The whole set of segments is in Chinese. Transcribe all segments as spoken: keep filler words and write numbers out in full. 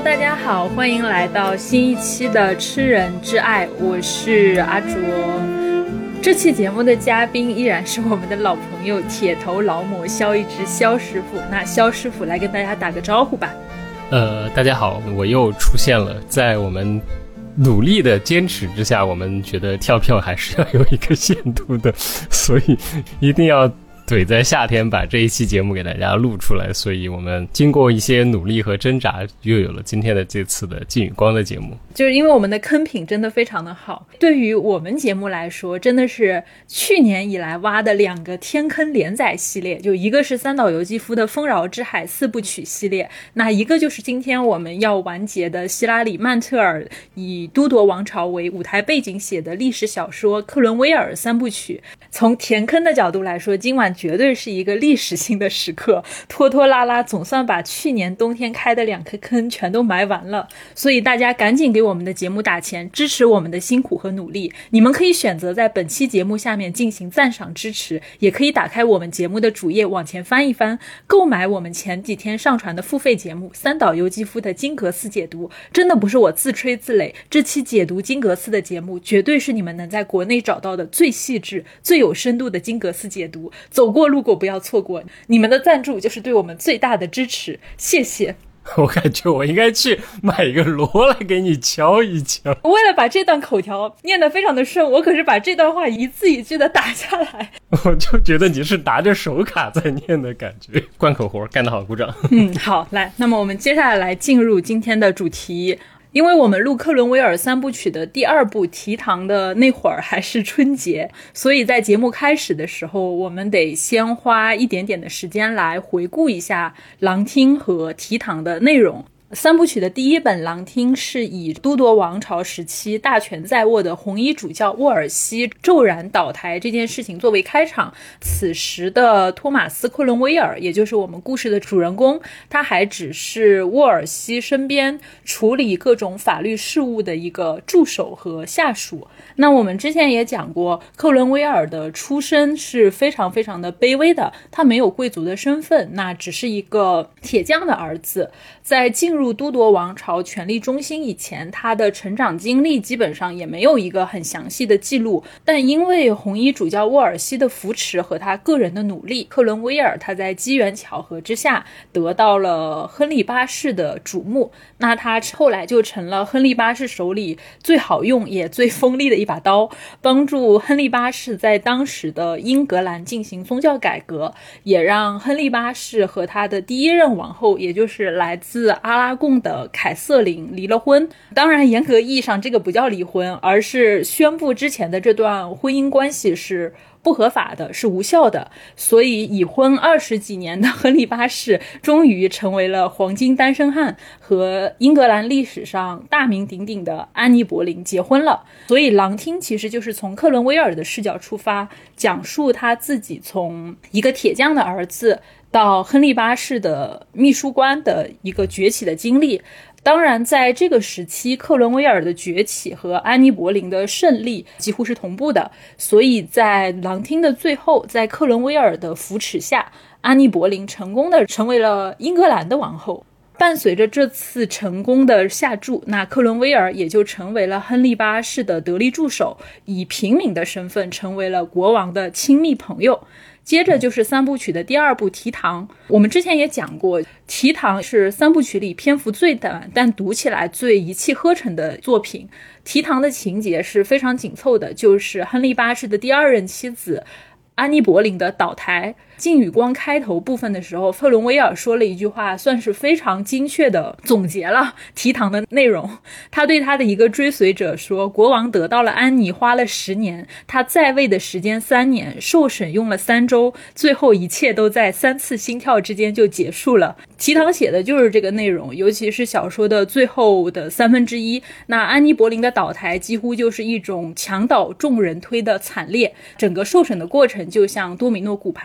Hello， 大家好，欢迎来到新一期的吃人之爱，我是阿卓。这期节目的嘉宾依然是我们的老朋友铁头劳模肖一之肖师傅。那肖师傅来跟大家打个招呼吧。 呃，大家好，我又出现了。在我们努力的坚持之下，我们觉得跳票还是要有一个限度的，所以一定要怼在夏天把这一期节目给大家录出来，所以我们经过一些努力和挣扎，又有了今天的这次的金宇光的节目。 就是因为我们的坑品真的非常的好，对于我们节目来说真的是去年以来挖的两个天坑连载系列，就一个是三岛由纪夫的丰饶之海四部曲系列，那一个就是今天我们要完结的希拉里曼特尔以都铎王朝为舞台背景写的历史小说克伦威尔三部曲。从填坑的角度来说，今晚绝对是一个历史性的时刻，拖拖拉拉总算把去年冬天开的两颗坑全都埋完了，所以大家赶紧给我们的节目打钱，支持我们的辛苦和努力。你们可以选择在本期节目下面进行赞赏支持，也可以打开我们节目的主页往前翻一翻，购买我们前几天上传的付费节目三岛由纪夫的金阁寺解读。真的不是我自吹自擂，这期解读金阁寺的节目绝对是你们能在国内找到的最细致最有深度的金阁寺解读，走过路过不要错过，你们的赞助就是对我们最大的支持，谢谢。 我感觉我应该去买一个锣来给你敲一敲。 为了把这段口条念得非常的顺，我可是把这段话一字一句的打下来。 我就觉得你是拿着手卡在念的感觉。贯口活干得好，鼓掌。 嗯，好，来，那么我们接下来来进入今天的主题。因为我们录克伦威尔三部曲的第二部提唐的那会儿还是春节，所以在节目开始的时候，我们得先花一点点的时间来回顾一下狼厅和提唐的内容。三部曲的第一本狼厅是以都铎王朝时期大权在握的红衣主教沃尔西骤然倒台这件事情作为开场。此时的托马斯·克伦威尔，也就是我们故事的主人公，他还只是沃尔西身边处理各种法律事务的一个助手和下属。那我们之前也讲过，克伦威尔的出身是非常非常的卑微的，他没有贵族的身份，那只是一个铁匠的儿子。在进入都铎王朝权力中心以前，他的成长经历基本上也没有一个很详细的记录，但因为红衣主教沃尔西的扶持和他个人的努力，克伦威尔他在机缘巧合之下得到了亨利八世的瞩目，那他后来就成了亨利八世手里最好用也最锋利的一把刀，帮助亨利八世在当时的英格兰进行宗教改革，也让亨利八世和他的第一任王后，也就是来自阿拉贡的凯瑟琳离了婚。当然严格意义上这个不叫离婚，而是宣布之前的这段婚姻关系是不合法的，是无效的。所以已婚二十几年的亨利八世终于成为了黄金单身汉，和英格兰历史上大名鼎鼎的安妮·博林结婚了。所以狼厅其实就是从克伦威尔的视角出发，讲述他自己从一个铁匠的儿子到亨利八世的秘书官的一个崛起的经历。当然在这个时期，克伦威尔的崛起和安妮·博林的胜利几乎是同步的，所以在狼厅的最后，在克伦威尔的扶持下，安妮·博林成功的成为了英格兰的王后。伴随着这次成功的下注，那克伦威尔也就成为了亨利八世的得力助手，以平民的身份成为了国王的亲密朋友。接着就是三部曲的第二部提唐，我们之前也讲过，提唐是三部曲里篇幅最短但读起来最一气呵成的作品。提唐的情节是非常紧凑的，就是亨利八世的第二任妻子安妮·博林的倒台。金宇光开头部分的时候，克伦威尔说了一句话，算是非常精确的总结了提唐的内容。他对他的一个追随者说，国王得到了安妮花了十年，他在位的时间三年，受审用了三周，最后一切都在三次心跳之间就结束了。提唐写的就是这个内容，尤其是小说的最后的三分之一。那安妮·博林的倒台几乎就是一种墙倒众人推的惨烈，整个受审的过程就像多米诺骨牌游戏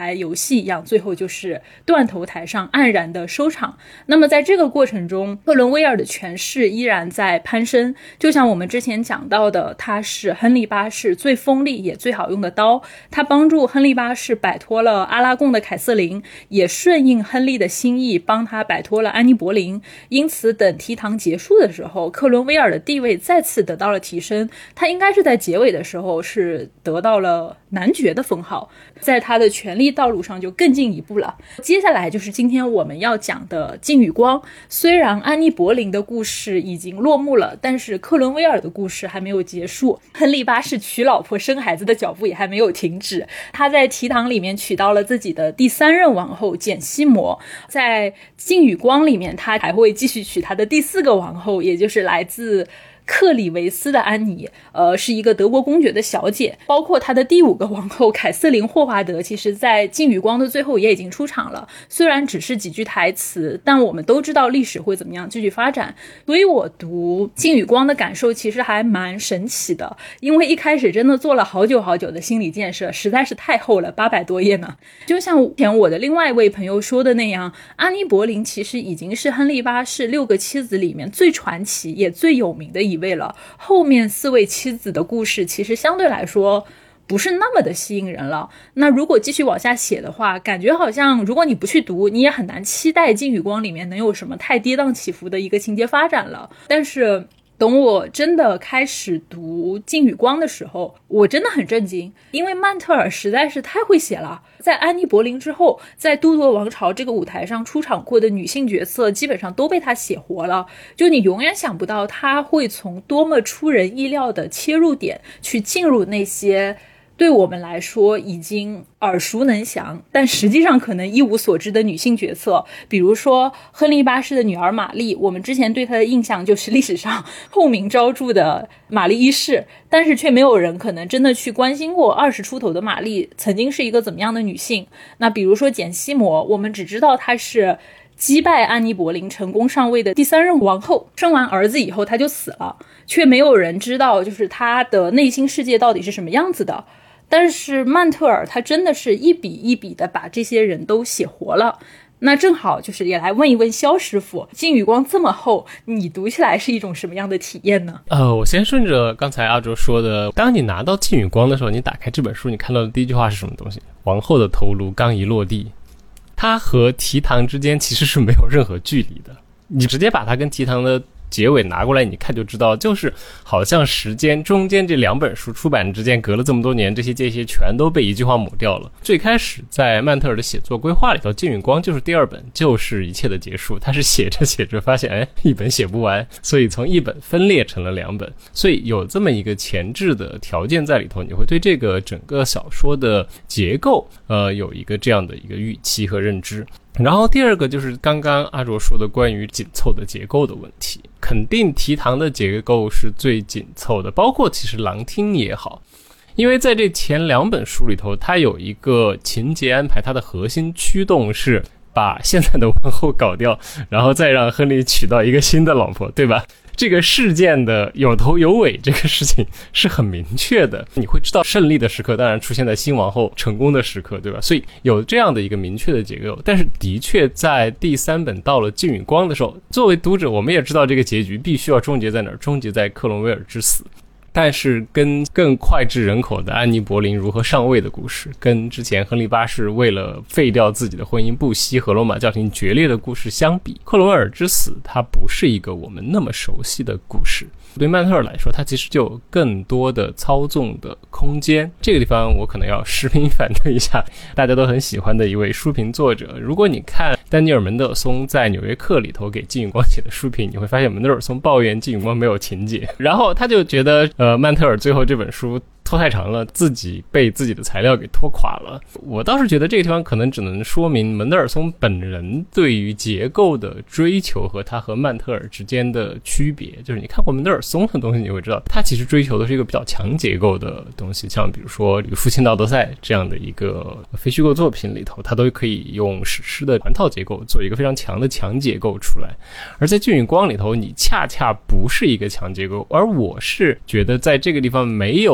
戏一样，最后就是断头台上黯然的收场。那么在这个过程中，克伦威尔的权势依然在攀升，就像我们之前讲到的，他是亨利八世最锋利也最好用的刀，他帮助亨利八世摆脱了阿拉贡的凯瑟琳，也顺应亨利的心意帮他摆脱了安妮柏林。因此等提堂结束的时候，克伦威尔的地位再次得到了提升，他应该是在结尾的时候是得到了男爵的封号，在他的权力道路上就更进一步了。接下来就是今天我们要讲的镜与光。虽然安妮柏林的故事已经落幕了，但是克伦威尔的故事还没有结束，亨利八世娶老婆生孩子的脚步也还没有停止。他在提堂里面娶到了自己的第三任王后简西摩，在镜与光里面他还会继续娶他的第四个王后，也就是来自克里维斯的安妮，呃，是一个德国公爵的小姐。包括她的第五个王后凯瑟琳霍华德，其实在镜与光的最后也已经出场了，虽然只是几句台词，但我们都知道历史会怎么样继续发展。所以我读镜与光的感受其实还蛮神奇的，因为一开始真的做了好久好久的心理建设，实在是太厚了，八百多页呢。就像前我的另外一位朋友说的那样，安妮柏林其实已经是亨利八世六个妻子里面最传奇也最有名的一位了，后面四位妻子的故事其实相对来说不是那么的吸引人了。那如果继续往下写的话，感觉好像如果你不去读，你也很难期待镜与光里面能有什么太跌宕起伏的一个情节发展了。但是等我真的开始读镜与光的时候，我真的很震惊，因为曼特尔实在是太会写了。在安妮柏林之后，在都铎王朝这个舞台上出场过的女性角色基本上都被他写活了，就你永远想不到他会从多么出人意料的切入点去进入那些对我们来说已经耳熟能详但实际上可能一无所知的女性角色。比如说亨利八世的女儿玛丽，我们之前对她的印象就是历史上臭名昭著的玛丽一世，但是却没有人可能真的去关心过二十出头的玛丽曾经是一个怎么样的女性。那比如说简西摩，我们只知道她是击败安妮柏林成功上位的第三任王后，生完儿子以后她就死了，却没有人知道就是她的内心世界到底是什么样子的。但是曼特尔他真的是一笔一笔的把这些人都写活了。那正好就是也来问一问肖师傅，镜与光这么厚，你读起来是一种什么样的体验呢？ 呃，我先顺着刚才阿卓说的，当你拿到镜与光的时候，你打开这本书，你看到的第一句话是什么东西？王后的头颅刚一落地。它和提堂之间其实是没有任何距离的，你直接把它跟提堂的结尾拿过来你看就知道，就是好像时间中间这两本书出版之间隔了这么多年，这些这些全都被一句话抹掉了。最开始在曼特尔的写作规划里头，镜与光就是第二本，就是一切的结束。他是写着写着发现哎，一本写不完，所以从一本分裂成了两本，所以有这么一个前置的条件在里头，你会对这个整个小说的结构呃有一个这样的一个预期和认知。然后第二个就是刚刚阿卓说的关于紧凑的结构的问题，肯定提堂的结构是最紧凑的，包括其实狼厅也好，因为在这前两本书里头，它有一个情节安排，它的核心驱动是把现在的王后搞掉，然后再让亨利娶到一个新的老婆，对吧？这个事件的有头有尾，这个事情是很明确的，你会知道胜利的时刻当然出现在新王后成功的时刻，对吧？所以有这样的一个明确的结构。但是的确在第三本到了镜与光的时候，作为读者我们也知道这个结局必须要终结在哪儿，终结在克伦威尔之死。但是跟更脍炙人口的安妮柏林如何上位的故事，跟之前亨利八世为了废掉自己的婚姻不惜和罗马教廷决裂的故事相比，克伦威尔之死它不是一个我们那么熟悉的故事。对曼特尔来说，它其实就有更多的操纵的空间。这个地方我可能要实名反对一下大家都很喜欢的一位书评作者。如果你看丹尼尔·门德尔松在《纽约客》里头给镜与光写的书评，你会发现门德尔松抱怨镜与光没有情节，然后他就觉得呃，曼特尔最后这本书拖太长了，自己被自己的材料给拖垮了。我倒是觉得这个地方可能只能说明门德尔松本人对于结构的追求和他和曼特尔之间的区别。就是你看过门德尔松的东西，你会知道他其实追求的是一个比较强结构的东西，像比如说《父亲道德赛》这样的一个非虚构作品里头，他都可以用史诗的环套结构做一个非常强的强结构出来。而在镜与光里头，你恰恰不是一个强结构，而我是觉得在这个地方没有强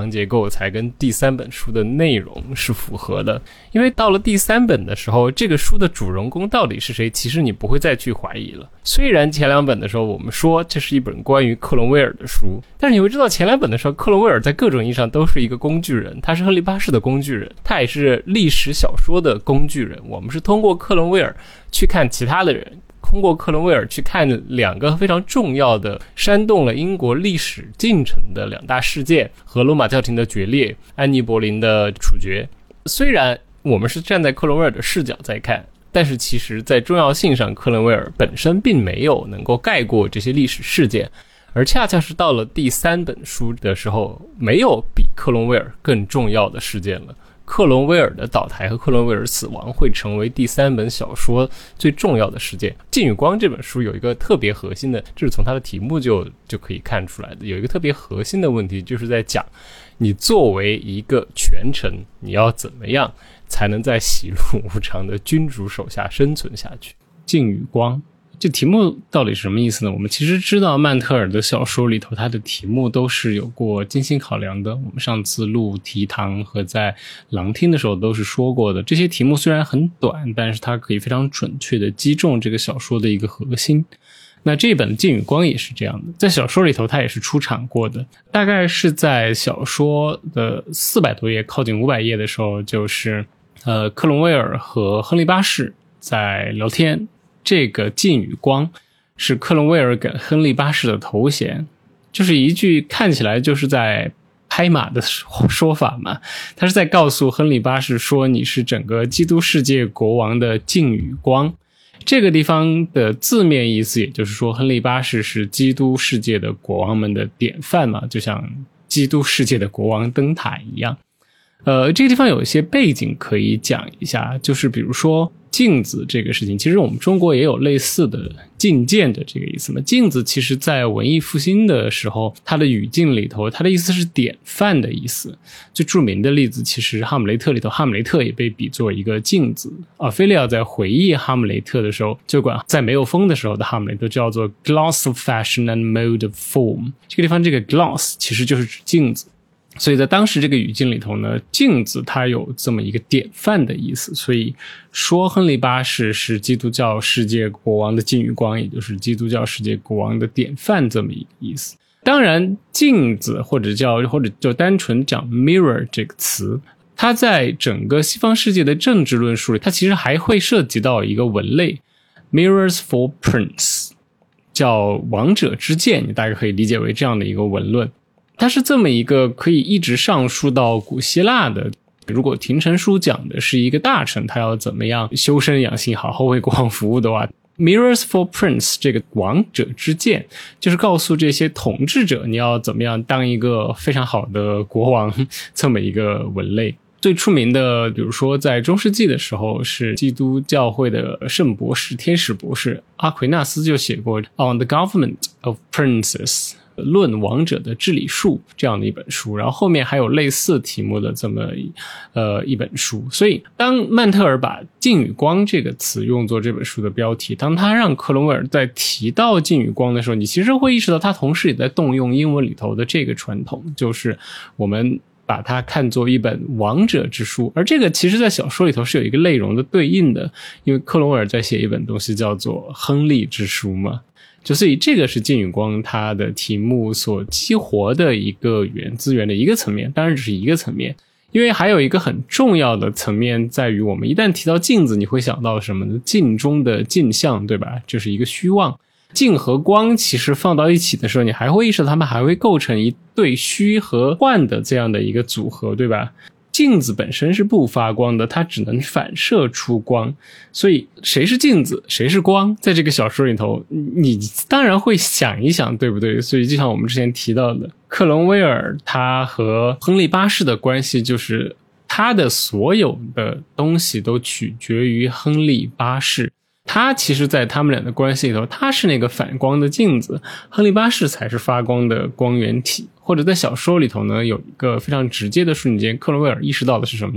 讲结构才跟第三本书的内容是符合的。因为到了第三本的时候，这个书的主人公到底是谁，其实你不会再去怀疑了。虽然前两本的时候我们说这是一本关于克伦威尔的书，但是你会知道前两本的时候，克伦威尔在各种意义上都是一个工具人，他是亨利八世的工具人，他也是历史小说的工具人。我们是通过克伦威尔去看其他的人，通过克伦威尔去看两个非常重要的煽动了英国历史进程的两大事件，和罗马教廷的决裂，安妮·博林的处决。虽然我们是站在克伦威尔的视角在看，但是其实在重要性上，克伦威尔本身并没有能够盖过这些历史事件，而恰恰是到了第三本书的时候，没有比克伦威尔更重要的事件了。克伦威尔的倒台和克伦威尔死亡会成为第三本小说最重要的事件。镜与光这本书有一个特别核心的，这是从它的题目就就可以看出来的，有一个特别核心的问题，就是在讲你作为一个权臣，你要怎么样才能在喜怒无常的君主手下生存下去。镜与光这题目到底是什么意思呢？我们其实知道曼特尔的小说里头，它的题目都是有过精心考量的。我们上次录提堂和在狼厅的时候都是说过的，这些题目虽然很短，但是它可以非常准确地击中这个小说的一个核心。那这本《镜与光》也是这样的，在小说里头它也是出场过的，大概是在小说的四百多页靠近五百页的时候，就是呃，克伦威尔和亨利八世在聊天。这个镜与光是克伦威尔给亨利八世的头衔，就是一句看起来就是在拍马的说法嘛。他是在告诉亨利八世说，你是整个基督世界国王的镜与光。这个地方的字面意思也就是说，亨利八世是基督世界的国王们的典范嘛，就像基督世界的国王灯塔一样。呃，这个地方有一些背景可以讲一下，就是比如说镜子这个事情，其实我们中国也有类似的镜鉴的这个意思嘛。镜子其实在文艺复兴的时候，它的语境里头，它的意思是典范的意思。最著名的例子其实哈姆雷特里头，哈姆雷特也被比作一个镜子。奥菲利亚在回忆哈姆雷特的时候，就管在没有风的时候的哈姆雷特叫做 gloss of fashion and mode of form。 这个地方这个 gloss 其实就是指镜子，所以在当时这个语境里头呢，镜子它有这么一个典范的意思，所以说亨利八世是基督教世界国王的镜与光，也就是基督教世界国王的典范这么一个意思。当然镜子或者叫或者就单纯讲 mirror 这个词，它在整个西方世界的政治论述里，它其实还会涉及到一个文类 mirrors for prince， 叫王者之剑，你大概可以理解为这样的一个文论。它是这么一个可以一直上溯到古希腊的，如果廷臣书讲的是一个大臣他要怎么样修身养性好好为国王服务的话， Mirrors for Prince 这个王者之剑就是告诉这些统治者你要怎么样当一个非常好的国王，这么一个文类。最出名的比如说在中世纪的时候，是基督教会的圣博士天使博士阿奎纳斯就写过 On the Government of Princes，论王者的治理术这样的一本书，然后后面还有类似题目的这么呃一本书。所以当曼特尔把镜与光这个词用作这本书的标题，当他让克伦威尔在提到镜与光的时候，你其实会意识到他同时也在动用英文里头的这个传统，就是我们把它看作一本王者之书。而这个其实在小说里头是有一个内容的对应的，因为克伦威尔在写一本东西叫做亨利之书嘛，就所以这个是镜与光它的题目所激活的一个语言资源的一个层面，当然只是一个层面。因为还有一个很重要的层面在于，我们一旦提到镜子，你会想到什么呢？镜中的镜像，对吧？就是一个虚妄。镜和光其实放到一起的时候，你还会意识到它们还会构成一对虚和幻的这样的一个组合，对吧？镜子本身是不发光的，它只能反射出光，所以谁是镜子谁是光，在这个小说里头你当然会想一想，对不对？所以就像我们之前提到的，克伦威尔他和亨利八世的关系，就是他的所有的东西都取决于亨利八世，他其实在他们俩的关系里头，他是那个反光的镜子，亨利八世才是发光的光源体。或者在小说里头呢，有一个非常直接的瞬间，克伦威尔意识到的是什么呢？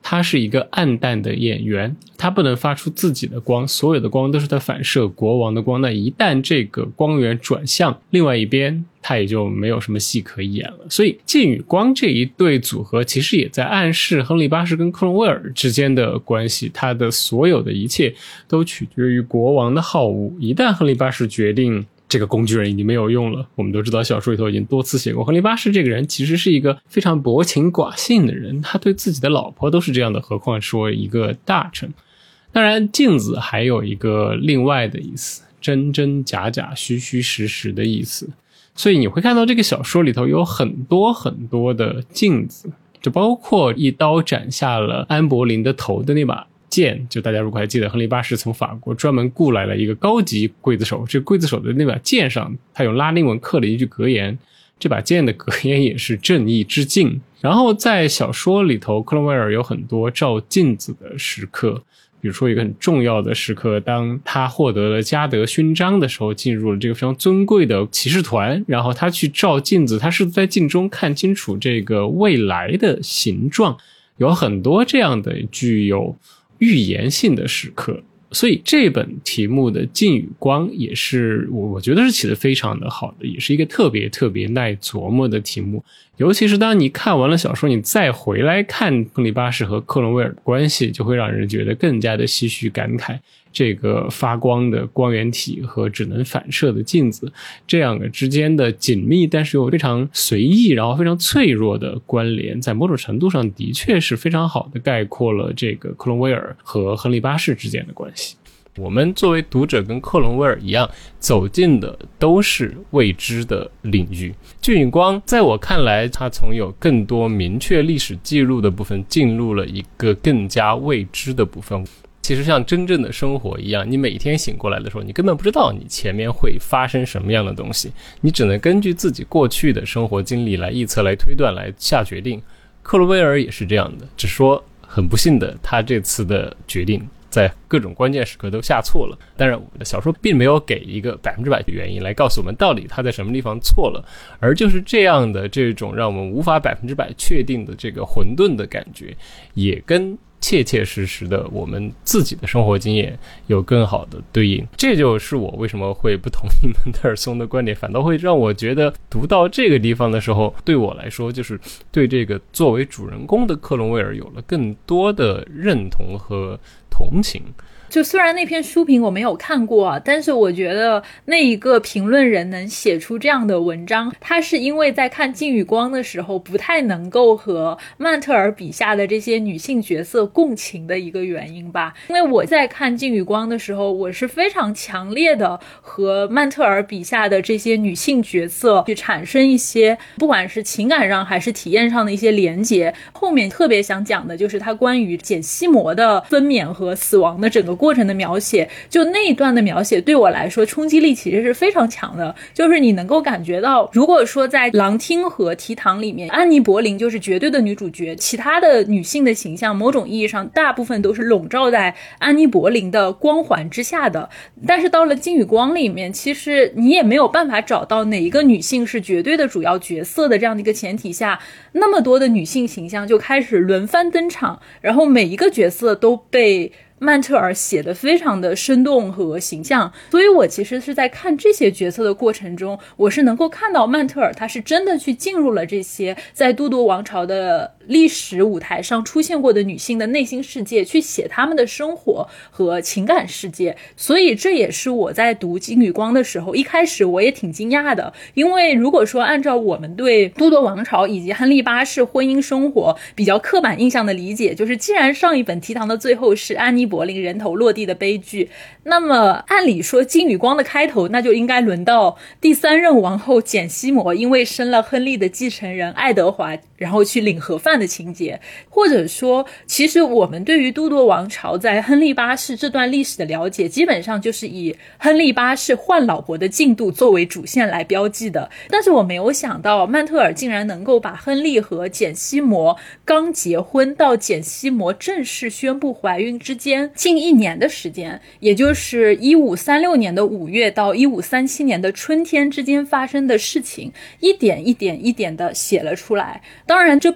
它是一个暗淡的演员，它不能发出自己的光，所有的光都是它反射国王的光。那一旦这个光源转向另外一边，它也就没有什么戏可演了。所以镜与光这一对组合其实也在暗示亨利八世跟克伦威尔之间的关系，他的所有的一切都取决于国王的好恶。一旦亨利八世决定这个工具人已经没有用了，我们都知道小说里头已经多次写过，亨利八世这个人其实是一个非常薄情寡信的人，他对自己的老婆都是这样的，何况说一个大臣。当然镜子还有一个另外的意思，真真假假虚虚实实的意思。所以你会看到这个小说里头有很多很多的镜子，就包括一刀斩下了安柏林的头的那把剑，就大家如果还记得，亨利八世从法国专门雇来了一个高级刽子手，这个刽子手的那把剑上他用拉丁文刻了一句格言，这把剑的格言也是正义之镜。然后在小说里头，克伦威尔有很多照镜子的时刻，比如说一个很重要的时刻，当他获得了嘉德勋章的时候，进入了这个非常尊贵的骑士团，然后他去照镜子，他是在镜中看清楚这个未来的形状，有很多这样的具有预言性的时刻。所以这本题目的镜与光也是我我觉得是起得非常的好的，也是一个特别特别耐琢磨的题目。尤其是当你看完了小说，你再回来看亨利八世和克伦威尔的关系，就会让人觉得更加的唏嘘感慨，这个发光的光源体和只能反射的镜子，这样的之间的紧密但是又非常随意然后非常脆弱的关联，在某种程度上的确是非常好的概括了这个克伦威尔和亨利八世之间的关系。我们作为读者跟克伦威尔一样，走进的都是未知的领域。镜与光在我看来，它从有更多明确历史记录的部分进入了一个更加未知的部分。其实像真正的生活一样，你每天醒过来的时候，你根本不知道你前面会发生什么样的东西，你只能根据自己过去的生活经历来臆测来推断来下决定。克伦威尔也是这样的，只说很不幸的，他这次的决定在各种关键时刻都下错了。当然我的小说并没有给一个百分之百的原因来告诉我们到底他在什么地方错了，而就是这样的这种让我们无法百分之百确定的这个混沌的感觉，也跟切切实实的我们自己的生活经验有更好的对应。这就是我为什么会不同意门德尔松的观点，反倒会让我觉得读到这个地方的时候，对我来说就是对这个作为主人公的克伦威尔有了更多的认同和同情。 就虽然那篇书评我没有看过啊，但是我觉得那一个评论人能写出这样的文章，他是因为在看镜与光的时候不太能够和曼特尔笔下的这些女性角色共情的一个原因吧。因为我在看镜与光的时候，我是非常强烈的和曼特尔笔下的这些女性角色去产生一些不管是情感上还是体验上的一些连结。后面特别想讲的就是他关于简西摩的分娩和死亡的整个过程的描写，就那一段的描写对我来说冲击力其实是非常强的。就是你能够感觉到，如果说在狼厅和提堂里面，安妮柏林就是绝对的女主角，其他的女性的形象某种意义上大部分都是笼罩在安妮柏林的光环之下的。但是到了镜与光里面，其实你也没有办法找到哪一个女性是绝对的主要角色的这样的一个前提下，那么多的女性形象就开始轮番登场，然后每一个角色都被曼特尔写得非常的生动和形象。所以我其实是在看这些角色的过程中，我是能够看到曼特尔他是真的去进入了这些在都铎王朝的历史舞台上出现过的女性的内心世界，去写她们的生活和情感世界。所以这也是我在读镜与光的时候，一开始我也挺惊讶的。因为如果说按照我们对都铎王朝以及亨利八世婚姻生活比较刻板印象的理解，就是既然上一本提堂的最后是安妮柏林人头落地的悲剧，那么按理说镜与光的开头那就应该轮到第三任王后简西摩因为生了亨利的继承人爱德华然后去领盒饭的情节。或者说其实我们对于都铎王朝在亨利八世这段历史的了解，基本上就是以亨利八世换老婆的进度作为主线来标记的。但是我没有想到曼特尔竟然能够把亨利和简西摩刚结婚到简西摩正式宣布怀孕之间近一年的时间，也就是一五三六年的五月到一五三七年的春天之间发生的事情，一点一点一点的写了出来。当然这并不是说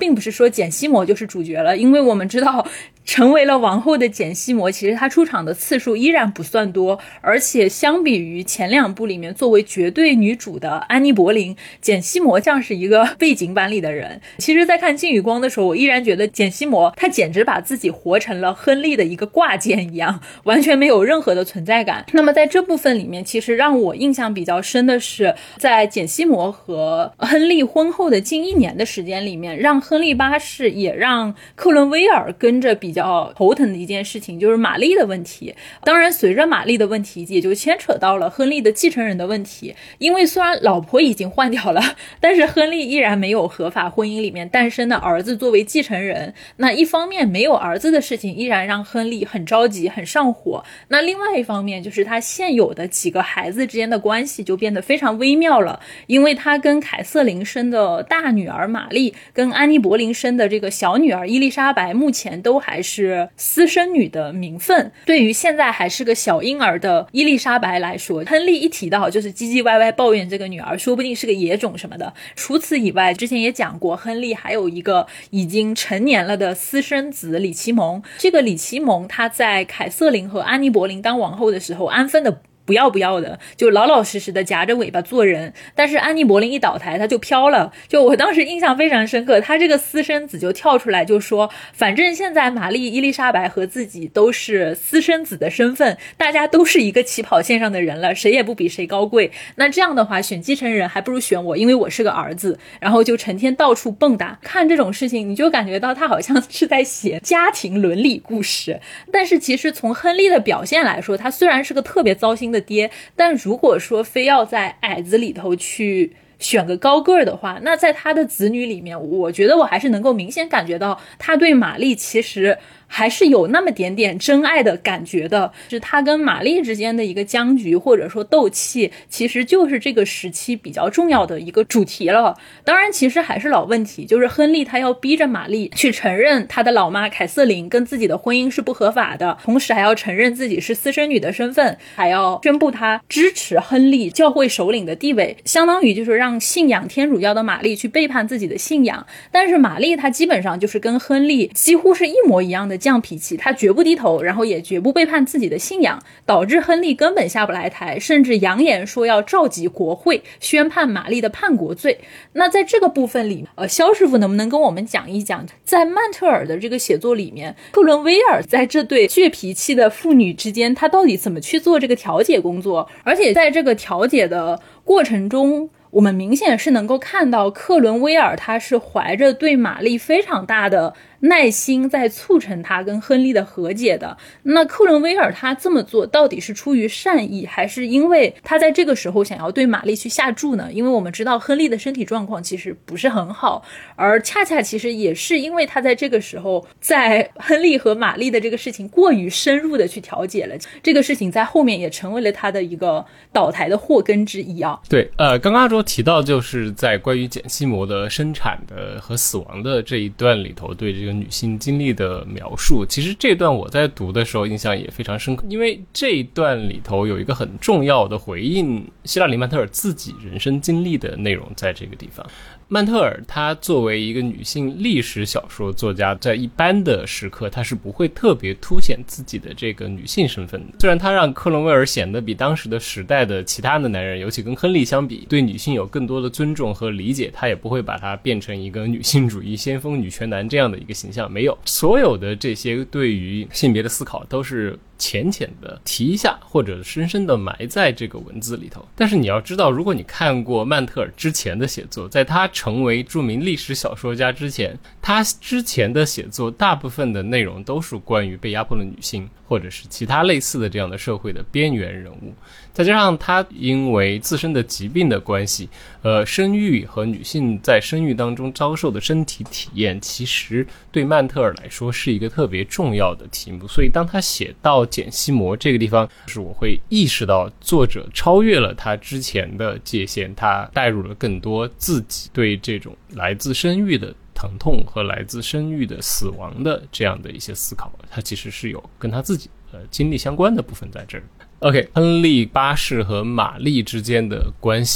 说简西摩就是主角了，因为我们知道成为了王后的简西摩其实她出场的次数依然不算多，而且相比于前两部里面作为绝对女主的安妮柏林，简西摩像是一个背景板里的人。其实在看金与光的时候，我依然觉得简西摩她简直把自己活成了亨利的一个挂件一样，完全没有任何的存在感。那么在这部分里面，其实让我印象比较深的是在简西摩和亨利婚后的近一年的时间里面，让亨利八世也让克伦威尔跟着比较头疼的一件事情就是玛丽的问题。当然随着玛丽的问题也就牵扯到了亨利的继承人的问题，因为虽然老婆已经换掉了，但是亨利依然没有合法婚姻里面诞生的儿子作为继承人。那一方面没有儿子的事情依然让亨利很着急很上火，那另外一方面就是他现有的几个孩子之间的关系就变得非常微妙了，因为他跟凯瑟琳生的大女儿玛丽跟安妮柏林生的这个小女儿伊丽莎白目前都还是私生女的名分。对于现在还是个小婴儿的伊丽莎白来说，亨利一提到就是唧唧歪歪抱怨这个女儿说不定是个野种什么的。除此以外，之前也讲过，亨利还有一个已经成年了的私生子李奇蒙。这个李奇蒙他在凯瑟琳和安妮柏林当王后的时候安分的不要不要的，就老老实实的夹着尾巴做人，但是安妮柏林一倒台他就飘了。就我当时印象非常深刻，他这个私生子就跳出来就说，反正现在玛丽伊丽莎白和自己都是私生子的身份，大家都是一个起跑线上的人了，谁也不比谁高贵，那这样的话选继承人还不如选我，因为我是个儿子。然后就成天到处蹦跶。看这种事情你就感觉到他好像是在写家庭伦理故事，但是其实从亨利的表现来说，他虽然是个特别糟心的爹，但如果说非要在矮子里头去选个高个儿的话，那在他的子女里面，我觉得我还是能够明显感觉到他对玛丽其实还是有那么点点真爱的感觉的，是他跟玛丽之间的一个僵局或者说斗气，其实就是这个时期比较重要的一个主题了。当然其实还是老问题，就是亨利他要逼着玛丽去承认他的老妈凯瑟琳跟自己的婚姻是不合法的，同时还要承认自己是私生女的身份，还要宣布他支持亨利教会首领的地位，相当于就是让信仰天主教的玛丽去背叛自己的信仰。但是玛丽她基本上就是跟亨利几乎是一模一样的犟脾气，他绝不低头，然后也绝不背叛自己的信仰，导致亨利根本下不来台，甚至扬言说要召集国会宣判玛丽的叛国罪。那在这个部分里，呃，肖师傅能不能跟我们讲一讲，在曼特尔的这个写作里面，克伦威尔在这对倔脾气的父女之间，他到底怎么去做这个调解工作？而且在这个调解的过程中，我们明显是能够看到克伦威尔他是怀着对玛丽非常大的耐心在促成他跟亨利的和解的。那克伦威尔他这么做到底是出于善意，还是因为他在这个时候想要对玛丽去下注呢？因为我们知道亨利的身体状况其实不是很好，而恰恰其实也是因为他在这个时候在亨利和玛丽的这个事情过于深入的去调解了，这个事情在后面也成为了他的一个倒台的祸根之一啊。 对，呃，刚刚阿卓提到就是在关于简西摩的生产的和死亡的这一段里头对这个女性经历的描述，其实这段我在读的时候印象也非常深刻，因为这一段里头有一个很重要的回应希拉里曼特尔自己人生经历的内容在这个地方。曼特尔她作为一个女性历史小说作家，在一般的时刻她是不会特别凸显自己的这个女性身份的。虽然她让克伦威尔显得比当时的时代的其他的男人，尤其跟亨利相比，对女性有更多的尊重和理解，她也不会把她变成一个女性主义先锋女权男这样的一个形象，没有。所有的这些对于性别的思考都是浅浅的提一下，或者深深的埋在这个文字里头。但是你要知道，如果你看过曼特尔之前的写作，在他成为著名历史小说家之前，他之前的写作大部分的内容都是关于被压迫的女性，或者是其他类似的这样的社会的边缘人物。再加上他因为自身的疾病的关系，呃，生育和女性在生育当中遭受的身体体验，其实对曼特尔来说是一个特别重要的题目。所以当他写到简西摩这个地方，是我会意识到作者超越了他之前的界限，他带入了更多自己对这种来自生育的疼痛和来自生育的死亡的这样的一些思考，他其实是有跟他自己呃经历相关的部分在这儿。OK， 亨利八世和玛丽之间的关系，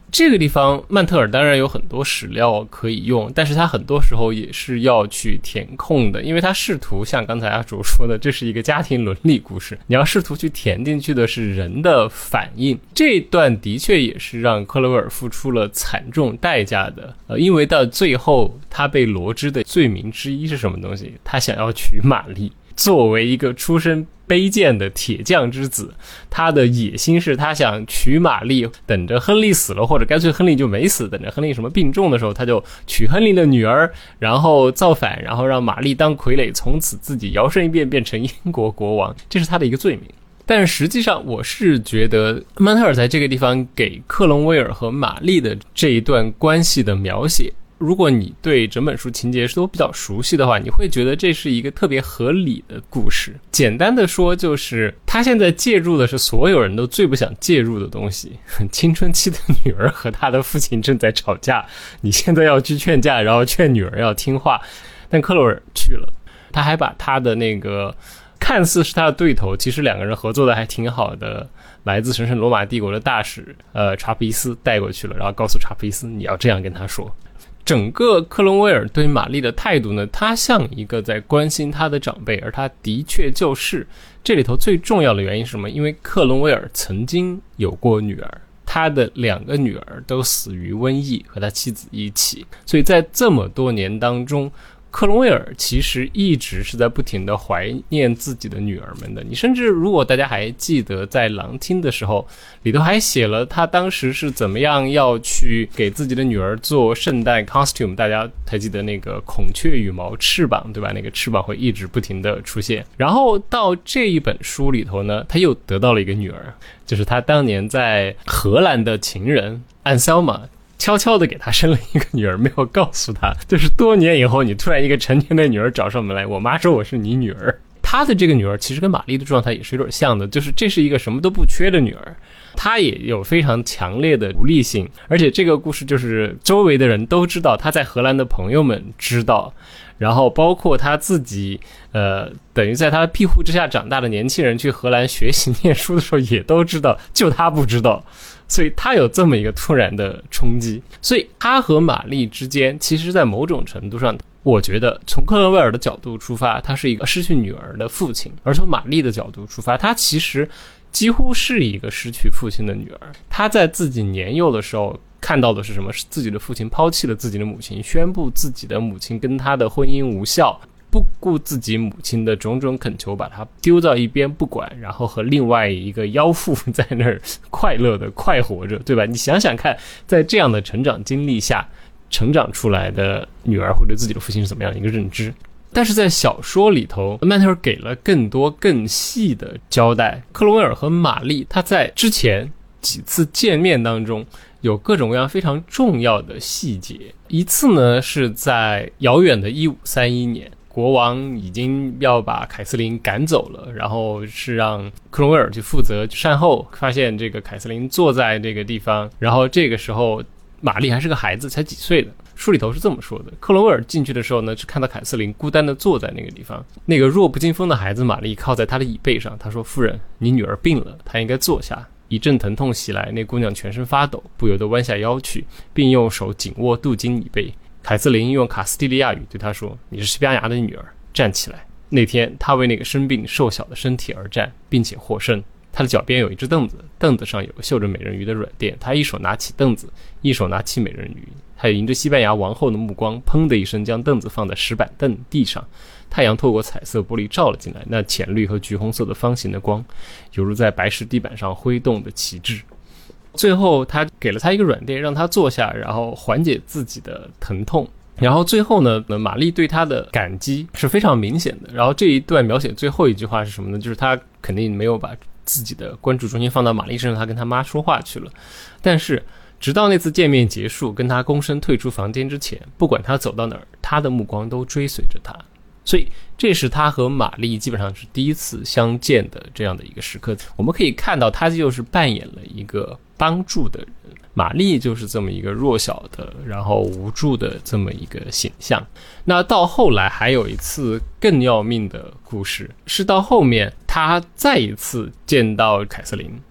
这个地方曼特尔当然有很多史料可以用，但是他很多时候也是要去填空的，因为他试图像刚才阿卓说的，这是一个家庭伦理故事，你要试图去填进去的是人的反应。这一段的确也是让克伦威尔付出了惨重代价的，呃，因为到最后他被罗织的罪名之一是什么东西？他想要娶玛丽。作为一个出身卑贱的铁匠之子，他的野心是他想娶玛丽，等着亨利死了，或者干脆亨利就没死，等着亨利什么病重的时候，他就娶亨利的女儿，然后造反，然后让玛丽当傀儡，从此自己摇身一变变成英国国王，这是他的一个罪名。但是实际上我是觉得曼特尔在这个地方给克伦威尔和玛丽的这一段关系的描写，如果你对整本书情节都比较熟悉的话，你会觉得这是一个特别合理的故事。简单的说，就是他现在介入的是所有人都最不想介入的东西，青春期的女儿和他的父亲正在吵架，你现在要去劝架，然后劝女儿要听话。但克洛尔去了，他还把他的那个看似是他的对头，其实两个人合作的还挺好的来自神圣罗马帝国的大使呃查普伊斯带过去了，然后告诉查普伊斯你要这样跟他说。整个克伦威尔对玛丽的态度呢，他像一个在关心他的长辈，而他的确就是。这里头最重要的原因是什么？因为克伦威尔曾经有过女儿，他的两个女儿都死于瘟疫，和他妻子一起，所以在这么多年当中，克伦威尔其实一直是在不停的怀念自己的女儿们的。你甚至如果大家还记得在狼厅的时候，里头还写了他当时是怎么样要去给自己的女儿做圣诞 costume， 大家还记得那个孔雀羽毛翅膀对吧？那个翅膀会一直不停的出现。然后到这一本书里头呢，他又得到了一个女儿，就是他当年在荷兰的情人安塞玛悄悄地给他生了一个女儿，没有告诉他，就是多年以后你突然一个成年的女儿找上门来，我妈说我是你女儿。他的这个女儿其实跟玛丽的状态也是有点像的，就是这是一个什么都不缺的女儿，她也有非常强烈的独立性，而且这个故事就是周围的人都知道，她在荷兰的朋友们知道，然后包括他自己呃，等于在他庇护之下长大的年轻人去荷兰学习念书的时候也都知道，就他不知道，所以他有这么一个突然的冲击。所以他和玛丽之间其实在某种程度上，我觉得从克伦威尔的角度出发，他是一个失去女儿的父亲，而从玛丽的角度出发，他其实几乎是一个失去父亲的女儿。他在自己年幼的时候看到的是什么？是自己的父亲抛弃了自己的母亲，宣布自己的母亲跟他的婚姻无效，不顾自己母亲的种种恳求，把他丢到一边不管，然后和另外一个妖妇在那儿快乐的快活着，对吧？你想想看，在这样的成长经历下成长出来的女儿会对自己的父亲是怎么样的一个认知。但是在小说里头，曼特尔给了更多更细的交代。克伦威尔和玛丽他在之前几次见面当中有各种各样非常重要的细节。一次呢是在遥远的一五三一年，国王已经要把凯瑟琳赶走了，然后是让克伦威尔去负责善后，发现这个凯瑟琳坐在这个地方，然后这个时候玛丽还是个孩子，才几岁的。书里头是这么说的，克伦威尔进去的时候呢，只看到凯瑟琳孤单地坐在那个地方，那个弱不禁风的孩子玛丽靠在他的椅背上，他说：“夫人，你女儿病了，她应该坐下。”一阵疼痛袭来，那姑娘全身发抖，不由得弯下腰去，并用手紧握镀金椅背。凯瑟琳用卡斯蒂利亚语对她说：“你是西班牙的女儿，站起来。”那天她为那个生病瘦小的身体而战，并且获胜。她的脚边有一只凳子，凳子上有个绣着美人鱼的软垫，她一手拿起凳子，一手拿起美人鱼。她迎着西班牙王后的目光，砰的一声将凳子放在石板凳地上。太阳透过彩色玻璃照了进来，那浅绿和橘红色的方形的光犹如在白石地板上挥动的旗帜。最后他给了他一个软垫让他坐下，然后缓解自己的疼痛。然后最后呢，玛丽对他的感激是非常明显的。然后这一段描写最后一句话是什么呢？就是他肯定没有把自己的关注中心放到玛丽身上，他跟他妈说话去了。但是直到那次见面结束，跟他躬身退出房间之前，不管他走到哪儿，他的目光都追随着他。所以这是他和玛丽基本上是第一次相见的这样的一个时刻。我们可以看到他就是扮演了一个帮助的人，玛丽就是这么一个弱小的然后无助的这么一个形象。那到后来还有一次更要命的故事，是到后面他再一次见到凯瑟琳，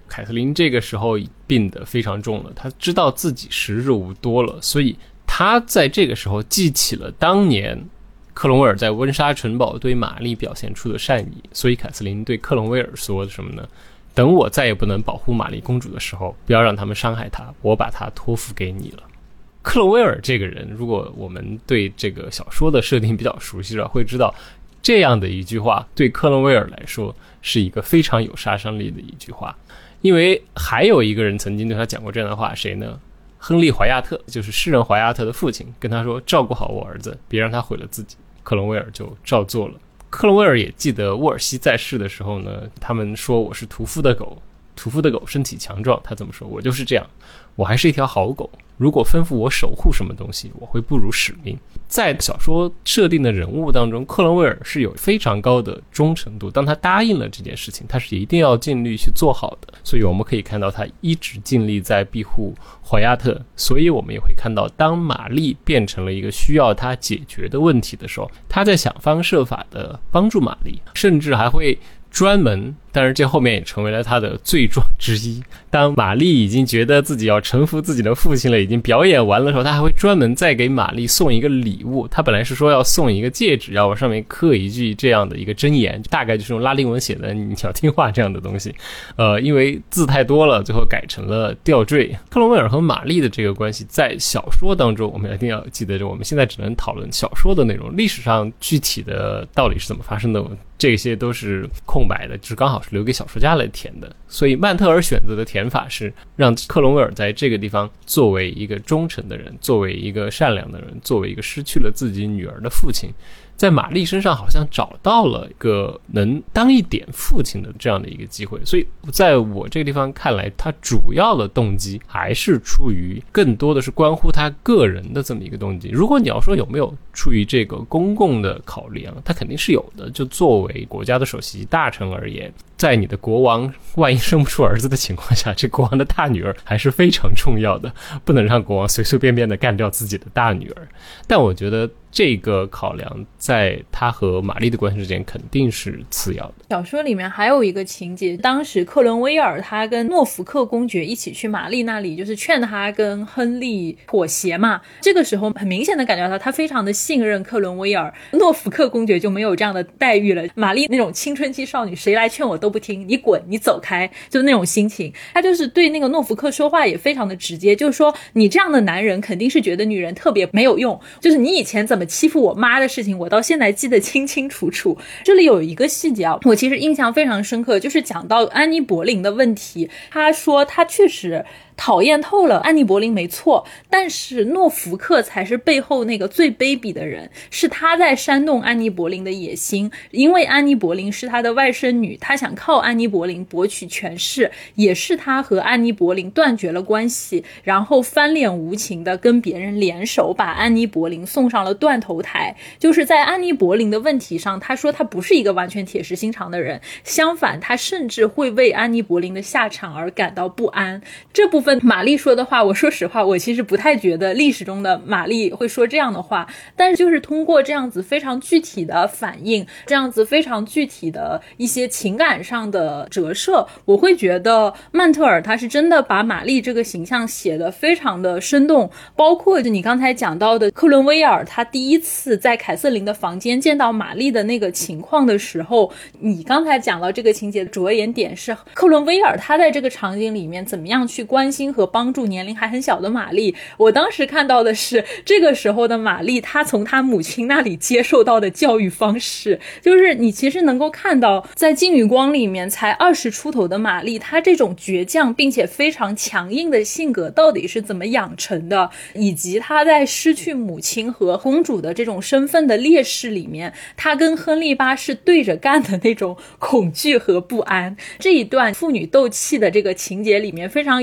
凯瑟琳这个时候病得非常重了，她知道自己时日无多了，所以她在这个时候记起了当年克隆威尔在温莎城堡对玛丽表现出的善意，所以凯瑟琳对克隆威尔说什么呢？等我再也不能保护玛丽公主的时候，不要让他们伤害她，我把她托付给你了。克隆威尔这个人，如果我们对这个小说的设定比较熟悉了，会知道这样的一句话对克隆威尔来说是一个非常有杀伤力的一句话。因为还有一个人曾经对他讲过这样的话，谁呢？亨利·怀亚特，就是诗人怀亚特的父亲，跟他说照顾好我儿子，别让他毁了自己。克隆威尔就照做了。克隆威尔也记得沃尔西在世的时候呢，他们说我是屠夫的狗，屠夫的狗身体强壮，他怎么说？我就是这样，我还是一条好狗，如果吩咐我守护什么东西，我会不辱使命。在小说设定的人物当中，克伦威尔是有非常高的忠诚度，当他答应了这件事情，他是一定要尽力去做好的，所以我们可以看到他一直尽力在庇护怀亚特。所以我们也会看到，当玛丽变成了一个需要他解决的问题的时候，他在想方设法的帮助玛丽，甚至还会专门，但是这后面也成为了他的罪状之一，当玛丽已经觉得自己要臣服自己的父亲了，已经表演完了的时候，他还会专门再给玛丽送一个礼物。他本来是说要送一个戒指，要往上面刻一句这样的一个箴言，大概就是用拉丁文写的你要听话这样的东西，呃，因为字太多了，最后改成了吊坠。克隆威尔和玛丽的这个关系在小说当中，我们一定要记得，我们现在只能讨论小说的内容，历史上具体的到底是怎么发生的，这些都是空白的，就是刚好是留给小说家来填的。所以曼特尔选择的填法是让克隆威尔在这个地方作为一个忠诚的人，作为一个善良的人，作为一个失去了自己女儿的父亲，在玛丽身上好像找到了一个能当一点父亲的这样的一个机会。所以在我这个地方看来，他主要的动机还是出于更多的是关乎他个人的这么一个动机。如果你要说有没有出于这个公共的考虑啊，他肯定是有的。就作为国家的首席大臣而言，在你的国王万一生不出儿子的情况下，这国王的大女儿还是非常重要的，不能让国王随随便便的干掉自己的大女儿。但我觉得这个考量在他和玛丽的关系之间肯定是次要的。 小说里面还有一个情节，当时克伦威尔他跟诺福克公爵一起去玛丽那里，就是劝他跟亨利妥协嘛。这个时候很明显的感觉到他非常的信任克伦威尔，诺福克公爵就没有这样的待遇了。玛丽那种青春期少女，谁来劝我都不听，你滚，你走开，就那种心情。他就是对那个诺福克说话也非常的直接，就是说你这样的男人肯定是觉得女人特别没有用，就是你以前怎么欺负我妈的事情，我到现在记得清清楚楚。这里有一个细节啊，我其实印象非常深刻，就是讲到安妮柏林的问题。他说他确实讨厌透了安妮柏林没错，但是诺福克才是背后那个最卑鄙的人，是他在煽动安妮柏林的野心。因为安妮柏林是他的外甥女，他想靠安妮柏林博取权势，也是他和安妮柏林断绝了关系，然后翻脸无情的跟别人联手，把安妮柏林送上了断头台。就是在安妮柏林的问题上，他说他不是一个完全铁石心肠的人，相反他甚至会为安妮柏林的下场而感到不安。这部分玛丽说的话，我说实话我其实不太觉得历史中的玛丽会说这样的话，但是就是通过这样子非常具体的反应，这样子非常具体的一些情感上的折射，我会觉得曼特尔他是真的把玛丽这个形象写得非常的生动。包括就你刚才讲到的克伦威尔他第一次在凯瑟琳的房间见到玛丽的那个情况的时候，你刚才讲到这个情节的着眼点是克伦威尔他在这个场景里面怎么样去关心和帮助年龄还很小的玛丽。我当时看到的是这个时候的玛丽她从她母亲那里接受到的教育方式，就是你其实能够看到在金宇光里面才二十出头的玛丽，她这种倔强并且非常强硬的性格到底是怎么养成的，以及她在失去母亲和公主的这种身份的劣势里面，她跟亨利八世对着干的那种恐惧和不安。这一段父女斗气的这个情节里面非常有意思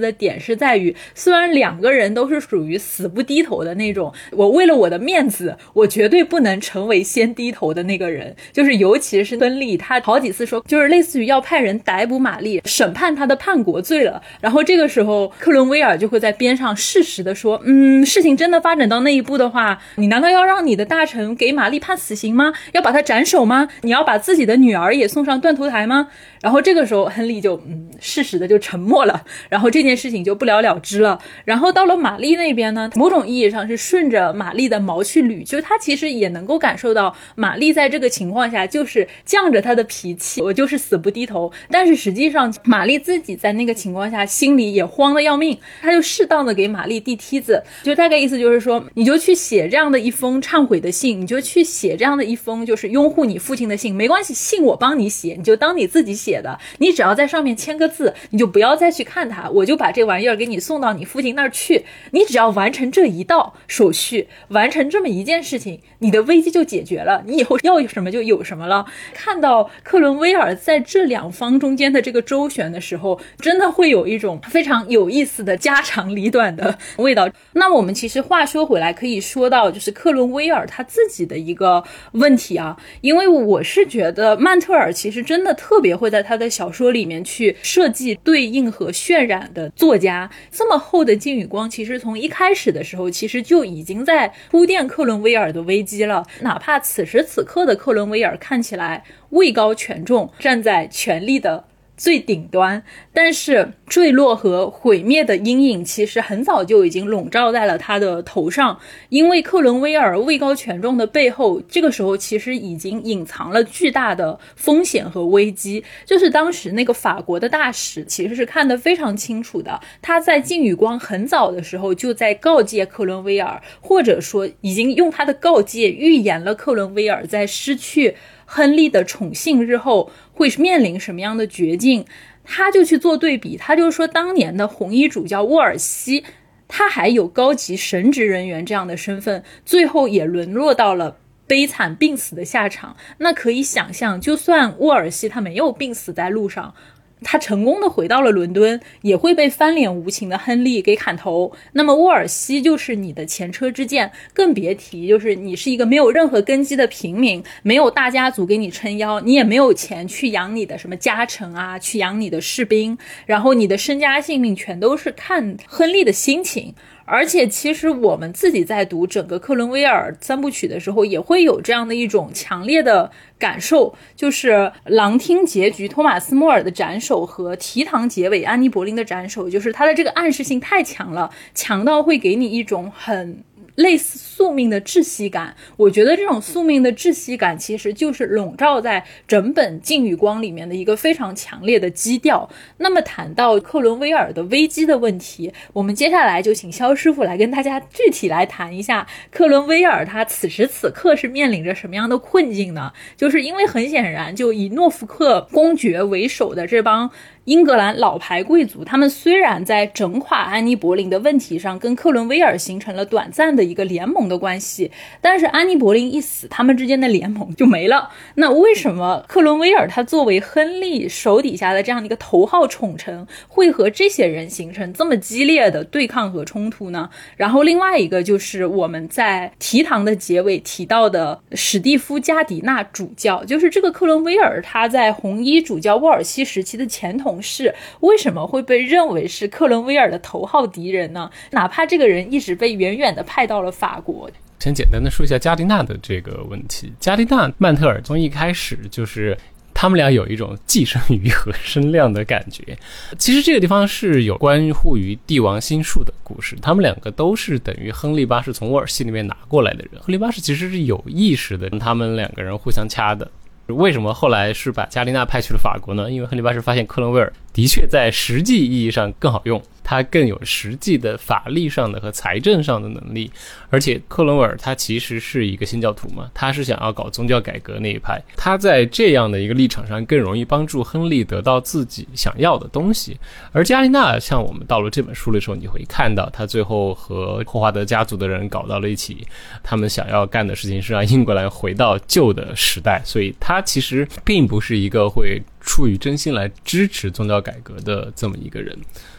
的点是在于，虽然两个人都是属于死不低头的那种，我为了我的面子我绝对不能成为先低头的那个人，就是尤其是亨利他好几次说就是类似于要派人逮捕玛丽，审判他的叛国罪了，然后这个时候克伦威尔就会在边上适时的说，嗯，事情真的发展到那一步的话，你难道要让你的大臣给玛丽判死刑吗？要把他斩首吗？你要把自己的女儿也送上断头台吗？然后这个时候亨利就嗯适时的就沉默了，然后这件事情就不了了之了。然后到了玛丽那边呢，某种意义上是顺着玛丽的毛去捋，就他其实也能够感受到玛丽在这个情况下就是犟着他的脾气，我就是死不低头，但是实际上玛丽自己在那个情况下心里也慌得要命，他就适当的给玛丽递梯子，就大概意思就是说，你就去写这样的一封忏悔的信，你就去写这样的一封就是拥护你父亲的信，没关系，信我帮你写，你就当你自己写的，你只要在上面签个字，你就不要再去看它，我就把这玩意儿给你送到你父亲那儿去，你只要完成这一道手续，完成这么一件事情，你的危机就解决了，你以后要有什么就有什么了。看到克伦威尔在这两方中间的这个周旋的时候，真的会有一种非常有意思的家长里短的味道。那么我们其实话说回来，可以说到就是克伦威尔他自己的一个问题啊，因为我是觉得曼特尔其实真的特别会在他的小说里面去设计对应和渲染的作家，这么厚的金与光其实从一开始的时候其实就已经在铺垫克伦威尔的危机了，哪怕此时此刻的克伦威尔看起来位高权重，站在权力的最顶端，但是坠落和毁灭的阴影其实很早就已经笼罩在了他的头上，因为克伦威尔位高权重的背后，这个时候其实已经隐藏了巨大的风险和危机，就是当时那个法国的大使其实是看得非常清楚的，他在金与光很早的时候就在告诫克伦威尔，或者说已经用他的告诫预言了克伦威尔在失去亨利的宠幸日后会面临什么样的绝境。他就去做对比，他就说当年的红衣主教沃尔西，他还有高级神职人员这样的身份，最后也沦落到了悲惨病死的下场。那可以想象，就算沃尔西他没有病死在路上，他成功的回到了伦敦，也会被翻脸无情的亨利给砍头。那么沃尔西就是你的前车之鉴，更别提就是你是一个没有任何根基的平民，没有大家族给你撑腰，你也没有钱去养你的什么家臣啊，去养你的士兵，然后你的身家性命全都是看亨利的心情。而且其实我们自己在读整个克伦威尔三部曲的时候，也会有这样的一种强烈的感受，就是狼厅结局托马斯莫尔的斩首和提堂结尾安妮柏林的斩首，就是它的这个暗示性太强了，强到会给你一种很类似宿命的窒息感。我觉得这种宿命的窒息感其实就是笼罩在整本镜与光里面的一个非常强烈的基调。那么谈到克伦威尔的危机的问题，我们接下来就请肖师傅来跟大家具体来谈一下克伦威尔他此时此刻是面临着什么样的困境呢？就是因为很显然就以诺福克公爵为首的这帮英格兰老牌贵族，他们虽然在整垮安妮柏林的问题上跟克伦威尔形成了短暂的一个联盟的关系，但是安妮柏林一死，他们之间的联盟就没了。那为什么克伦威尔他作为亨利手底下的这样的一个头号宠臣，会和这些人形成这么激烈的对抗和冲突呢？然后另外一个就是我们在提堂的结尾提到的史蒂夫加迪纳主教，就是这个克伦威尔他在红衣主教沃尔西时期的前同事，为什么会被认为是克伦威尔的头号敌人呢？哪怕这个人一直被远远的派到了法国。 先简单的说一下加迪纳的这个问题。加迪纳曼特尔从一开始就是他们俩有一种寄生鱼和生亮的感觉。其实这个地方是有关乎于帝王心术的故事，他们两个都是等于亨利八世从沃尔西那边拿过来的人。亨利八世其实是有意识的他们两个人互相掐的。为什么后来是把加迪纳派去了法国呢？因为亨利八世发现克伦威尔的确在实际意义上更好用，他更有实际的法律上的和财政上的能力，而且克伦威尔他其实是一个新教徒嘛，他是想要搞宗教改革那一派，他在这样的一个立场上更容易帮助亨利得到自己想要的东西。而加迪纳像我们到了这本书的时候，你会看到他最后和霍华德家族的人搞到了一起，他们想要干的事情是让英格兰回到旧的时代，所以他其实并不是一个会出于真心来支持宗教改革的这么一个人。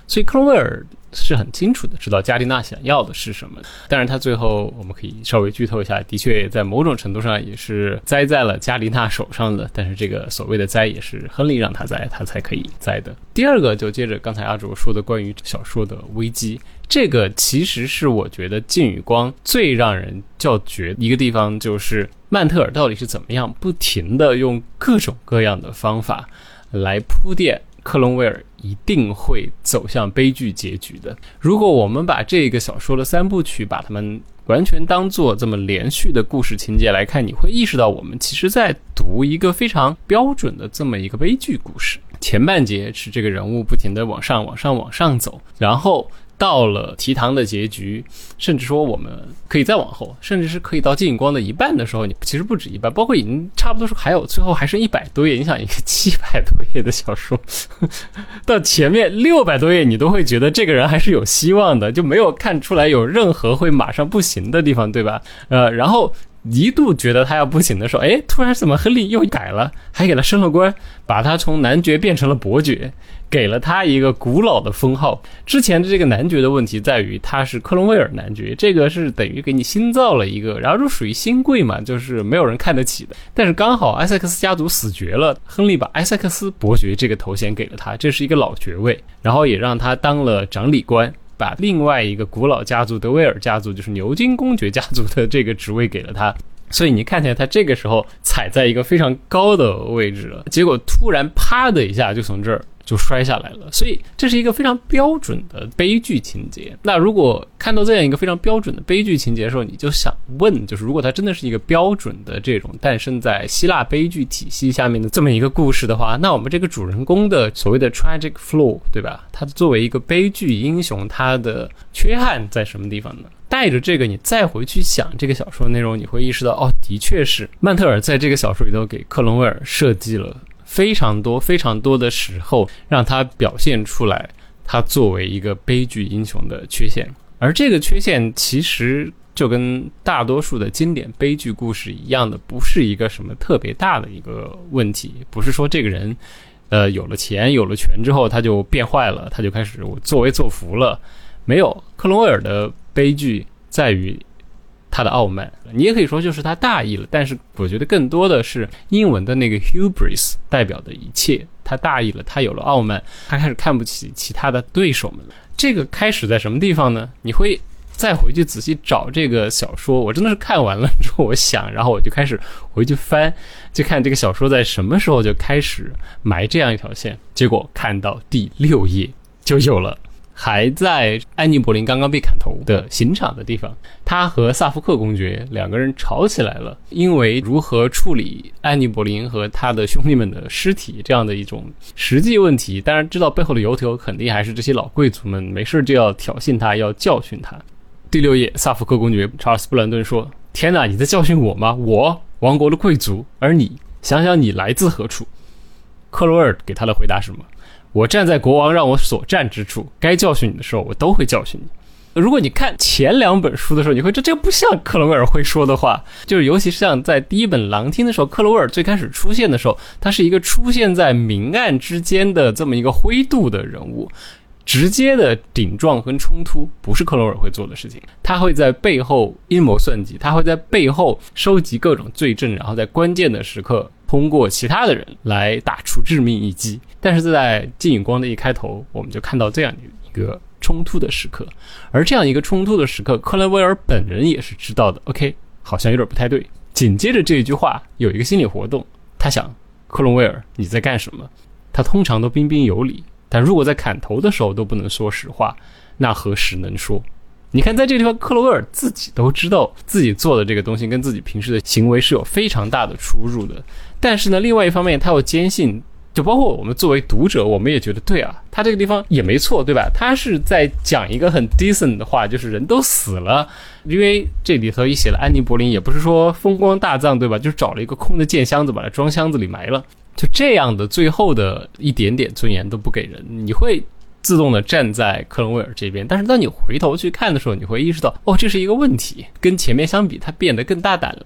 所以克伦威尔是很清楚的知道加丽娜想要的是什么。当然他最后我们可以稍微剧透一下，的确在某种程度上也是栽在了加丽娜手上的，但是这个所谓的栽也是亨利让他栽，他才可以栽的。第二个就接着刚才阿卓说的关于小说的危机，这个其实是我觉得晋语光最让人叫绝一个地方，就是曼特尔到底是怎么样不停的用各种各样的方法来铺垫克伦威尔一定会走向悲剧结局的。如果我们把这个小说的三部曲把它们完全当做这么连续的故事情节来看，你会意识到我们其实在读一个非常标准的这么一个悲剧故事。前半节是这个人物不停的往上往上往上走，然后到了提堂的结局，甚至说我们可以再往后，甚至是可以到晋语光的一半的时候，你其实不止一半，包括已经差不多是还有最后还剩一百多页，你想一个七百多页的小说到前面六百多页你都会觉得这个人还是有希望的，就没有看出来有任何会马上不行的地方，对吧？呃，然后一度觉得他要不行的时候，诶，突然怎么亨利又改了，还给他升了官，把他从男爵变成了伯爵，给了他一个古老的封号。之前的这个男爵的问题在于他是克伦威尔男爵，这个是等于给你新造了一个，然后就属于新贵嘛，就是没有人看得起的。但是刚好埃塞克斯家族死绝了，亨利把埃塞克斯伯爵这个头衔给了他，这是一个老爵位，然后也让他当了掌理官，把另外一个古老家族德威尔家族，就是牛津公爵家族的这个职位给了他。所以你看起来他这个时候踩在一个非常高的位置了，结果突然啪的一下就从这儿就摔下来了。所以这是一个非常标准的悲剧情节。那如果看到这样一个非常标准的悲剧情节的时候，你就想问，就是如果它真的是一个标准的这种诞生在希腊悲剧体系下面的这么一个故事的话，那我们这个主人公的所谓的 tragic flaw， 对吧？他作为一个悲剧英雄，他的缺憾在什么地方呢？带着这个你再回去想这个小说的内容，你会意识到，哦，的确是曼特尔在这个小说里头给克伦威尔设计了非常多非常多的时候，让他表现出来他作为一个悲剧英雄的缺陷。而这个缺陷其实就跟大多数的经典悲剧故事一样的，不是一个什么特别大的一个问题，不是说这个人呃有了钱有了权之后他就变坏了，他就开始作威作福了。没有，克伦威尔的悲剧在于他的傲慢，你也可以说就是他大意了，但是我觉得更多的是英文的那个 hubris 代表的一切，他大意了，他有了傲慢，他开始看不起其他的对手们了。这个开始在什么地方呢？你会再回去仔细找这个小说，我真的是看完了之后我想，然后我就开始回去翻，就看这个小说在什么时候就开始埋这样一条线，结果看到第六页就有了。还在安妮·柏林刚刚被砍头的刑场的地方，他和萨福克公爵两个人吵起来了，因为如何处理安妮·柏林和他的兄弟们的尸体这样的一种实际问题。当然知道背后的由头肯定还是这些老贵族们没事就要挑衅他，要教训他。第六页，萨福克公爵查尔斯·布兰顿说，天哪，你在教训我吗？我王国的贵族，而你想想你来自何处？克罗尔给他的回答是什么？我站在国王让我所站之处，该教训你的时候我都会教训你。如果你看前两本书的时候，你会这这不像克伦威尔会说的话，就是尤其是像在第一本狼厅的时候，克伦威尔最开始出现的时候，他是一个出现在明暗之间的这么一个灰度的人物，直接的顶撞跟冲突不是克伦威尔会做的事情，他会在背后阴谋算计，他会在背后收集各种罪证，然后在关键的时刻通过其他的人来打出致命一击。但是在晋语光的一开头，我们就看到这样一个冲突的时刻，而这样一个冲突的时刻，克伦威尔本人也是知道的 OK 好像有点不太对。紧接着这一句话有一个心理活动，他想，克伦威尔你在干什么？他通常都彬彬有礼，但如果在砍头的时候都不能说实话，那何时能说？你看在这个地方，克伦威尔自己都知道自己做的这个东西跟自己平时的行为是有非常大的出入的，但是呢另外一方面他又坚信，就包括我们作为读者，我们也觉得对啊，他这个地方也没错，对吧？他是在讲一个很 decent 的话，就是人都死了，因为这里头一写了安妮·柏林，也不是说风光大葬，对吧？就是找了一个空的剑箱子把它装箱子里埋了，就这样的最后的一点点尊严都不给人，你会自动的站在克伦威尔这边。但是当你回头去看的时候，你会意识到，哦，这是一个问题，跟前面相比他变得更大胆了，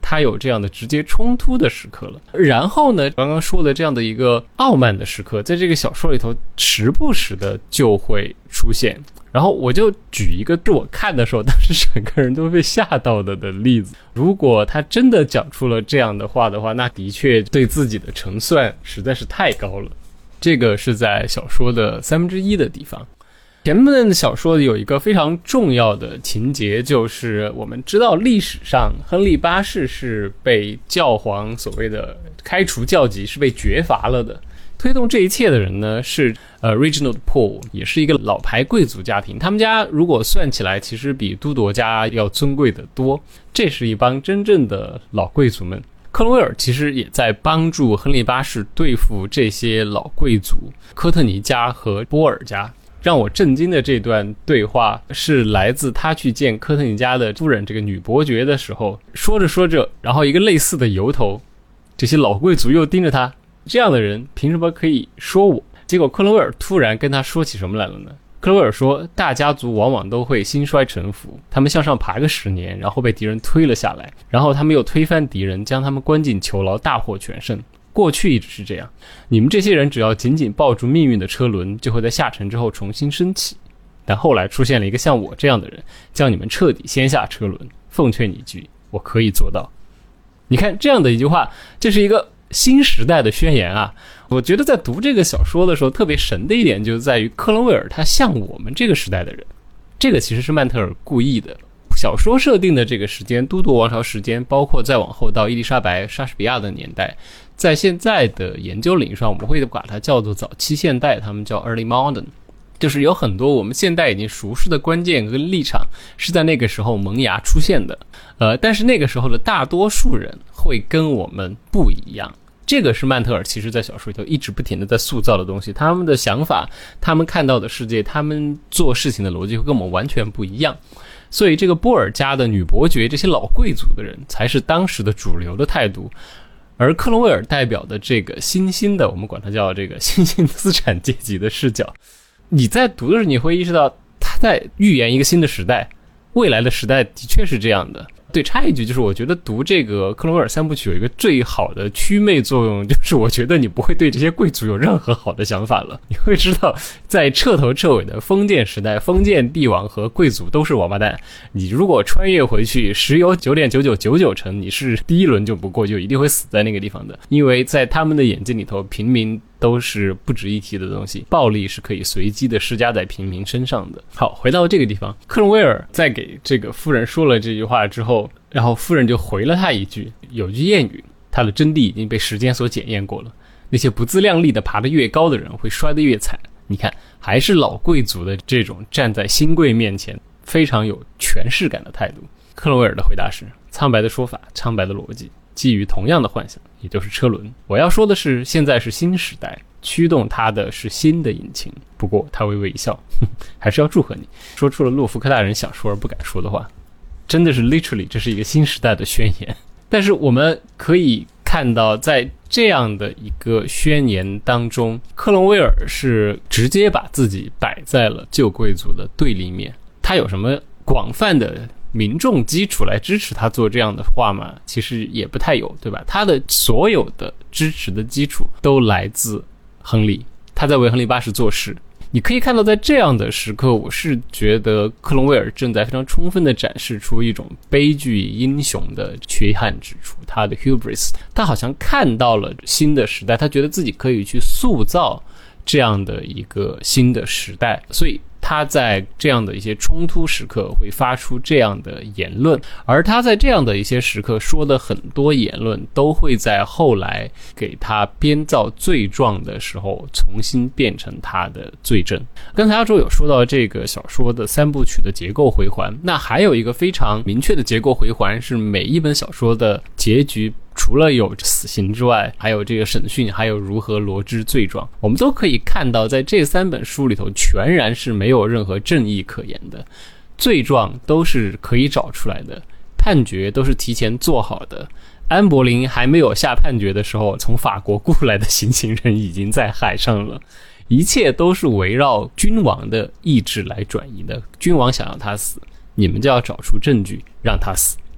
他有这样的直接冲突的时刻了。然后呢，刚刚说的这样的一个傲慢的时刻，在这个小说里头时不时的就会出现。然后我就举一个是我看的时候当时整个人都被吓到的的例子，如果他真的讲出了这样的话的话，那的确对自己的成算实在是太高了。这个是在小说的三分之一的地方。前面的小说有一个非常重要的情节，就是我们知道历史上亨利八世是被教皇所谓的开除教籍，是被绝罚了的。推动这一切的人呢是呃 Reginald Pole， 也是一个老牌贵族家庭，他们家如果算起来其实比都铎家要尊贵得多，这是一帮真正的老贵族们。克伦威尔其实也在帮助亨利八世对付这些老贵族，科特尼家和波尔家。让我震惊的这段对话是来自他去见科特尼家的夫人这个女伯爵的时候，说着说着，然后一个类似的由头，这些老贵族又盯着他，这样的人凭什么可以说我？结果克伦威尔突然跟他说起什么来了呢？克伦威尔说，大家族往往都会兴衰沉浮，他们向上爬个十年，然后被敌人推了下来，然后他们又推翻敌人，将他们关进囚牢，大获全胜。过去一直是这样，你们这些人只要紧紧抱住命运的车轮，就会在下沉之后重新升起。但后来出现了一个像我这样的人，将你们彻底掀下车轮。奉劝你一句，我可以做到。你看这样的一句话，这是一个新时代的宣言啊！我觉得在读这个小说的时候，特别神的一点就在于克伦威尔他像我们这个时代的人，这个其实是曼特尔故意的。小说设定的这个时间，都铎王朝时间，包括再往后到伊丽莎白、莎士比亚的年代，在现在的研究领域上，我们会把它叫做早期现代，他们叫 early modern， 就是有很多我们现代已经熟识的关键跟立场是在那个时候萌芽出现的。呃，但是那个时候的大多数人会跟我们不一样。这个是曼特尔其实在小说里头一直不停的在塑造的东西，他们的想法，他们看到的世界，他们做事情的逻辑会跟我们完全不一样。所以这个波尔家的女伯爵，这些老贵族的人才是当时的主流的态度，而克伦威尔代表的这个新兴的，我们管它叫这个新兴资产阶级的视角，你在读的时候你会意识到他在预言一个新的时代，未来的时代的确是这样的。对，插一句，就是我觉得读这个克伦威尔三部曲有一个最好的祛魅作用，就是我觉得你不会对这些贵族有任何好的想法了。你会知道，在彻头彻尾的封建时代，封建帝王和贵族都是王八蛋。你如果穿越回去，十有九点九九九九成你是第一轮就不过，就一定会死在那个地方的，因为在他们的眼睛里头，平民都是不值一提的东西，暴力是可以随机的施加在平民身上的。好，回到这个地方，克伦威尔在给这个夫人说了这句话之后，然后夫人就回了他一句，有句谚语，他的真谛已经被时间所检验过了，那些不自量力的爬得越高的人会摔得越惨。你看，还是老贵族的这种站在新贵面前非常有权势感的态度。克伦威尔的回答是，苍白的说法，苍白的逻辑，基于同样的幻想，也就是车轮。我要说的是，现在是新时代，驱动它的是新的引擎。不过他微微一笑，呵呵，还是要祝贺你，说出了洛夫克大人想说而不敢说的话。真的是 literally 这是一个新时代的宣言。但是我们可以看到，在这样的一个宣言当中，克伦威尔是直接把自己摆在了旧贵族的对立面。他有什么广泛的民众基础来支持他做这样的话吗？其实也不太有，对吧？他的所有的支持的基础都来自亨利，他在为亨利八世做事。你可以看到，在这样的时刻，我是觉得克伦威尔正在非常充分地展示出一种悲剧英雄的缺憾之处，他的 hubris， 他好像看到了新的时代，他觉得自己可以去塑造这样的一个新的时代，所以他在这样的一些冲突时刻会发出这样的言论，而他在这样的一些时刻说的很多言论都会在后来给他编造罪状的时候重新变成他的罪证。刚才阿周有说到这个小说的三部曲的结构回环，那还有一个非常明确的结构回环是每一本小说的结局，除了有死刑之外，还有这个审讯，还有如何罗织罪状，我们都可以看到在这三本书里头全然是没有任何正义可言的，罪状都是可以找出来的，判决都是提前做好的。安柏林还没有下判决的时候，从法国雇来的行刑人已经在海上了，一切都是围绕君王的意志来转移的。君王想要他死，你们就要找出证据让他死。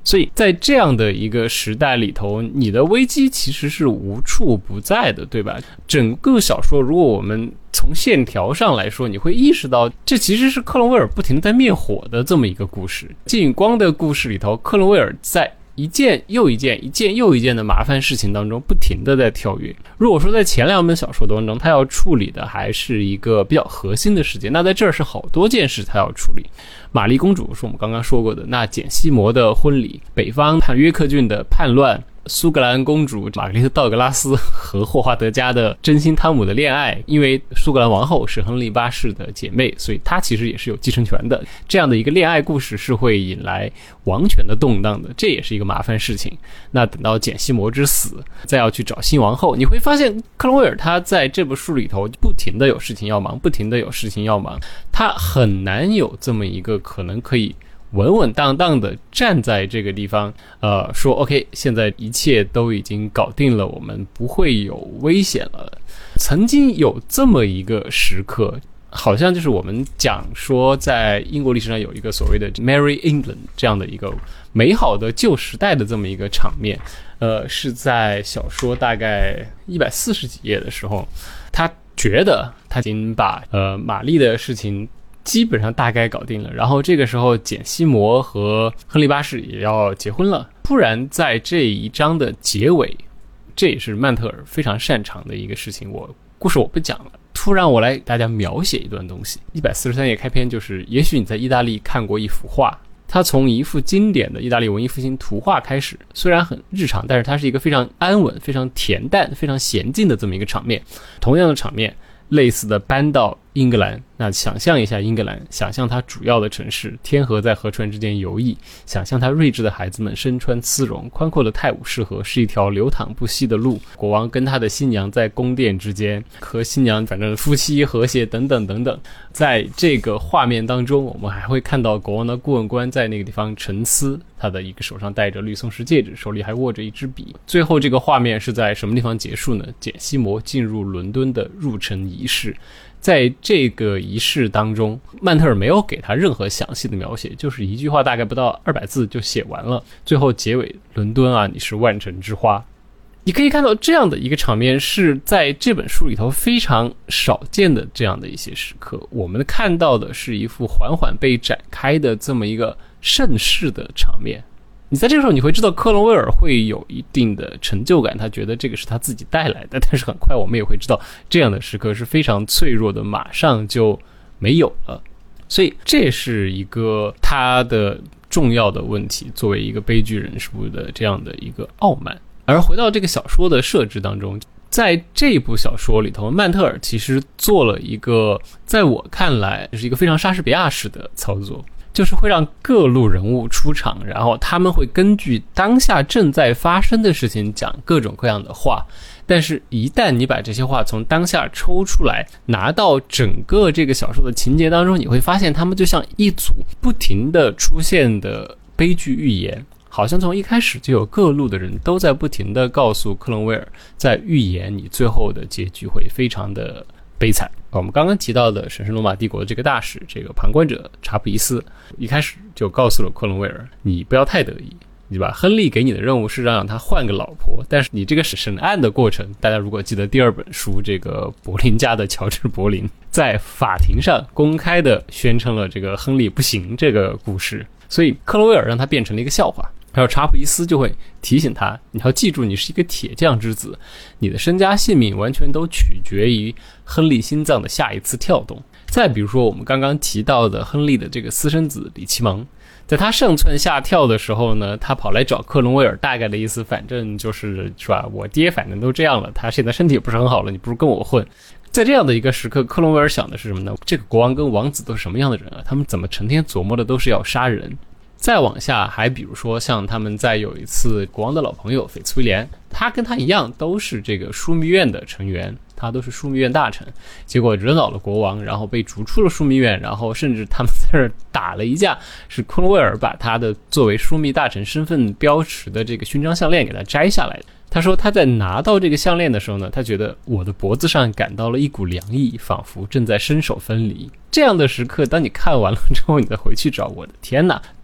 所以在这样的一个时代里头，你的危机其实是无处不在的，对吧？整个小说如果我们从线条上来说，你会意识到这其实是克伦威尔不停地在灭火的这么一个故事。金宇光的故事里头，克伦威尔在一件又一件一件又一件的麻烦事情当中不停地在跳跃。如果说在前两本小说当中他要处理的还是一个比较核心的事件，那在这儿是好多件事他要处理。玛丽公主是我们刚刚说过的，那简西摩的婚礼，北方叛约克郡的叛乱，苏格兰公主玛格丽特·道格拉斯和霍华德家的真心汤姆的恋爱，因为苏格兰王后是亨利八世的姐妹，所以她其实也是有继承权的。这样的一个恋爱故事是会引来王权的动荡的，这也是一个麻烦事情。那等到简西摩之死，再要去找新王后，你会发现克伦威尔他在这部书里头不停的有事情要忙，不停的有事情要忙，他很难有这么一个可能可以稳稳当当的站在这个地方，呃，说 OK， 现在一切都已经搞定了，我们不会有危险了。曾经有这么一个时刻，好像就是我们讲说在英国历史上有一个所谓的 Merry England 这样的一个美好的旧时代的这么一个场面，呃，是在小说大概一百四十几页的时候，他觉得他已经把呃玛丽的事情基本上大概搞定了，然后这个时候简西摩和亨利八世也要结婚了。突然在这一章的结尾，这也是曼特尔非常擅长的一个事情，我故事我不讲了，突然我来大家描写一段东西。一百四十三页开篇就是，也许你在意大利看过一幅画，它从一幅经典的意大利文艺复兴图画开始，虽然很日常，但是它是一个非常安稳、非常恬淡、非常娴静的这么一个场面。同样的场面类似的搬到英格兰，那想象一下英格兰，想象它主要的城市，天河在河川之间游弋，想象它睿智的孩子们身穿丝绒，宽阔的泰晤士河是一条流淌不息的路，国王跟他的新娘在宫殿之间，和新娘反正夫妻和谐等等等等。在这个画面当中，我们还会看到国王的顾问官在那个地方沉思，他的一个手上戴着绿松石戒指，手里还握着一支笔。最后这个画面是在什么地方结束呢？简西摩进入伦敦的入城仪式。在这个仪式当中，曼特尔没有给他任何详细的描写，就是一句话大概不到二百字就写完了。最后结尾，伦敦啊，你是万城之花。你可以看到这样的一个场面是在这本书里头非常少见的这样的一些时刻，我们看到的是一幅缓缓被展开的这么一个盛世的场面。你在这个时候你会知道克伦威尔会有一定的成就感，他觉得这个是他自己带来的，但是很快我们也会知道这样的时刻是非常脆弱的，马上就没有了。所以这是一个他的重要的问题，作为一个悲剧人物的这样的一个傲慢。而回到这个小说的设置当中，在这部小说里头，曼特尔其实做了一个在我看来是一个非常莎士比亚式的操作，就是会让各路人物出场，然后他们会根据当下正在发生的事情讲各种各样的话，但是一旦你把这些话从当下抽出来，拿到整个这个小说的情节当中，你会发现他们就像一组不停的出现的悲剧寓言，好像从一开始就有各路的人都在不停的告诉克伦威尔，在预言你最后的结局会非常的悲惨。我们刚刚提到的神圣罗马帝国的这个大使，这个旁观者查普伊斯，一开始就告诉了克伦威尔，你不要太得意，对吧？亨利给你的任务是让他换个老婆，但是你这个审案的过程，大家如果记得第二本书，这个柏林家的乔治柏林在法庭上公开的宣称了这个亨利不行这个故事，所以克伦威尔让他变成了一个笑话。还有查普伊斯就会提醒他，你要记住你是一个铁匠之子，你的身家性命完全都取决于亨利心脏的下一次跳动。再比如说我们刚刚提到的亨利的这个私生子李奇蒙，在他上蹿下跳的时候呢，他跑来找克伦威尔，大概的意思反正就是是吧，我爹反正都这样了，他现在身体也不是很好了，你不如跟我混。在这样的一个时刻，克伦威尔想的是什么呢？这个国王跟王子都是什么样的人啊？他们怎么成天琢磨的都是要杀人。再往下还比如说像他们在有一次国王的老朋友斐茨威廉，他跟他一样都是这个枢密院的成员，他都是枢密院大臣，结果惹恼了国王，然后被逐出了枢密院，然后甚至他们在这儿打了一架，是克伦威尔把他的作为枢密大臣身份标识的这个勋章项链给他摘下来的。他说他在拿到这个项链的时候呢，他觉得我的脖子上感到了一股凉意，仿佛正在伸手分离。这样的时刻当你看完了之后，你再回去找，我的天哪，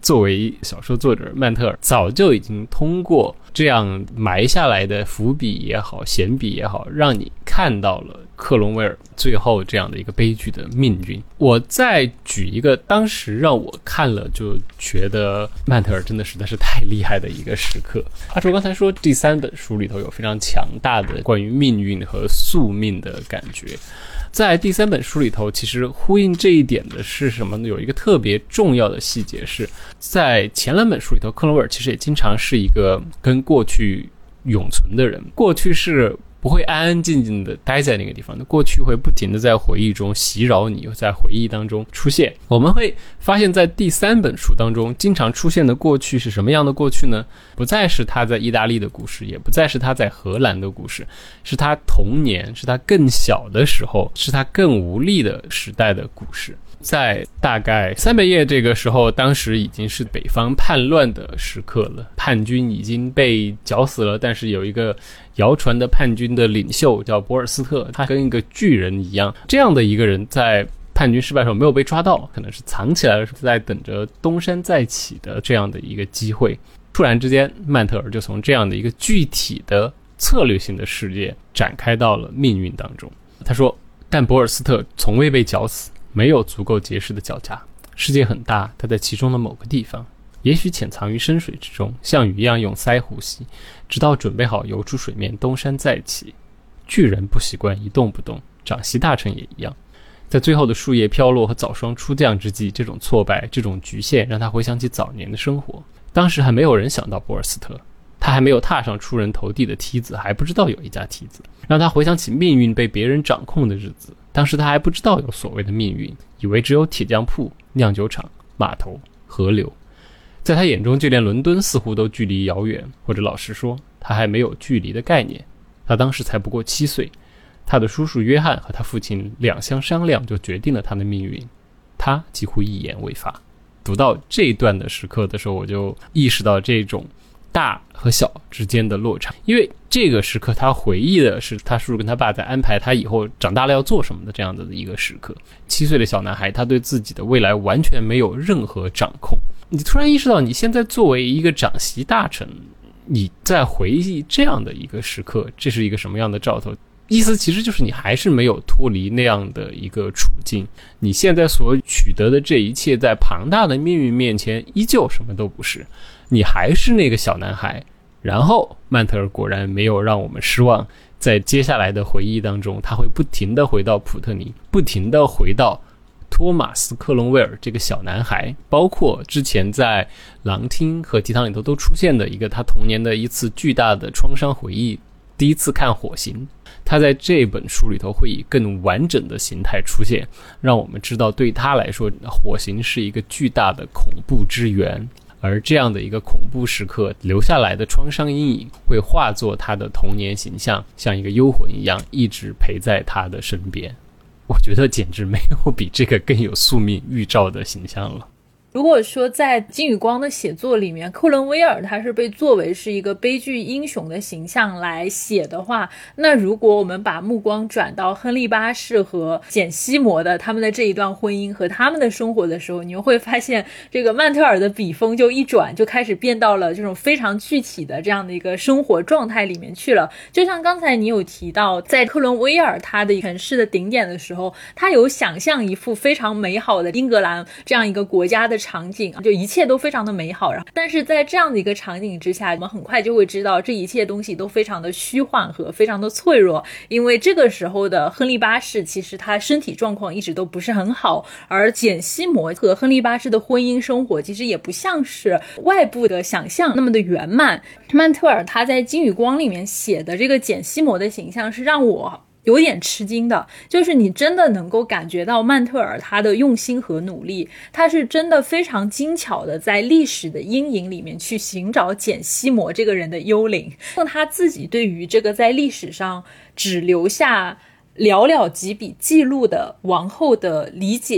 作为小说作者，曼特尔早就已经通过这样埋下来的伏笔也好，闲笔也好，让你看到了克伦威尔最后这样的一个悲剧的命运。我再举一个当时让我看了就觉得曼特尔真的实在是太厉害的一个时刻。阿卓刚才说第三本书里头有非常强大的关于命运和宿命的感觉，在第三本书里头其实呼应这一点的是什么呢？有一个特别重要的细节是，在前两本书里头，克伦威尔其实也经常是一个跟过去永存的人，过去是不会安安静静的待在那个地方的，过去会不停的在回忆中袭扰你，在回忆当中出现。我们会发现在第三本书当中经常出现的过去是什么样的过去呢？不再是他在意大利的故事，也不再是他在荷兰的故事，是他童年，是他更小的时候，是他更无力的时代的故事。在大概三百页这个时候，当时已经是北方叛乱的时刻了，叛军已经被绞死了，但是有一个谣传的叛军的领袖叫博尔斯特，他跟一个巨人一样，这样的一个人在叛军失败的时候没有被抓到，可能是藏起来了，是在等着东山再起的这样的一个机会。突然之间，曼特尔就从这样的一个具体的策略性的世界展开到了命运当中。他说，但博尔斯特从未被绞死，没有足够结实的脚架，世界很大，它在其中的某个地方，也许潜藏于深水之中，像鱼一样用鳃呼吸，直到准备好游出水面，东山再起。巨人不习惯一动不动，长息大臣也一样。在最后的树叶飘落和早霜初降之际，这种挫败，这种局限让他回想起早年的生活。当时还没有人想到博尔斯特，他还没有踏上出人头地的梯子，还不知道有一家梯子，让他回想起命运被别人掌控的日子。当时他还不知道有所谓的命运，以为只有铁匠铺、酿酒厂、码头、河流。在他眼中，就连伦敦似乎都距离遥远，或者老实说，他还没有距离的概念。他当时才不过七岁，他的叔叔约翰和他父亲两相商量，就决定了他的命运。他几乎一言未发。读到这一段的时刻的时候，我就意识到这种大和小之间的落差，因为这个时刻他回忆的是他叔叔跟他爸在安排他以后长大了要做什么的这样的一个时刻。七岁的小男孩，他对自己的未来完全没有任何掌控。你突然意识到，你现在作为一个长席大臣，你在回忆这样的一个时刻，这是一个什么样的兆头？意思其实就是你还是没有脱离那样的一个处境，你现在所取得的这一切在庞大的命运面前依旧什么都不是，你还是那个小男孩。然后曼特尔果然没有让我们失望，在接下来的回忆当中，他会不停地回到普特尼，不停地回到托马斯·克伦威尔这个小男孩，包括之前在狼厅和提堂里头都出现的一个他童年的一次巨大的创伤回忆，第一次看火刑。他在这本书里头会以更完整的形态出现，让我们知道对他来说，火刑是一个巨大的恐怖之源，而这样的一个恐怖时刻留下来的创伤阴影会化作他的童年形象，像一个幽魂一样一直陪在他的身边。我觉得简直没有比这个更有宿命预兆的形象了。 如果说在金宇光的写作里面，克伦威尔他是被作为是一个悲剧英雄的形象来写的话，那如果我们把目光转到亨利八世和简西摩的他们的这一段婚姻和他们的生活的时候，你会发现这个曼特尔的笔锋就一转，就开始变到了这种非常具体的这样的一个生活状态里面去了。就像刚才你有提到，在克伦威尔他的城市的顶点的时候，他有想象一幅非常美好的英格兰这样一个国家的场景，就一切都非常的美好。但是在这样的一个场景之下，我们很快就会知道这一切东西都非常的虚幻和非常的脆弱，因为这个时候的亨利八世其实他身体状况一直都不是很好，而简西摩和亨利八世的婚姻生活其实也不像是外部的想象那么的圆满。曼特尔他在金宇光里面写的这个简西摩的形象是让我有点吃惊的，就是你真的能够感觉到曼特尔他的用心和努力，他是真的非常精巧的在历史的阴影里面去寻找简西摩这个人的幽灵，用他自己对于这个在历史上只留下寥寥几笔记录的王后的理解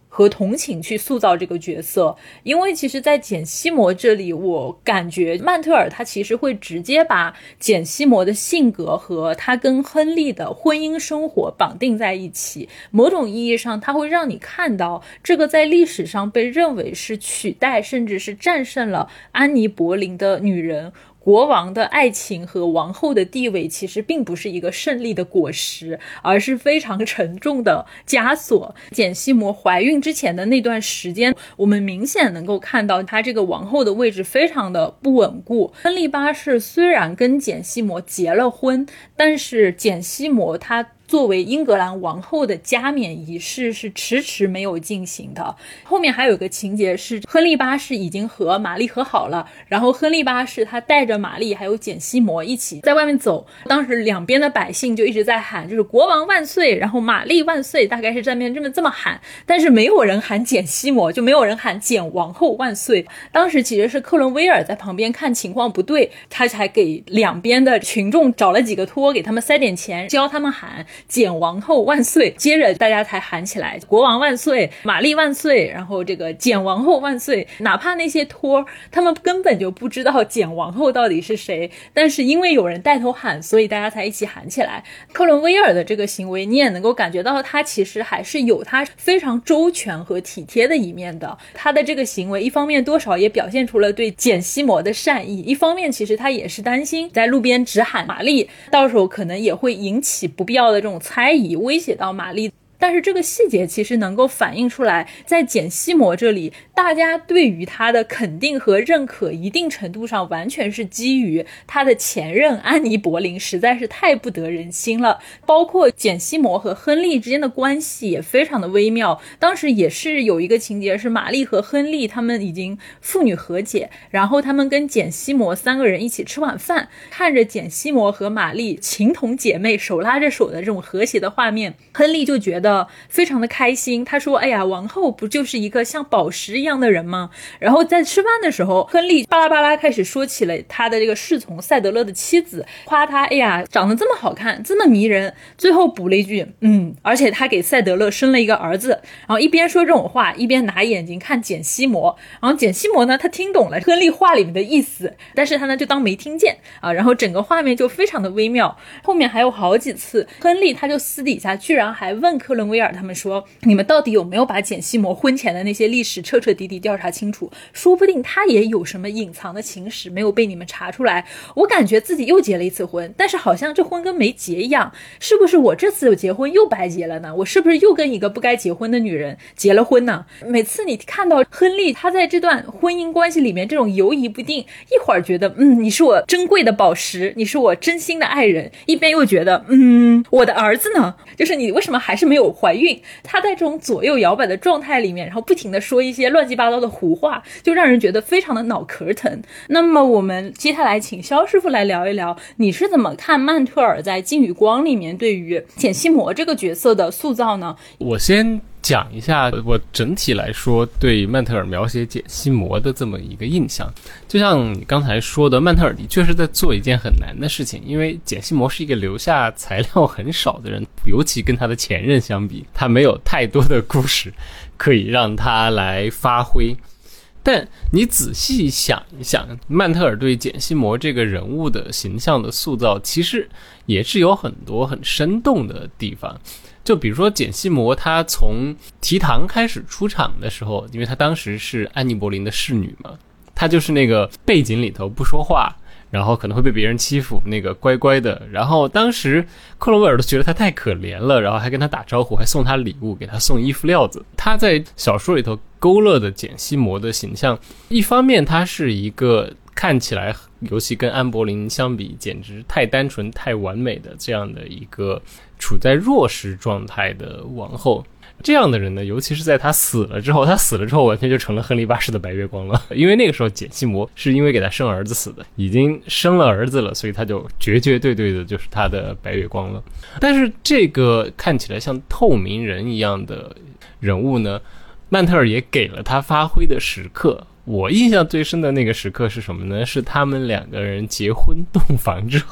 和同情去塑造这个角色。因为其实在简西摩这里，我感觉曼特尔他其实会直接把简西摩的性格和他跟亨利的婚姻生活绑定在一起，某种意义上他会让你看到这个在历史上被认为是取代甚至是战胜了安妮·博林的女人，国王的爱情和王后的地位其实并不是一个胜利的果实，而是非常沉重的枷锁。简西摩怀孕之前的那段时间，我们明显能够看到她这个王后的位置非常的不稳固。亨利八世虽然跟简西摩结了婚，但是简西摩她作为英格兰王后的加冕仪式是迟迟没有进行的。后面还有一个情节是亨利八世已经和玛丽和好了，然后亨利八世他带着玛丽还有简西摩一起在外面走，当时两边的百姓就一直在喊，就是国王万岁，然后玛丽万岁，大概是在那边这么这么喊，但是没有人喊简西摩，就没有人喊简王后万岁。当时其实是克伦威尔在旁边看情况不对，他才给两边的群众找了几个托，给他们塞点钱，教他们喊简王后万岁，接着大家才喊起来国王万岁，玛丽万岁，然后这个简王后万岁。哪怕那些托他们根本就不知道简王后到底是谁，但是因为有人带头喊，所以大家才一起喊起来。克伦威尔的这个行为你也能够感觉到他其实还是有他非常周全和体贴的一面的。他的这个行为一方面多少也表现出了对简西摩的善意，一方面其实他也是担心在路边只喊玛丽到时候可能也会引起不必要的这种猜疑，威胁到玛丽。但是这个细节其实能够反映出来，在简西摩这里大家对于他的肯定和认可一定程度上完全是基于他的前任安妮·博林实在是太不得人心了。包括简西摩和亨利之间的关系也非常的微妙，当时也是有一个情节是玛丽和亨利他们已经父女和解，然后他们跟简西摩三个人一起吃晚饭，看着简西摩和玛丽情同姐妹手拉着手的这种和谐的画面，亨利就觉得非常的开心。他说哎呀，王后不就是一个像宝石一样的人吗？然后在吃饭的时候，亨利巴拉巴拉开始说起了他的这个侍从赛德勒的妻子，夸他哎呀长得这么好看，这么迷人，最后补了一句嗯，而且他给赛德勒生了一个儿子。然后一边说这种话一边拿眼睛看简西摩，然后简西摩呢他听懂了亨利话里面的意思，但是他呢就当没听见啊，然后整个画面就非常的微妙。后面还有好几次亨利他就私底下居然还问克伦威尔他们说，你们到底有没有把简西摩婚前的那些历史彻彻底底调查清楚，说不定他也有什么隐藏的情史没有被你们查出来。我感觉自己又结了一次婚，但是好像这婚跟没结一样，是不是我这次结婚又白结了呢？我是不是又跟一个不该结婚的女人结了婚呢？每次你看到亨利他在这段婚姻关系里面这种犹疑不定，一会儿觉得嗯，你是我珍贵的宝石，你是我真心的爱人，一边又觉得嗯，我的儿子呢，就是你为什么还是没有怀孕？他在这种左右摇摆的状态里面，然后不停的说一些乱七八糟的胡话，就让人觉得非常的脑壳疼。那么我们接下来请肖师傅来聊一聊，你是怎么看曼特尔在金与光里面对于简西摩这个角色的塑造呢？ 我先讲一下我整体来说对曼特尔描写简西摩的这么一个印象。就像你刚才说的，曼特尔的确是在做一件很难的事情，因为简西摩是一个留下材料很少的人，尤其跟他的前任相比，他没有太多的故事可以让他来发挥。但你仔细想一想，曼特尔对简西摩这个人物的形象的塑造其实也是有很多很生动的地方。就比如说简西摩他从提堂开始出场的时候，因为他当时是安妮·博林的侍女嘛，他就是那个背景里头不说话，然后可能会被别人欺负，那个乖乖的。然后当时克罗威尔都觉得他太可怜了，然后还跟他打招呼，还送他礼物，给他送衣服料子。他在小说里头勾勒的简西摩的形象，一方面他是一个看起来尤其跟安柏林相比简直太单纯太完美的这样的一个处在弱势状态的王后。这样的人呢，尤其是在他死了之后，他死了之后完全就成了亨利八世的白月光了。因为那个时候简西摩是因为给他生儿子死的，已经生了儿子了，所以他就绝绝对对的就是他的白月光了。但是这个看起来像透明人一样的人物呢，曼特尔也给了他发挥的时刻。我印象最深的那个时刻是什么呢？是他们两个人结婚洞房之后，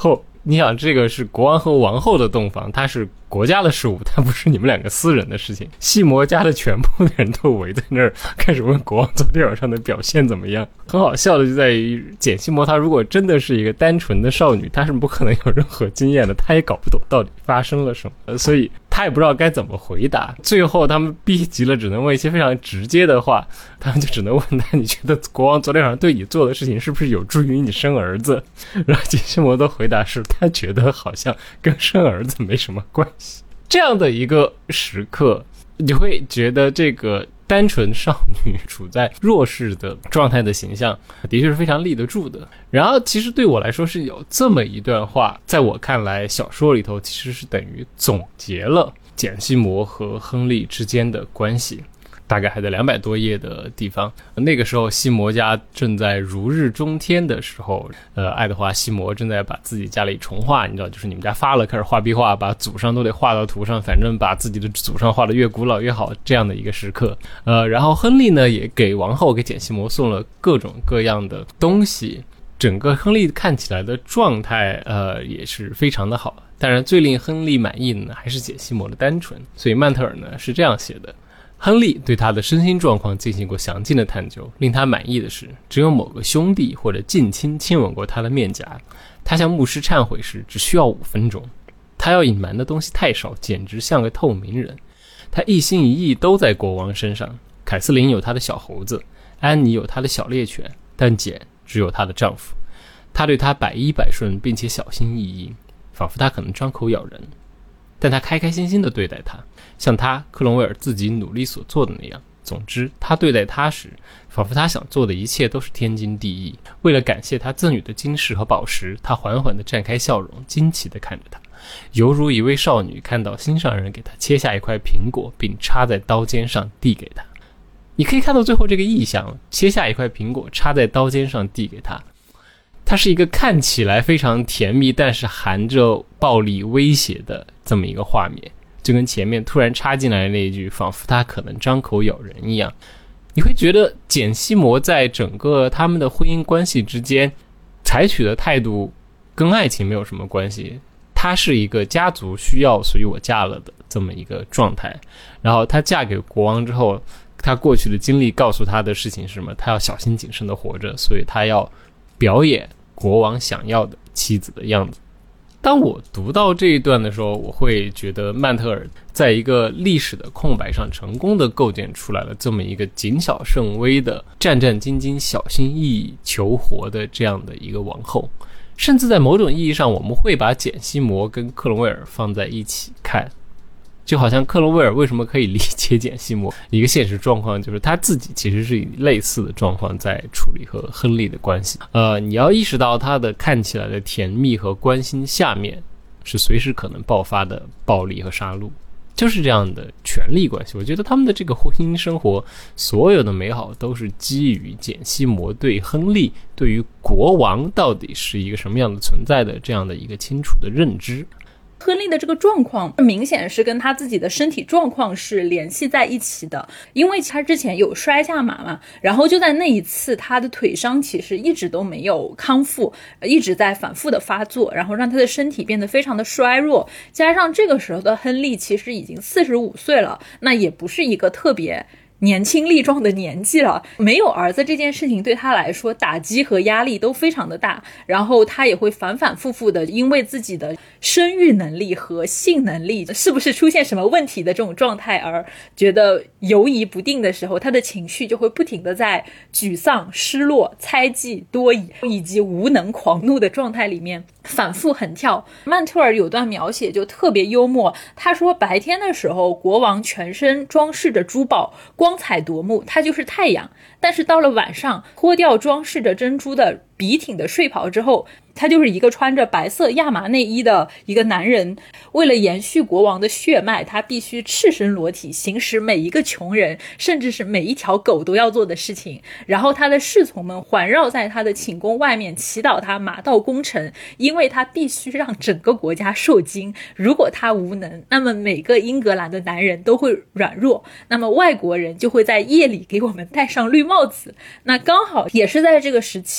你想这个是国王和王后的洞房，它是国家的事务，它不是你们两个私人的事情。细魔家的全部的人都围在那儿开始问国王昨天晚上的表现怎么样。很好笑的就在于简细魔她如果真的是一个单纯的少女，她是不可能有任何经验的，她也搞不懂到底发生了什么，所以她也不知道该怎么回答。最后他们逼急了，只能问一些非常直接的话，他们就只能问他，你觉得国王昨天晚上对你做的事情是不是有助于你生儿子？然后简细魔的回答是他觉得好像跟生儿子没什么关系。这样的一个时刻，你会觉得这个单纯少女处在弱势的状态的形象的确是非常立得住的。然后其实对我来说是有这么一段话，在我看来小说里头其实是等于总结了简细魔和亨利之间的关系，大概还在两百多页的地方。那个时候细魔家正在如日中天的时候，呃，爱德华细魔正在把自己家里重画，你知道，就是你们家发了开始画壁画，把祖上都得画到图上，反正把自己的祖上画得越古老越好，这样的一个时刻。呃，然后亨利呢也给王后给简细魔送了各种各样的东西，整个亨利看起来的状态呃也是非常的好。当然最令亨利满意的呢还是简细魔的单纯，所以曼特尔呢是这样写的：亨利对他的身心状况进行过详尽的探究，令他满意的是，只有某个兄弟或者近亲亲吻过他的面颊。他向牧师忏悔时只需要五分钟。他要隐瞒的东西太少，简直像个透明人。他一心一意都在国王身上。凯瑟琳有她的小猴子，安妮有她的小猎犬，但简只有她的丈夫。他对她百依百顺，并且小心翼翼，仿佛他可能张口咬人。但他开开心心地对待他，像他克隆威尔自己努力所做的那样。总之他对待他时，仿佛他想做的一切都是天经地义。为了感谢他赠予的金饰和宝石，他缓缓地绽开笑容，惊奇地看着他，犹如一位少女看到心上人给他切下一块苹果，并插在刀尖上递给他。你可以看到最后这个意象，切下一块苹果插在刀尖上递给他，它是一个看起来非常甜蜜但是含着暴力威胁的这么一个画面，就跟前面突然插进来的那一句仿佛他可能张口咬人一样。你会觉得简细魔在整个他们的婚姻关系之间采取的态度跟爱情没有什么关系，他是一个家族需要所以我嫁了的这么一个状态。然后他嫁给国王之后，他过去的经历告诉他的事情是什么？他要小心谨慎的活着，所以他要表演国王想要的妻子的样子。当我读到这一段的时候，我会觉得曼特尔在一个历史的空白上成功的构建出来了这么一个谨小慎微的战战兢兢小心翼翼求活的这样的一个王后。甚至在某种意义上，我们会把简细魔跟克隆威尔放在一起看，就好像克隆威尔为什么可以理解简细魔，一个现实状况就是他自己其实是以类似的状况在处理和亨利的关系。呃，你要意识到他的看起来的甜蜜和关心下面是随时可能爆发的暴力和杀戮，就是这样的权力关系。我觉得他们的这个婚姻生活所有的美好都是基于简细魔对亨利对于国王到底是一个什么样的存在的这样的一个清楚的认知。 亨利的这个状况明显是跟他自己的身体状况是联系在一起的，因为他之前有摔下马嘛，然后就在那一次他的腿伤其实一直都没有康复，一直在反复的发作，然后让他的身体变得非常的衰弱，加上这个时候的亨利其实已经四十五岁了，那也不是一个特别年轻力壮的年纪了，没有儿子这件事情对他来说打击和压力都非常的大，然后他也会反反复复的因为自己的生育能力和性能力是不是出现什么问题的这种状态而觉得犹疑不定的时候，他的情绪就会不停的在沮丧、失落、猜忌、多疑以及无能狂怒的状态里面反复横跳。曼特尔有段描写就特别幽默，他说白天的时候国王全身装饰着珠宝，光彩夺目，他就是太阳，但是到了晚上脱掉装饰着珍珠的笔挺的睡袍之后，他就是一个穿着白色亚麻内衣的一个男人。为了延续国王的血脉，他必须赤身裸体行使每一个穷人甚至是每一条狗都要做的事情，然后他的侍从们环绕在他的寝宫外面祈祷他马到功成，因为他必须让整个国家受惊，如果他无能，那么每个英格兰的男人都会软弱，那么外国人就会在夜里给我们戴上绿帽子。那刚好也是在这个时期，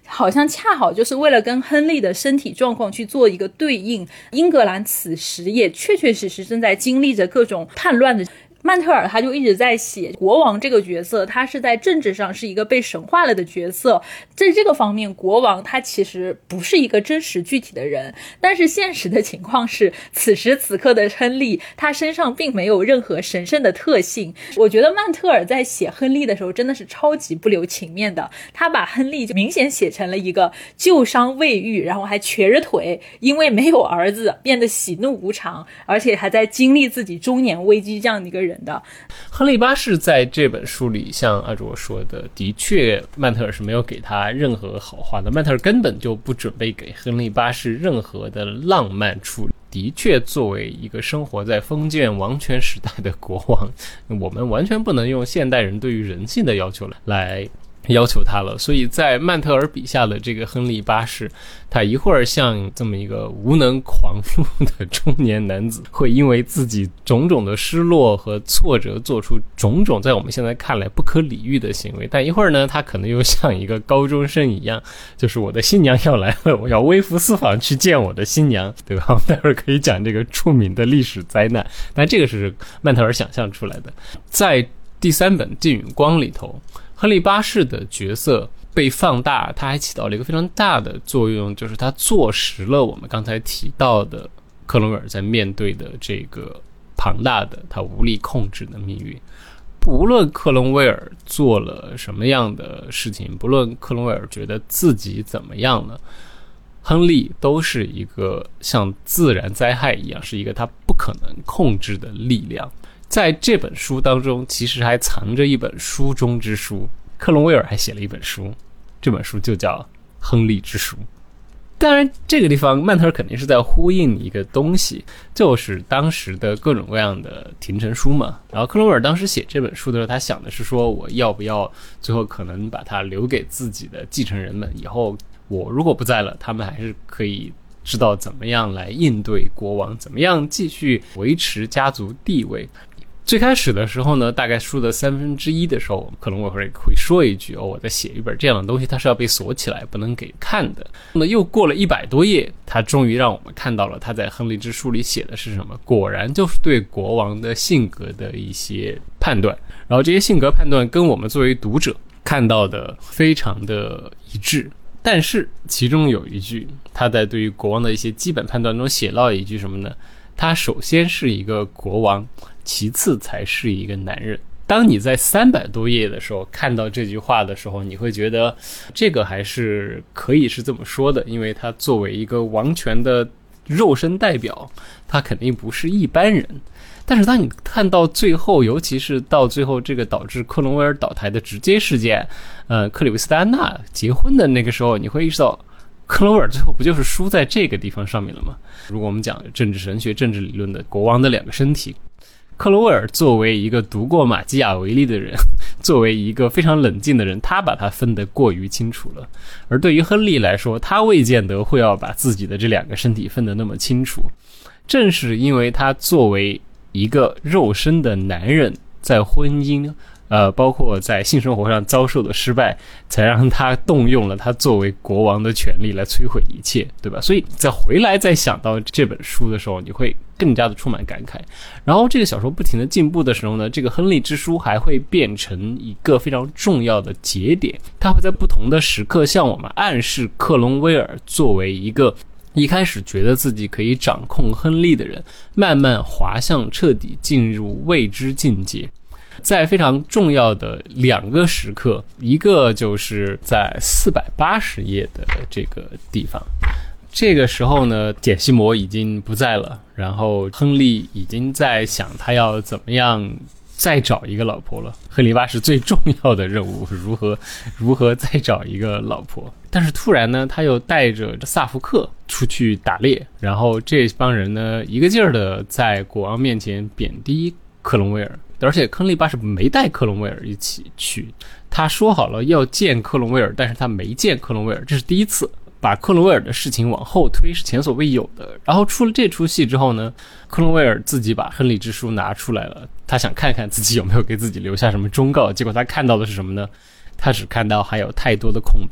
好像恰好就是为了跟亨利的身体状况去做一个对应。英格兰此时也确确实实正在经历着各种叛乱的。曼特尔他就一直在写国王这个角色，他是在政治上是一个被神化了的角色，在这个方面国王他其实不是一个真实具体的人，但是现实的情况是此时此刻的亨利他身上并没有任何神圣的特性。我觉得曼特尔在写亨利的时候真的是超级不留情面的，他把亨利就明显写成了一个旧伤未愈，然后还瘸着腿，因为没有儿子变得喜怒无常，而且还在经历自己中年危机这样的一个人的。 亨利八世在这本书里像阿卓说的，的确曼特尔是没有给他任何好话的，曼特尔根本就不准备给亨利八世任何的浪漫处理。的确作为一个生活在封建王权时代的国王，我们完全不能用现代人对于人性的要求来要求他了。所以在曼特尔笔下的这个亨利八世，他一会儿像这么一个无能狂怒的中年男子，会因为自己种种的失落和挫折做出种种在我们现在看来不可理喻的行为，但一会儿呢他可能又像一个高中生一样，就是我的新娘要来了，我要微服私访去见我的新娘，对吧？我们待会儿可以讲这个著名的历史灾难，但这个是曼特尔想象出来的。在第三本《烬与光》里头，亨利八世的角色被放大，他还起到了一个非常大的作用，就是他坐实了我们刚才提到的克伦威尔在面对的这个庞大的他无力控制的命运。不论克伦威尔做了什么样的事情，不论克伦威尔觉得自己怎么样了，亨利都是一个像自然灾害一样，是一个他不可能控制的力量。在这本书当中其实还藏着一本书中之书，克伦威尔还写了一本书，这本书就叫《亨利之书》。当然这个地方曼特尔肯定是在呼应一个东西，就是当时的各种各样的廷臣书嘛。然后克伦威尔当时写这本书的时候，他想的是说，我要不要最后可能把它留给自己的继承人们，以后我如果不在了，他们还是可以知道怎么样来应对国王，怎么样继续维持家族地位。最开始的时候呢，大概书的三分之一的时候，可能我会会说一句，哦，我在写一本这样的东西，它是要被锁起来不能给看的。那么又过了一百多页，他终于让我们看到了他在《亨利之书》里写的是什么，果然就是对国王的性格的一些判断，然后这些性格判断跟我们作为读者看到的非常的一致。但是其中有一句，他在对于国王的一些基本判断中写到一句什么呢？他首先是一个国王，其次才是一个男人。当你在三百多页的时候看到这句话的时候，你会觉得这个还是可以是这么说的，因为他作为一个王权的肉身代表，他肯定不是一般人。但是当你看到最后，尤其是到最后这个导致克伦威尔倒台的直接事件，呃，克里维斯戴安娜结婚的那个时候，你会意识到克伦威尔最后不就是输在这个地方上面了吗？如果我们讲政治神学政治理论的国王的两个身体，克伦威尔作为一个读过马基雅维利的人，作为一个非常冷静的人，他把它分得过于清楚了。而对于亨利来说，他未见得会要把自己的这两个身体分得那么清楚。正是因为他作为一个肉身的男人，在婚姻呃，包括在性生活上遭受的失败，才让他动用了他作为国王的权利来摧毁一切，对吧？所以再回来再想到这本书的时候，你会更加的充满感慨。然后这个小说不停的进步的时候呢，这个亨利之书还会变成一个非常重要的节点，它会在不同的时刻向我们暗示克伦威尔作为一个一开始觉得自己可以掌控亨利的人，慢慢滑向彻底进入未知境界。在非常重要的两个时刻，一个就是在四百八十页的这个地方，这个时候呢，简西摩已经不在了，然后亨利已经在想他要怎么样再找一个老婆了。亨利八世最重要的任务是如何如何再找一个老婆。但是突然呢，他又带着萨福克出去打猎，然后这帮人呢一个劲儿的在国王面前贬低克伦威尔，而且亨利八世没带克伦威尔一起去，他说好了要见克伦威尔，但是他没见克伦威尔，这是第一次。把克伦威尔的事情往后推是前所未有的。然后出了这出戏之后呢，克伦威尔自己把亨利之书拿出来了，他想看看自己有没有给自己留下什么忠告，结果他看到的是什么呢？他只看到还有太多的空白，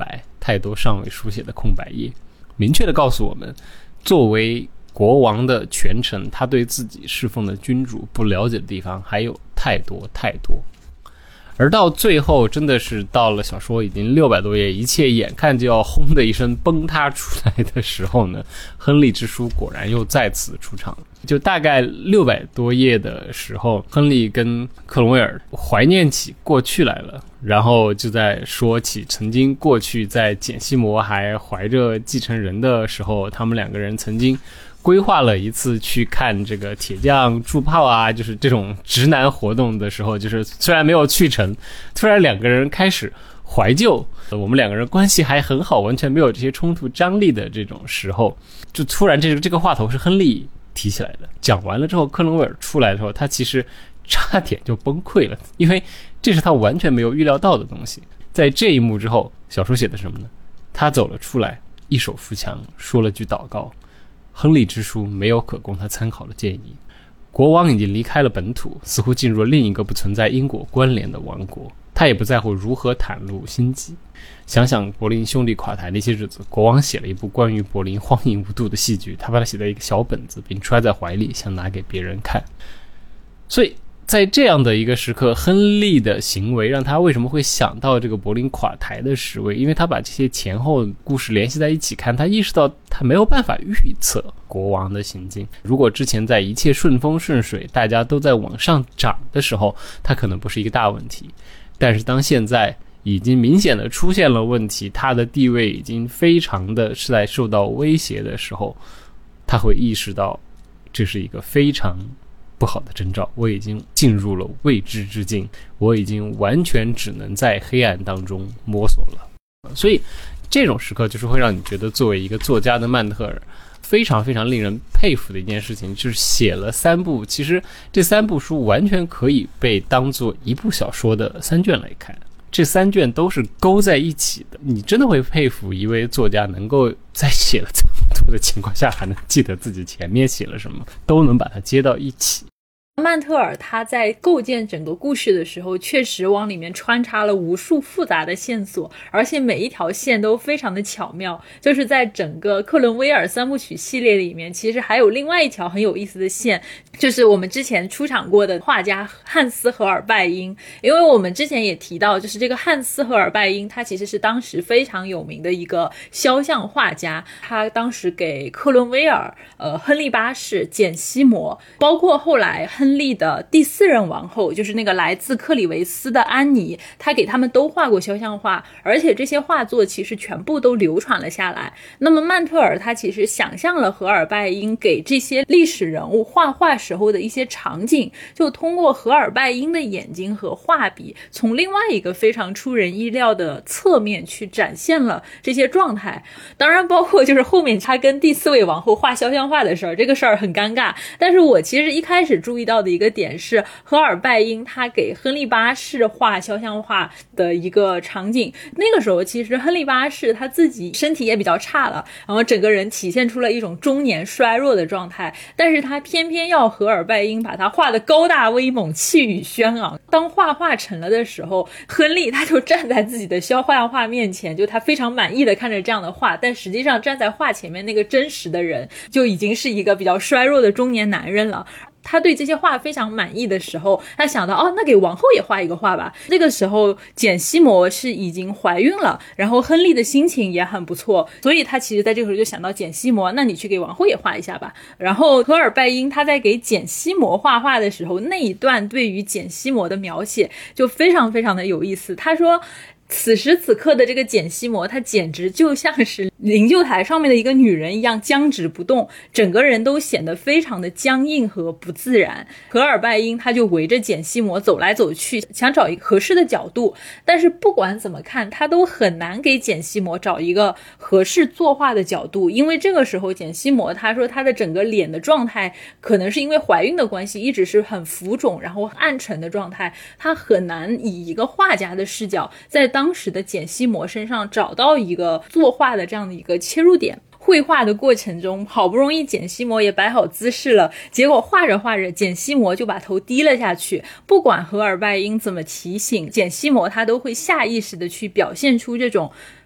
太多尚未书写的空白页，明确地告诉我们，作为国王的权臣，他对自己侍奉的君主不了解的地方还有太多太多。而到最后，真的是到了小说已经六百多页，一切眼看就要轰的一声崩塌出来的时候呢，亨利之书果然又再次出场了。就大概六百多页的时候，亨利跟克隆威尔怀念起过去来了，然后就在说起曾经过去在简西摩还怀着继承人的时候，他们两个人曾经规划了一次去看这个铁匠铸炮啊，就是这种直男活动的时候，就是虽然没有去成，突然两个人开始怀旧，我们两个人关系还很好，完全没有这些冲突张力的这种时候，就突然这个这个话头是亨利提起来的。讲完了之后，克伦威尔出来的时候，他其实差点就崩溃了，因为这是他完全没有预料到的东西。在这一幕之后，小说写的什么呢？他走了出来，一手扶墙，说了句祷告。亨利之书没有可供他参考的建议，国王已经离开了本土，似乎进入了另一个不存在因果关联的王国，他也不在乎如何袒露心迹。想想柏林兄弟垮台那些日子，国王写了一部关于柏林荒淫无度的戏剧，他把它写在一个小本子并揣在怀里，想拿给别人看。所以在这样的一个时刻，亨利的行为让他为什么会想到这个柏林垮台的时位，因为他把这些前后故事联系在一起看，他意识到他没有办法预测国王的行径。如果之前在一切顺风顺水，大家都在往上涨的时候，他可能不是一个大问题，但是当现在已经明显的出现了问题，他的地位已经非常的是在受到威胁的时候，他会意识到这是一个非常不好的征兆，我已经进入了未知之境，我已经完全只能在黑暗当中摸索了。所以这种时刻就是会让你觉得作为一个作家的曼特尔非常非常令人佩服的一件事情，就是写了三部，其实这三部书完全可以被当做一部小说的三卷来看，这三卷都是勾在一起的。你真的会佩服一位作家能够在写了这么多的情况下还能记得自己前面写了什么，都能把它接到一起。 曼特尔他在构建整个故事的时候，确实往里面穿插了无数复杂的线索，而且每一条线都非常的巧妙。就是在整个克伦威尔三部曲系列里面，其实还有另外一条很有意思的线，就是我们之前出场过的画家汉斯·荷尔拜因。因为我们之前也提到，就是这个汉斯·荷尔拜因他其实是当时非常有名的一个肖像画家，他当时给克伦威尔、呃亨利八世、简西摩，包括后来亨利的第四任王后，就是那个来自克里维斯的安妮，他给他们都画过肖像画，而且这些画作其实全部都流传了下来。那么曼特尔他其实想象了荷尔拜因给这些历史人物画画时候的一些场景，就通过荷尔拜因的眼睛和画笔，从另外一个非常出人意料的侧面去展现了这些状态。当然包括就是后面他跟第四位王后画肖像画的事儿，这个事儿很尴尬。但是我其实一开始注意到的一个点是荷尔拜因他给亨利八世画肖像画的一个场景。那个时候其实亨利八世他自己身体也比较差了，然后整个人体现出了一种中年衰弱的状态，但是他偏偏要荷尔拜因把他画得高大威猛，气宇轩昂。当画画成了的时候，亨利他就站在自己的肖像画面前，就他非常满意的看着这样的画，但实际上站在画前面那个真实的人就已经是一个比较衰弱的中年男人了。他对这些画非常满意的时候，他想到哦，那给王后也画一个画吧。这个时候简西摩是已经怀孕了，然后亨利的心情也很不错，所以他其实在这个时候就想到简西摩，那你去给王后也画一下吧。然后荷尔拜因他在给简西摩画画的时候，那一段对于简西摩的描写就非常非常的有意思。他说此时此刻的这个简西摩，她简直就像是灵柩台上面的一个女人一样僵直不动，整个人都显得非常的僵硬和不自然。荷尔拜因他就围着简西摩走来走去，想找一个合适的角度，但是不管怎么看他都很难给简西摩找一个合适作画的角度。因为这个时候简西摩他说他的整个脸的状态可能是因为怀孕的关系一直是很浮肿然后暗沉的状态，他很难以一个画家的视角在当时的简西摩身上找到一个作画的这样的一个切入点。绘画的过程中，好不容易简西摩也摆好姿势了，结果画着画着简西摩就把头低了下去。不管荷尔拜因怎么提醒，简西摩他都会下意识的去表现出这种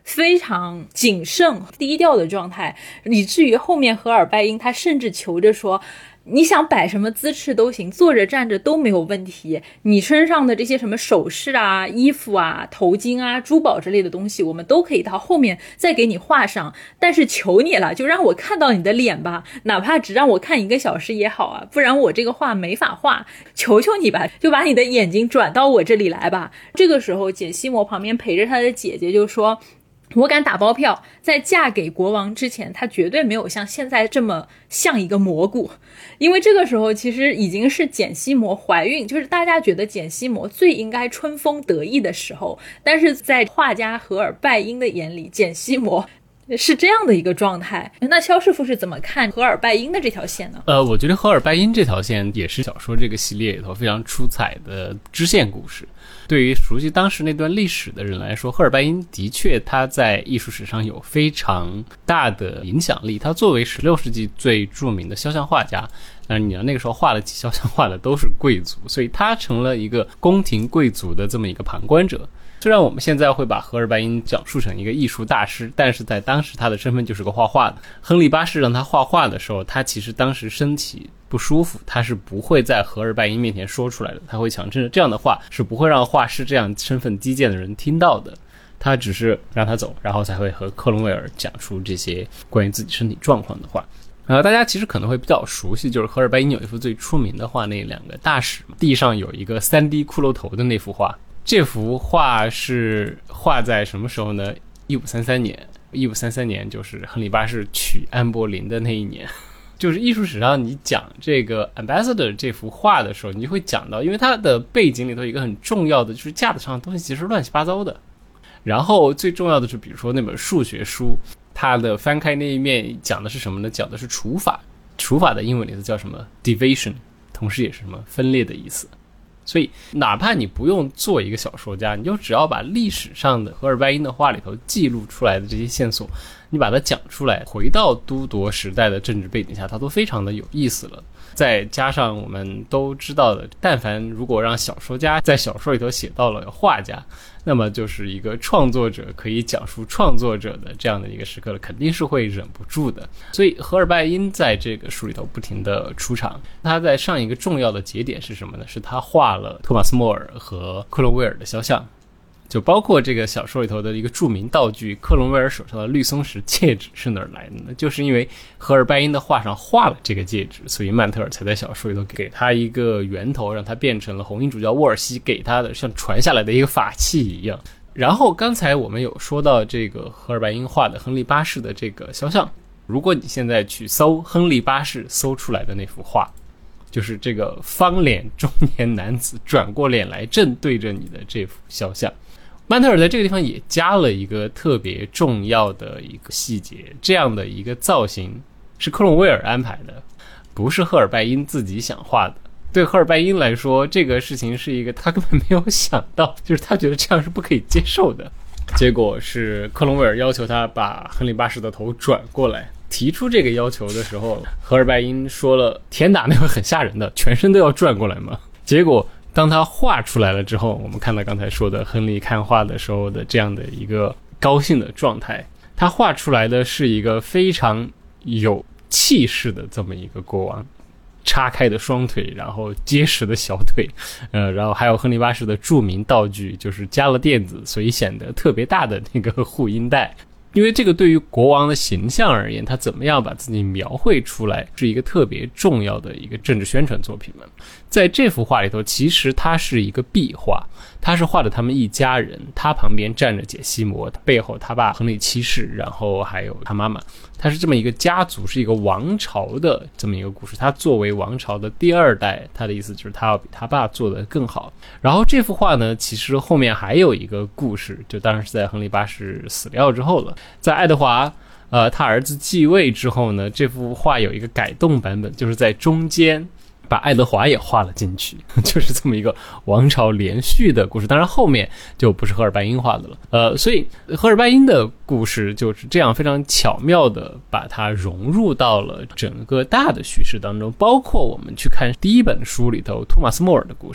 非常谨慎低调的状态，以至于后面荷尔拜因他甚至求着说，你想摆什么姿势都行，坐着站着都没有问题，你身上的这些什么首饰啊、衣服啊、头巾啊、珠宝之类的东西我们都可以到后面再给你画上，但是求你了，就让我看到你的脸吧，哪怕只让我看一个小时也好啊，不然我这个画没法画，求求你吧，就把你的眼睛转到我这里来吧。这个时候简西摩旁边陪着他的姐姐就说，我敢打包票，在嫁给国王之前她绝对没有像现在这么像一个蘑菇。因为这个时候其实已经是简西摩怀孕，就是大家觉得简西摩最应该春风得意的时候，但是在画家荷尔拜因的眼里，简西摩是这样的一个状态。那肖师傅是怎么看荷尔拜因的这条线呢？ 呃，我觉得荷尔拜因这条线也是小说这个系列里头非常出彩的支线故事。对于熟悉当时那段历史的人来说，荷尔拜因的确他在艺术史上有非常大的影响力。他作为十六世纪最著名的肖像画家，但是你要那个时候画的起肖像画的都是贵族，所以他成了一个宫廷贵族的这么一个旁观者。虽然我们现在会把荷尔拜因讲述成一个艺术大师，但是在当时他的身份就是个画画的。亨利八世让他画画的时候，他其实当时身体不舒服，他是不会在荷尔拜因面前说出来的，他会强制这样的话是不会让画师这样身份低贱的人听到的，他只是让他走，然后才会和克伦威尔讲出这些关于自己身体状况的话。呃，大家其实可能会比较熟悉，就是荷尔拜因有一幅最出名的画，那两个大使地上有一个 三 D 骷髅头的那幅画。这幅画是画在什么时候呢？一五三三年。一五三三年就是亨利八世娶安柏林的那一年。就是艺术史上你讲这个 Ambassador 这幅画的时候，你就会讲到，因为它的背景里头有一个很重要的，就是架子上的东西其实乱七八糟的。然后最重要的是，比如说那本数学书，它的翻开那一面讲的是什么呢？讲的是除法。除法的英文里头叫什么 division， 同时也是什么分裂的意思。所以哪怕你不用做一个小说家，你就只要把历史上的荷尔拜因的画里头记录出来的这些线索，你把它讲出来，回到都铎时代的政治背景下，它都非常的有意思了。再加上我们都知道的，但凡如果让小说家在小说里头写到了画家，那么就是一个创作者可以讲述创作者的这样的一个时刻了，肯定是会忍不住的。所以荷尔拜因在这个书里头不停的出场，他在上一个重要的节点是什么呢？是他画了托马斯莫尔和克伦威尔的肖像，就包括这个小说里头的一个著名道具，克伦威尔手上的绿松石戒指是哪儿来的呢？就是因为荷尔拜因的画上画了这个戒指，所以曼特尔才在小说里头给他一个源头，让他变成了红衣主教沃尔西给他的像传下来的一个法器一样。然后刚才我们有说到这个荷尔拜因画的亨利八世的这个肖像，如果你现在去搜亨利八世搜出来的那幅画，就是这个方脸中年男子转过脸来正对着你的这幅肖像。曼特尔在这个地方也加了一个特别重要的一个细节，这样的一个造型是克伦威尔安排的，不是荷尔拜因自己想画的。对荷尔拜因来说，这个事情是一个他根本没有想到，就是他觉得这样是不可以接受的。结果是克伦威尔要求他把亨利八世的头转过来。提出这个要求的时候，荷尔拜因说了，天哪，那会很吓人的，全身都要转过来吗？结果当他画出来了之后，我们看到刚才说的亨利看画的时候的这样的一个高兴的状态，他画出来的是一个非常有气势的这么一个国王，叉开的双腿，然后结实的小腿，呃，然后还有亨利八世的著名道具，就是加了垫子，所以显得特别大的那个护阴带。因为这个对于国王的形象而言，他怎么样把自己描绘出来是一个特别重要的一个政治宣传作品嘛。在这幅画里头，其实它是一个壁画，他是画的他们一家人，他旁边站着简西摩，背后他爸亨利七世，然后还有他妈妈，他是这么一个家族，是一个王朝的这么一个故事。他作为王朝的第二代，他的意思就是他要比他爸做得更好。然后这幅画呢，其实后面还有一个故事，就当然是在亨利八世死掉之后了。在爱德华呃，他儿子继位之后呢，这幅画有一个改动版本，就是在中间把爱德华也画了进去，就是这么一个王朝连续的故事。当然后面就不是荷尔拜因画的了，呃，所以荷尔拜因的故事就是这样非常巧妙的把它融入到了整个大的叙事当中。包括我们去看第一本书里头托马斯莫尔的故事，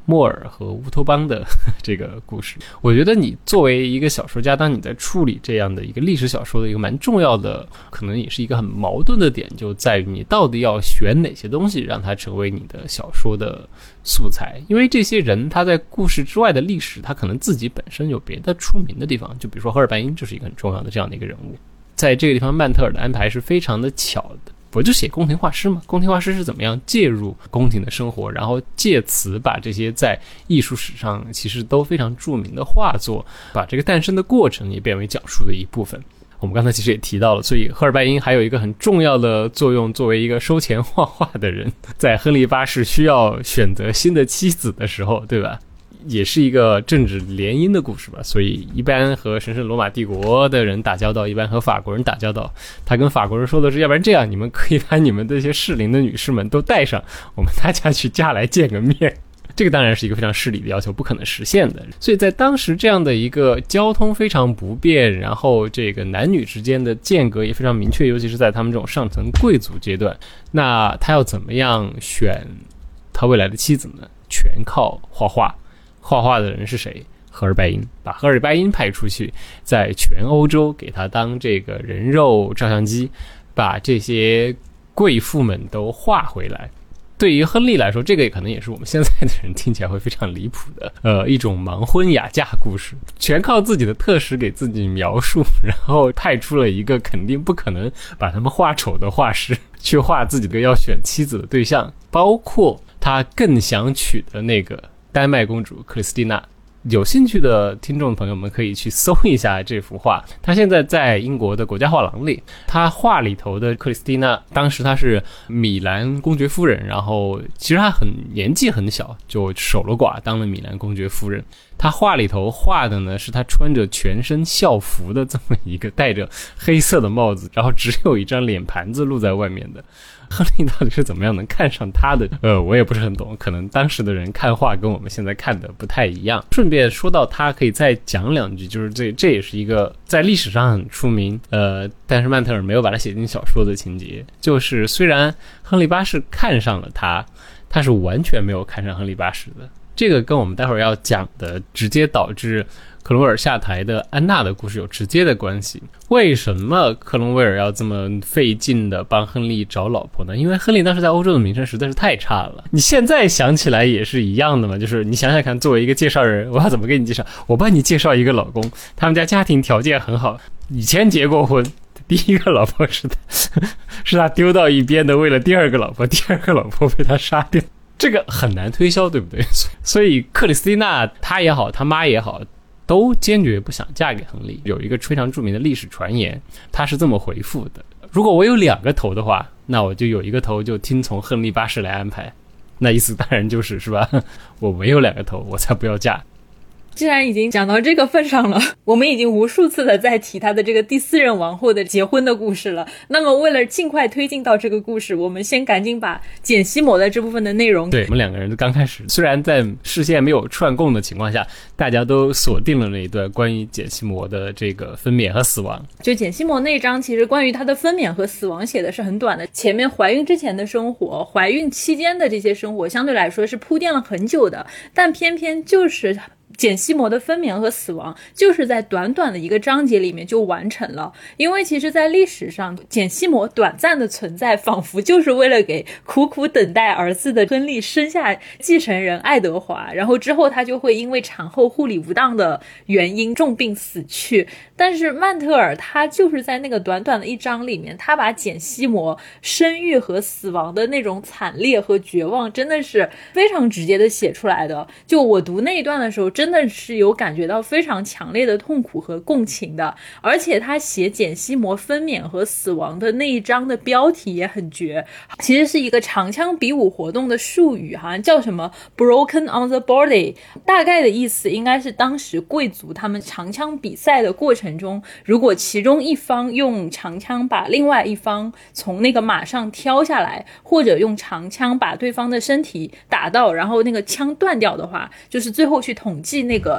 莫尔和乌托邦的这个故事。我觉得你作为一个小说家，当你在处理这样的一个历史小说的一个蛮重要的，可能也是一个很矛盾的点，就在于你到底要选哪些东西让它成为你的小说的素材。因为这些人他在故事之外的历史，他可能自己本身有别的出名的地方，就比如说赫尔拜因就是一个很重要的这样的一个人物。在这个地方曼特尔的安排是非常的巧的，我就写宫廷画师嘛，宫廷画师是怎么样介入宫廷的生活，然后借此把这些在艺术史上其实都非常著名的画作，把这个诞生的过程也变为讲述的一部分。我们刚才其实也提到了，所以赫尔拜因还有一个很重要的作用，作为一个收钱画画的人，在亨利八世需要选择新的妻子的时候，对吧，也是一个政治联姻的故事吧。所以一般和神圣罗马帝国的人打交道，一般和法国人打交道，他跟法国人说的是，要不然这样，你们可以把你们这些适龄的女士们都带上，我们大家去家来见个面。这个当然是一个非常失礼的要求，不可能实现的。所以在当时这样的一个交通非常不便，然后这个男女之间的间隔也非常明确，尤其是在他们这种上层贵族阶段，那他要怎么样选他未来的妻子呢？全靠画画。画画的人是谁？赫尔拜因。把赫尔拜因派出去，在全欧洲给他当这个人肉照相机，把这些贵妇们都画回来。对于亨利来说，这个可能也是我们现在的人听起来会非常离谱的呃一种盲婚哑嫁故事，全靠自己的特使给自己描述，然后派出了一个肯定不可能把他们画丑的画师去画自己的要选妻子的对象，包括他更想娶的那个丹麦公主克里斯蒂娜。有兴趣的听众朋友们可以去搜一下这幅画，它现在在英国的国家画廊里。它画里头的克里斯蒂娜，当时她是米兰公爵夫人，然后其实她很年纪很小就守了寡，当了米兰公爵夫人。她画里头画的呢，是她穿着全身校服的这么一个戴着黑色的帽子，然后只有一张脸盘子露在外面的。亨利到底是怎么样能看上他的？呃，我也不是很懂，可能当时的人看画跟我们现在看的不太一样。顺便说到他，可以再讲两句，就是这这也是一个在历史上很出名，呃，但是曼特尔没有把它写进小说的情节，就是虽然亨利八世看上了他，他是完全没有看上亨利八世的。这个跟我们待会儿要讲的直接导致克隆威尔下台的安娜的故事有直接的关系。为什么克隆威尔要这么费劲的帮亨利找老婆呢？因为亨利当时在欧洲的名声实在是太差了。你现在想起来也是一样的嘛，就是你想想看，作为一个介绍人，我要怎么给你介绍？我帮你介绍一个老公，他们家家庭条件很好，以前结过婚，第一个老婆是他是他丢到一边的，为了第二个老婆，第二个老婆被他杀掉。这个很难推销，对不对？所以克里斯蒂娜她也好，她妈也好，都坚决不想嫁给亨利。有一个非常著名的历史传言，她是这么回复的：如果我有两个头的话，那我就有一个头就听从亨利八世来安排。那意思当然就是是吧？我没有两个头，我才不要嫁。 既然已经讲到这个份上了，我们已经无数次的在提他的这个第四任王后的结婚的故事了。那么为了尽快推进到这个故事，我们先赶紧把简西摩的这部分的内容， 对，我们两个人刚开始虽然在视线没有串供的情况下，大家都锁定了那一段关于简西摩的这个分娩和死亡。 就简西摩那章其实关于她的分娩和死亡写的是很短的，前面怀孕之前的生活，怀孕期间的这些生活相对来说是铺垫了很久的，但偏偏就是简西摩的分娩和死亡就是在短短的一个章节里面就完成了。因为其实在历史上，简西摩短暂的存在仿佛就是为了给苦苦等待儿子的亨利生下继承人爱德华，然后之后他就会因为产后护理不当的原因重病死去。但是曼特尔他就是在那个短短的一章里面，他把简西摩生育和死亡的那种惨烈和绝望真的是非常直接的写出来的。就我读那一段的时候，真的是有感觉到非常强烈的痛苦和共情的。而且他写简西摩分娩和死亡的那一章的标题也很绝，其实是一个长枪比武活动的术语，好像叫什么 broken on the body， 大概的意思应该是当时贵族他们长枪比赛的过程中，如果其中一方用长枪把另外一方从那个马上挑下来，或者用长枪把对方的身体打到然后那个枪断掉的话，就是最后去统计那个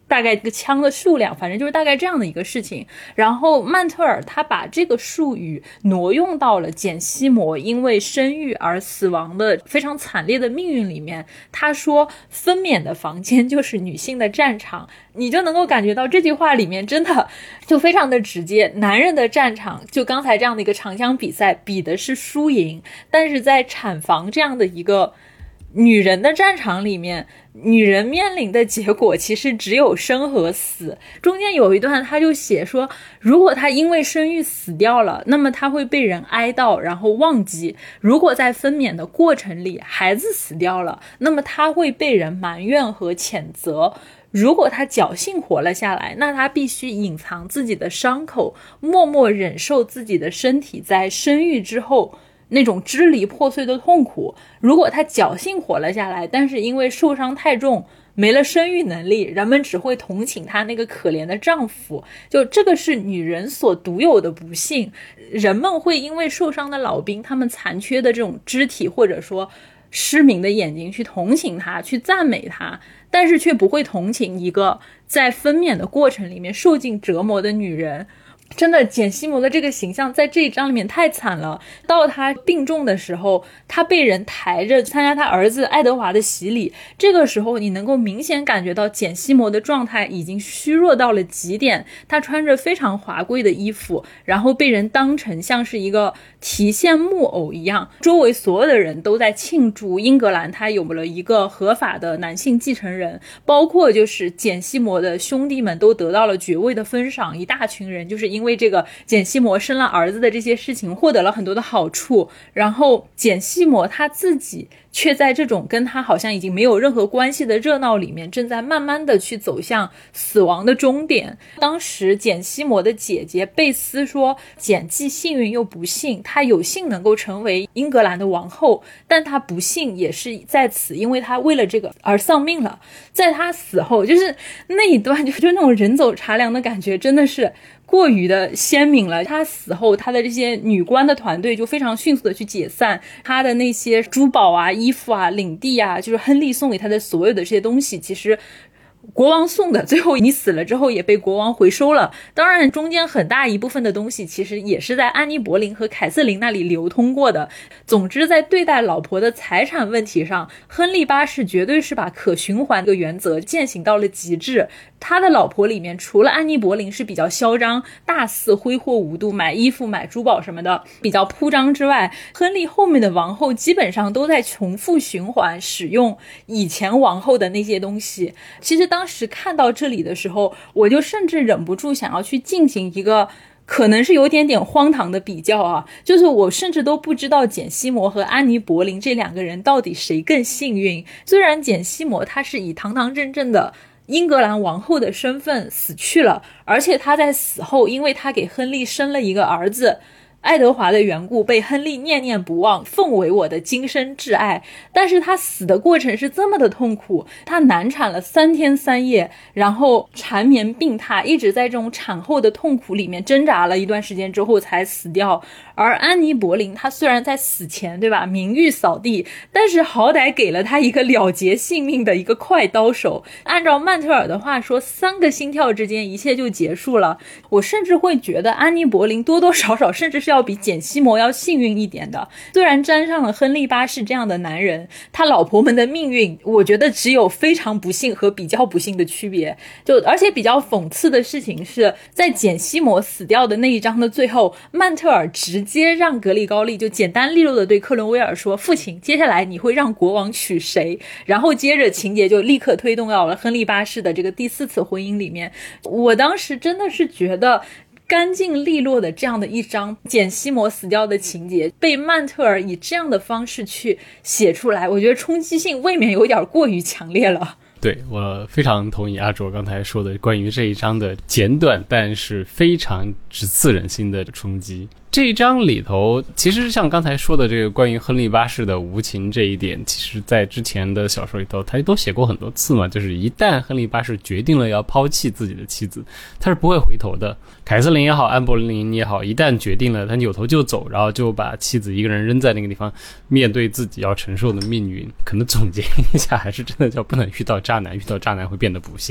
大概这个枪的数量，反正就是大概这样的一个事情。然后曼特尔他把这个术语挪用到了简西摩因为生育而死亡的非常惨烈的命运里面。他说分娩的房间就是女性的战场，你就能够感觉到这句话里面真的就非常的直接。男人的战场就刚才这样的一个长枪比赛比的是输赢，但是在产房这样的一个女人的战场里面，女人面临的结果其实只有生和死。中间有一段他就写说，如果她因为生育死掉了，那么她会被人哀悼然后忘记；如果在分娩的过程里孩子死掉了，那么她会被人埋怨和谴责；如果她侥幸活了下来，那她必须隐藏自己的伤口，默默忍受自己的身体在生育之后那种支离破碎的痛苦。如果她侥幸活了下来，但是因为受伤太重没了生育能力，人们只会同情她那个可怜的丈夫。就这个是女人所独有的不幸，人们会因为受伤的老兵他们残缺的这种肢体或者说失明的眼睛去同情她，去赞美她，但是却不会同情一个在分娩的过程里面受尽折磨的女人。真的简西摩的这个形象在这一章里面太惨了。到他病重的时候，他被人抬着参加他儿子爱德华的洗礼，这个时候你能够明显感觉到简西摩的状态已经虚弱到了极点。他穿着非常华贵的衣服，然后被人当成像是一个提线木偶一样，周围所有的人都在庆祝英格兰他有了一个合法的男性继承人，包括就是简西摩的兄弟们都得到了爵位的封赏，一大群人就是因为这个简西摩生了儿子的这些事情获得了很多的好处。然后简西摩他自己却在这种跟他好像已经没有任何关系的热闹里面，正在慢慢的去走向死亡的终点。当时简西摩的姐姐贝斯说，简既幸运又不幸，她有幸能够成为英格兰的王后，但她不幸也是在此，因为她为了这个而丧命了。在她死后，就是那一段就就那种人走茶凉的感觉真的是过于的鲜明了。他死后，他的这些女官的团队就非常迅速的去解散，他的那些珠宝啊、衣服啊、领地啊，就是亨利送给他的所有的这些东西，其实国王送的，最后你死了之后也被国王回收了。当然中间很大一部分的东西其实也是在安妮·柏林和凯瑟琳那里流通过的。总之在对待老婆的财产问题上，亨利八世绝对是把可循环的原则践行到了极致。他的老婆里面除了安妮·柏林是比较嚣张大肆挥霍无度，买衣服买珠宝什么的比较铺张之外，亨利后面的王后基本上都在重复循环使用以前王后的那些东西。其实当时看到这里的时候，我就甚至忍不住想要去进行一个可能是有点点荒唐的比较啊，就是我甚至都不知道简西摩和安妮·柏林这两个人到底谁更幸运。虽然简西摩他是以堂堂正正的英格兰王后的身份死去了，而且他在死后因为他给亨利生了一个儿子爱德华的缘故，被亨利念念不忘，奉为我的今生挚爱。但是他死的过程是这么的痛苦，他难产了三天三夜，然后缠绵病榻，一直在这种产后的痛苦里面挣扎了一段时间之后才死掉。而安妮·柏林她虽然在死前对吧名誉扫地，但是好歹给了她一个了结性命的一个快刀手。按照曼特尔的话说，三个心跳之间一切就结束了。我甚至会觉得安妮·柏林多多少少甚至是要比简西摩要幸运一点的。虽然沾上了亨利八世这样的男人，他老婆们的命运我觉得只有非常不幸和比较不幸的区别。就而且比较讽刺的事情是，在简西摩死掉的那一章的最后，曼特尔直接让格里高利就简单利落的对克伦威尔说，父亲接下来你会让国王娶谁，然后接着情节就立刻推动到了亨利八世的这个第四次婚姻里面。我当时真的是觉得干净利落的这样的一张简西摩死掉的情节被曼特尔以这样的方式去写出来，我觉得冲击性未免有点过于强烈了。 对，我非常同意阿卓刚才说的关于这一章的简短但是非常直刺人心的冲击。这一章里头其实像刚才说的这个关于亨利八世的无情这一点，其实在之前的小说里头他都写过很多次嘛，就是一旦亨利八世决定了要抛弃自己的妻子，他是不会回头的。凯瑟琳也好，安柏林也好，一旦决定了他扭头就走，然后就把妻子一个人扔在那个地方，面对自己要承受的命运。可能总结一下还是真的叫不能遇到渣男，遇到渣男会变得不幸。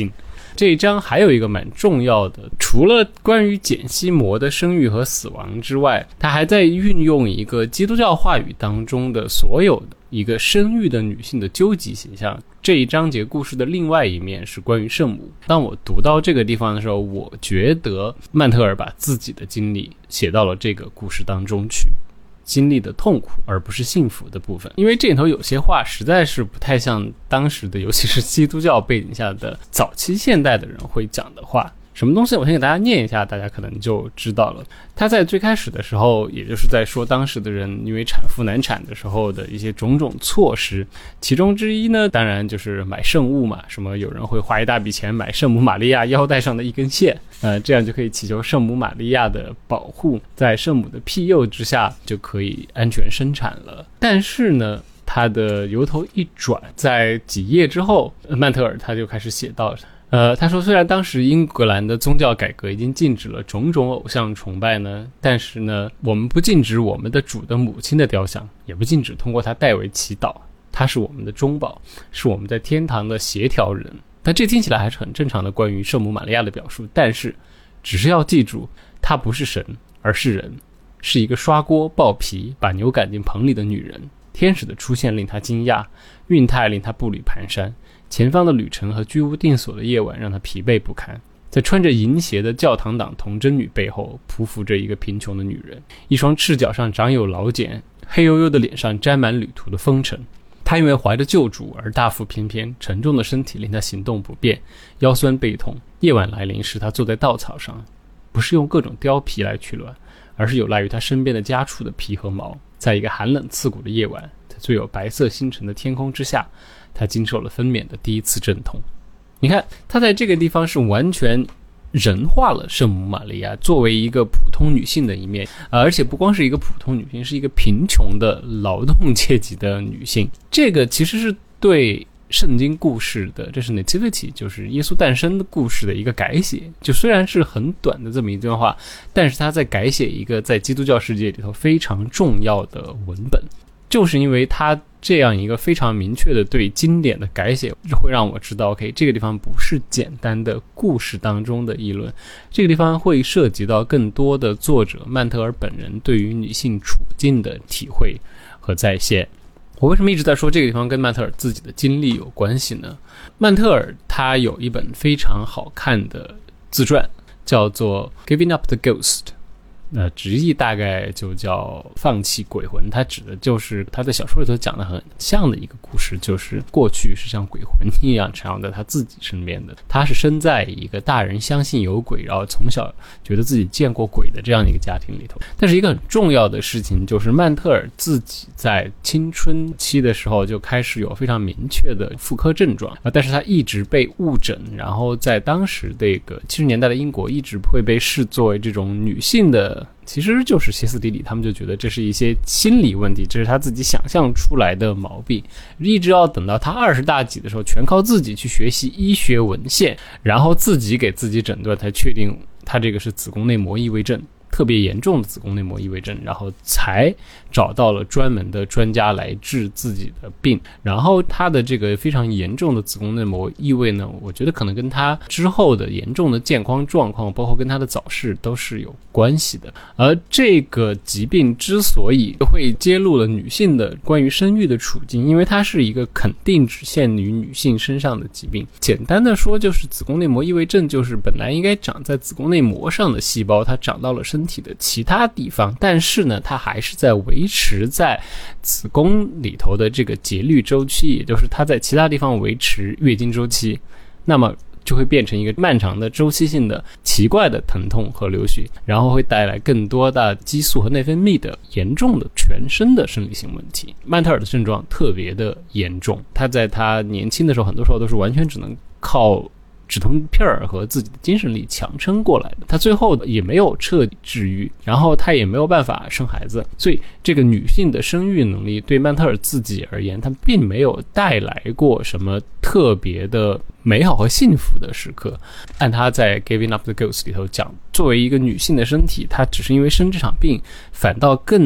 这一章还有一个蛮重要的，除了关于简西摩的生育和死亡之外，他还在运用一个基督教话语当中的所有的一个生育的女性的究极形象。这一章节故事的另外一面是关于圣母。当我读到这个地方的时候，我觉得曼特尔把自己的经历写到了这个故事当中去，经历的痛苦而不是幸福的部分。因为这里头有些话实在是不太像当时的尤其是基督教背景下的早期现代的人会讲的话。什么东西我先给大家念一下，大家可能就知道了。他在最开始的时候也就是在说当时的人因为产妇难产的时候的一些种种措施，其中之一呢当然就是买圣物嘛，什么有人会花一大笔钱买圣母玛利亚腰带上的一根线，呃，这样就可以祈求圣母玛利亚的保护，在圣母的庇佑之下就可以安全生产了。但是呢他的由头一转，在几页之后曼特尔他就开始写到呃，他说虽然当时英格兰的宗教改革已经禁止了种种偶像崇拜呢，但是呢我们不禁止我们的主的母亲的雕像，也不禁止通过他代为祈祷，他是我们的中保，是我们在天堂的协调人。但这听起来还是很正常的关于圣母玛利亚的表述，但是只是要记住她不是神而是人，是一个刷锅爆皮把牛赶进棚里的女人。天使的出现令他惊讶，孕态令他步履蹒跚，前方的旅程和居无定所的夜晚让他疲惫不堪。在穿着银鞋的教堂党童贞女背后匍匐着一个贫穷的女人，一双赤脚上长有老茧，黑黝黝的脸上沾满旅途的风尘。她因为怀着救主而大腹翩翩，沉重的身体令她行动不便，腰酸背痛。夜晚来临时，她坐在稻草上，不是用各种貂皮来取暖，而是有赖于她身边的家畜的皮和毛。在一个寒冷刺骨的夜晚，在最有白色星辰的天空之下，他经受了分娩的第一次阵痛。你看他在这个地方是完全人化了圣母玛利亚作为一个普通女性的一面，而且不光是一个普通女性，是一个贫穷的劳动阶级的女性。这个其实是对圣经故事的，这是 Nativity 就是耶稣诞生的故事的一个改写，就虽然是很短的这么一段话，但是他在改写一个在基督教世界里头非常重要的文本。就是因为他这样一个非常明确的对经典的改写，会让我知道 OK 这个地方不是简单的故事当中的议论，这个地方会涉及到更多的作者曼特尔本人对于女性处境的体会和再现。我为什么一直在说这个地方跟曼特尔自己的经历有关系呢？曼特尔他有一本非常好看的自传，叫做 Giving Up the Ghost，呃，直译大概就叫放弃鬼魂。他指的就是他在小说里头讲的很像的一个故事，就是过去是像鬼魂一样缠绕在他自己身边的。他是生在一个大人相信有鬼，然后从小觉得自己见过鬼的这样一个家庭里头。但是一个很重要的事情就是曼特尔自己在青春期的时候就开始有非常明确的妇科症状，但是他一直被误诊，然后在当时这个七十年代的英国一直会被视作为这种女性的，其实就是歇斯底里，他们就觉得这是一些心理问题，这是他自己想象出来的毛病，一直要等到他二十大几的时候，全靠自己去学习医学文献，然后自己给自己诊断，才确定他这个是子宫内膜异位症，特别严重的子宫内膜异位症，然后才找到了专门的专家来治自己的病。然后他的这个非常严重的子宫内膜异位呢，我觉得可能跟他之后的严重的健康状况，包括跟他的早逝都是有关系的。而这个疾病之所以会揭露了女性的关于生育的处境，因为它是一个肯定只限于女性身上的疾病。简单的说，就是子宫内膜异位症就是本来应该长在子宫内膜上的细胞，它长到了身体的其他地方，但是呢它还是在维持在子宫里头的这个节律周期，也就是它在其他地方维持月经周期，那么就会变成一个漫长的周期性的奇怪的疼痛和流血，然后会带来更多的激素和内分泌的严重的全身的生理性问题。曼特尔的症状特别的严重，他在他年轻的时候很多时候都是完全只能靠止痛片儿和自己的精神力强撑过来的，他最后也没有彻底治愈，然后他也没有办法生孩子，所以这个女性的生育能力对曼特尔自己而言，他并没有带来过什么特别的美好和幸福的时刻。按他在 Giving Up the Ghost 里头讲，作为一个女性的身体，她只是因为生这场病反倒更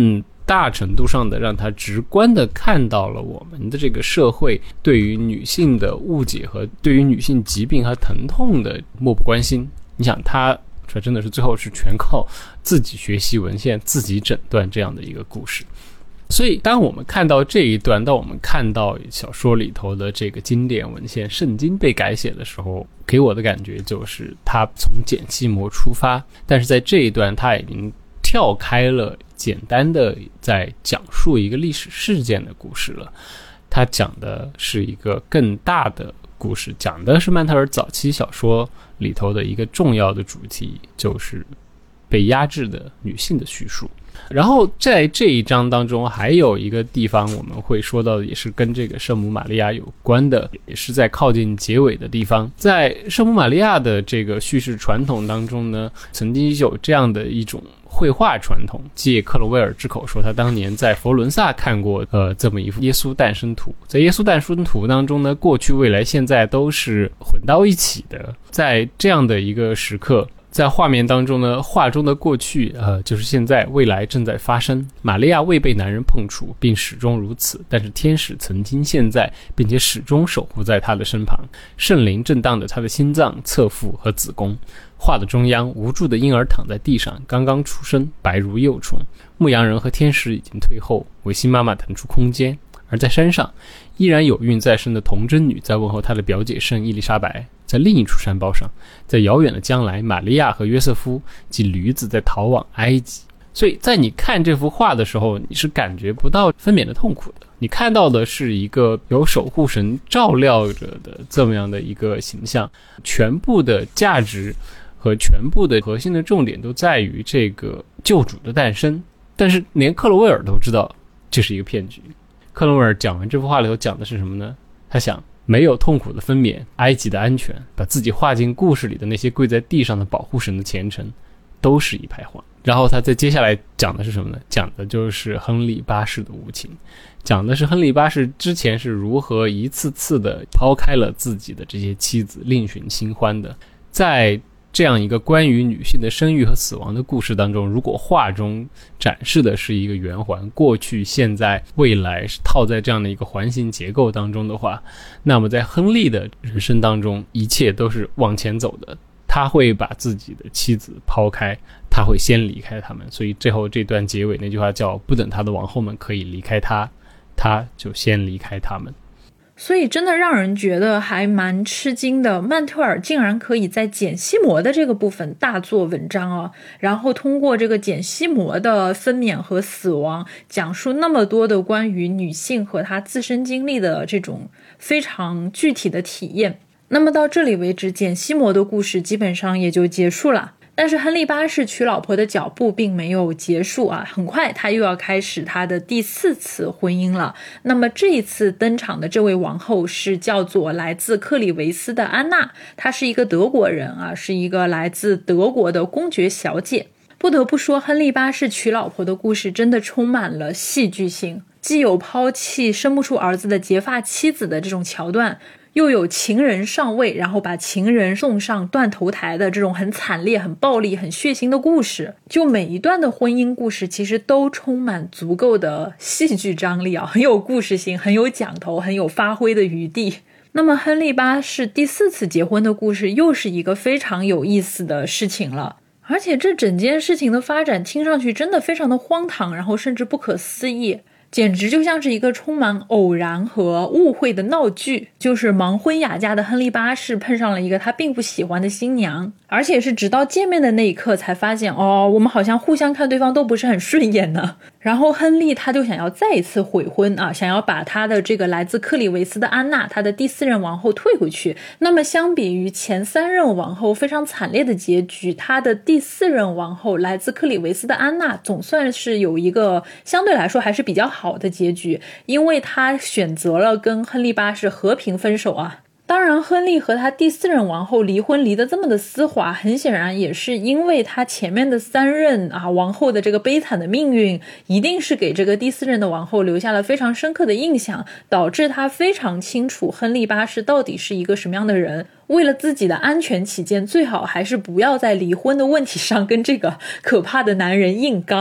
大程度上的让他直观的看到了我们的这个社会对于女性的误解和对于女性疾病和疼痛的漠不关心。你想他这真的是最后是全靠自己学习文献自己诊断这样的一个故事。所以当我们看到这一段，当我们看到小说里头的这个经典文献圣经被改写的时候，给我的感觉就是他从简细谟出发，但是在这一段他已经跳开了简单的在讲述一个历史事件的故事了。他讲的是一个更大的故事，讲的是曼特尔早期小说里头的一个重要的主题，就是被压制的女性的叙述。然后在这一章当中还有一个地方我们会说到的，也是跟这个圣母玛利亚有关的，也是在靠近结尾的地方。在圣母玛利亚的这个叙事传统当中呢，曾经有这样的一种绘画传统，借克罗威尔之口说他当年在佛罗伦萨看过呃这么一幅耶稣诞生图。在耶稣诞生图当中呢，过去未来现在都是混到一起的。在这样的一个时刻，在画面当中呢，画中的过去呃，就是现在未来正在发生。玛利亚未被男人碰触，并始终如此，但是天使曾经现在并且始终守护在她的身旁，圣灵震荡着她的心脏、侧腹和子宫。画的中央，无助的婴儿躺在地上，刚刚出生，白如幼虫。牧羊人和天使已经退后，维希妈妈腾出空间。而在山上，依然有孕在身的童贞女在问候她的表姐圣伊丽莎白。在另一处山包上，在遥远的将来，玛利亚和约瑟夫及驴子在逃往埃及。所以在你看这幅画的时候，你是感觉不到分娩的痛苦的，你看到的是一个有守护神照料着的这么样的一个形象。全部的价值和全部的核心的重点都在于这个救主的诞生，但是连克罗威尔都知道这是一个骗局。克罗威尔讲完这幅画里头讲的是什么呢？他想没有痛苦的分娩，埃及的安全，把自己画进故事里的那些跪在地上的保护神的虔诚，都是一派谎。然后他在接下来讲的是什么呢？讲的就是亨利八世的无情，讲的是亨利八世之前是如何一次次的抛开了自己的这些妻子，另寻新欢的。在这样一个关于女性的生育和死亡的故事当中，如果画中展示的是一个圆环，过去现在未来是套在这样的一个环形结构当中的话，那么在亨利的人生当中一切都是往前走的。他会把自己的妻子抛开，他会先离开他们，所以最后这段结尾那句话叫不等他的王后们可以离开他，他就先离开他们。 所以真的让人觉得还蛮吃惊的，曼特尔竟然可以在简西谟的这个部分大做文章啊，然后通过这个简西谟的分娩和死亡，讲述那么多的关于女性和她自身经历的这种非常具体的体验。那么到这里为止，简西谟的故事基本上也就结束了。但是亨利八世娶老婆的脚步并没有结束啊，很快他又要开始他的第四次婚姻了。那么这一次登场的这位王后是叫做来自克里维斯的安娜，她是一个德国人啊，是一个来自德国的公爵小姐。不得不说，亨利八世娶老婆的故事真的充满了戏剧性，既有抛弃生不出儿子的结发妻子的这种桥段，又有情人上位然后把情人送上断头台的这种很惨烈、很暴力、很血腥的故事。就每一段的婚姻故事其实都充满足够的戏剧张力啊，很有故事性，很有讲头，很有发挥的余地。那么亨利八世第四次结婚的故事又是一个非常有意思的事情了，而且这整件事情的发展听上去真的非常的荒唐，然后甚至不可思议，简直就像是一个充满偶然和误会的闹剧。就是盲婚哑嫁的亨利八世碰上了一个他并不喜欢的新娘，而且是直到见面的那一刻才发现，哦，我们好像互相看对方都不是很顺眼呢。然后亨利他就想要再一次悔婚啊，想要把他的这个来自克里维斯的安娜，他的第四任王后退回去。那么相比于前三任王后非常惨烈的结局，他的第四任王后来自克里维斯的安娜总算是有一个相对来说还是比较好的结局，因为他选择了跟亨利八世和平分手啊。当然亨利和他第四任王后离婚离得这么的丝滑，很显然也是因为他前面的三任啊王后的这个悲惨的命运一定是给这个第四任的王后留下了非常深刻的印象，导致他非常清楚亨利八世到底是一个什么样的人，为了自己的安全起见，最好还是不要在离婚的问题上跟这个可怕的男人硬刚。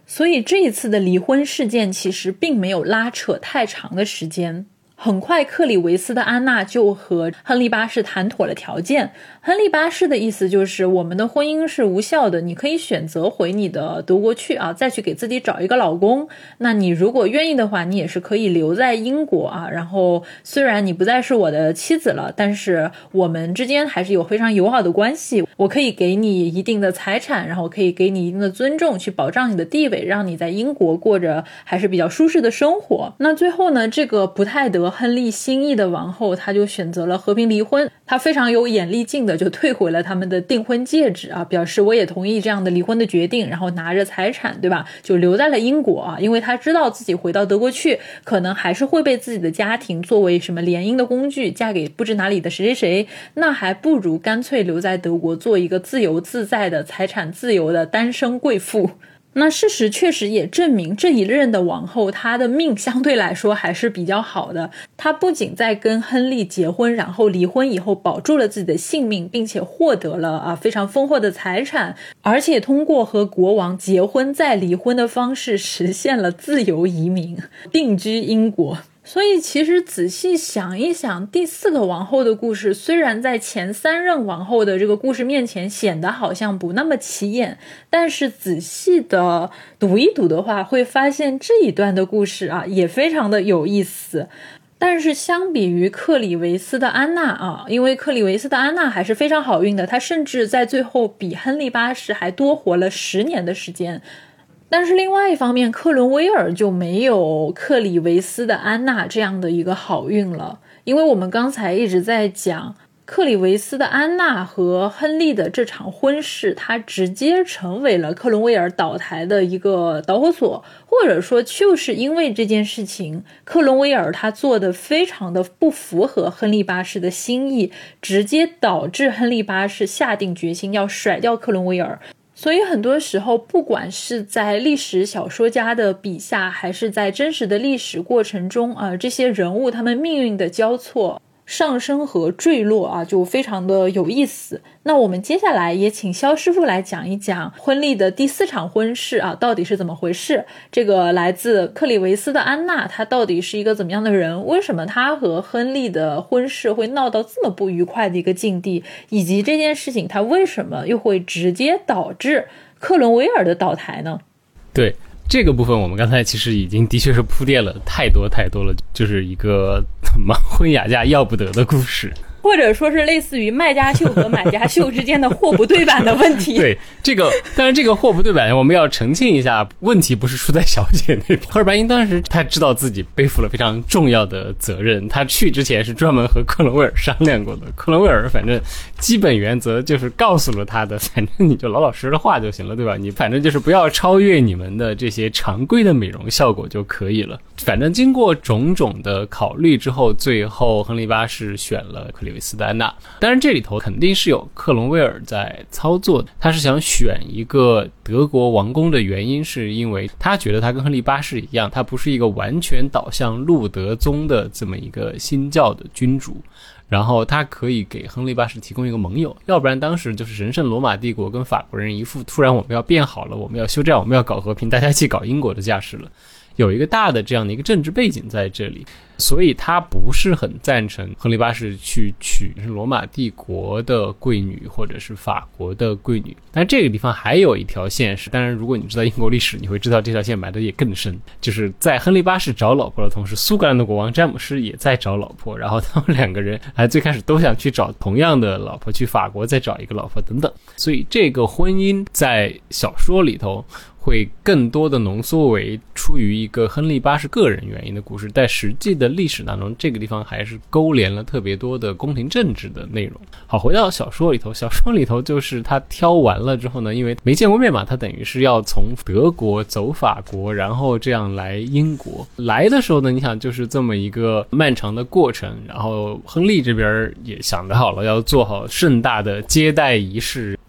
所以这一次的离婚事件其实并没有拉扯太长的时间。很快克里维斯的安娜就和亨利八世谈妥了条件。亨利八世的意思就是我们的婚姻是无效的，你可以选择回你的德国去啊，再去给自己找一个老公。那你如果愿意的话，你也是可以留在英国啊。然后虽然你不再是我的妻子了，但是我们之间还是有非常友好的关系。我可以给你一定的财产，然后可以给你一定的尊重，去保障你的地位，让你在英国过着还是比较舒适的生活。那最后呢，这个不太得亨利心意的王后，她就选择了和平离婚。她非常有眼力劲的就退回了他们的订婚戒指啊，表示我也同意这样的离婚的决定，然后拿着财产，对吧，就留在了英国啊。因为她知道自己回到德国去，可能还是会被自己的家庭作为什么联姻的工具，嫁给不知哪里的谁谁谁，那还不如干脆留在德国，做一个自由自在的财产自由的单身贵妇。那事实确实也证明，这一任的王后她的命相对来说还是比较好的。她不仅在跟亨利结婚，然后离婚以后保住了自己的性命，并且获得了啊非常丰厚的财产，而且通过和国王结婚再离婚的方式实现了自由移民，定居英国。所以其实仔细想一想，第四个王后的故事虽然在前三任王后的这个故事面前显得好像不那么起眼，但是仔细的读一读的话，会发现这一段的故事啊也非常的有意思。但是相比于克里维斯的安娜啊，因为克里维斯的安娜还是非常好运的，她甚至在最后比亨利八世还多活了十年的时间。但是另外一方面，克伦威尔就没有克里维斯的安娜这样的一个好运了。因为我们刚才一直在讲克里维斯的安娜和亨利的这场婚事，它直接成为了克伦威尔倒台的一个导火索，或者说就是因为这件事情，克伦威尔他做的非常的不符合亨利八世的心意，直接导致亨利八世下定决心要甩掉克伦威尔。所以很多时候，不管是在历史小说家的笔下，还是在真实的历史过程中啊、呃，这些人物他们命运的交错、上升和坠落啊，就非常的有意思。那我们接下来也请肖师傅来讲一讲婚礼的第四场婚事啊，到底是怎么回事？这个来自克里维斯的安娜，她到底是一个怎么样的人？为什么她和亨利的婚事会闹到这么不愉快的一个境地？以及这件事情它为什么又会直接导致克伦威尔的倒台呢？ 对，这个部分我们刚才其实已经的确是铺垫了太多太多了，就是一个盲婚哑嫁要不得的故事， 或者说是类似于卖家秀和买家秀之间的货不对版的问题。 对，这个当然这个货不对版我们要澄清一下，问题不是出在小姐那边。赫尔白因当时他知道自己背负了非常重要的责任，他去之前是专门和克伦威尔商量过的。克伦威尔反正基本原则就是告诉了他的，反正你就老老实实的话就行了，对吧？你反正就是不要超越你们的这些常规的美容效果就可以了。反正经过种种的考虑之后，最后亨利八世选了克里维斯的安娜。当然这里头肯定是有克伦威尔在操作的，他是想选一个德国王公的原因是因为他觉得他跟亨利八世一样，他不是一个完全倒向路德宗的这么一个新教的君主，然后他可以给亨利八世提供一个盟友，要不然当时就是神圣罗马帝国跟法国人一副突然我们要变好了，我们要休战，我们要搞和平，大家一起搞英国的架势了，有一个大的这样的一个政治背景在这里，所以他不是很赞成亨利八世去娶罗马帝国的贵女或者是法国的贵女。但这个地方还有一条线是，当然如果你知道英国历史，你会知道这条线埋的也更深，就是在亨利八世找老婆的同时，苏格兰的国王詹姆斯也在找老婆，然后他们两个人还最开始都想去找同样的老婆，去法国再找一个老婆等等。所以这个婚姻在小说里头会更多的浓缩为出于一个亨利八世个人原因的故事，在实际的历史当中，这个地方还是勾连了特别多的宫廷政治的内容。好，回到小说里头，小说里头就是他挑完了之后呢，因为没见过面嘛，他等于是要从德国走法国，然后这样来英国。来的时候呢，你想就是这么一个漫长的过程，然后亨利这边也想得好了，要做好盛大的接待仪式，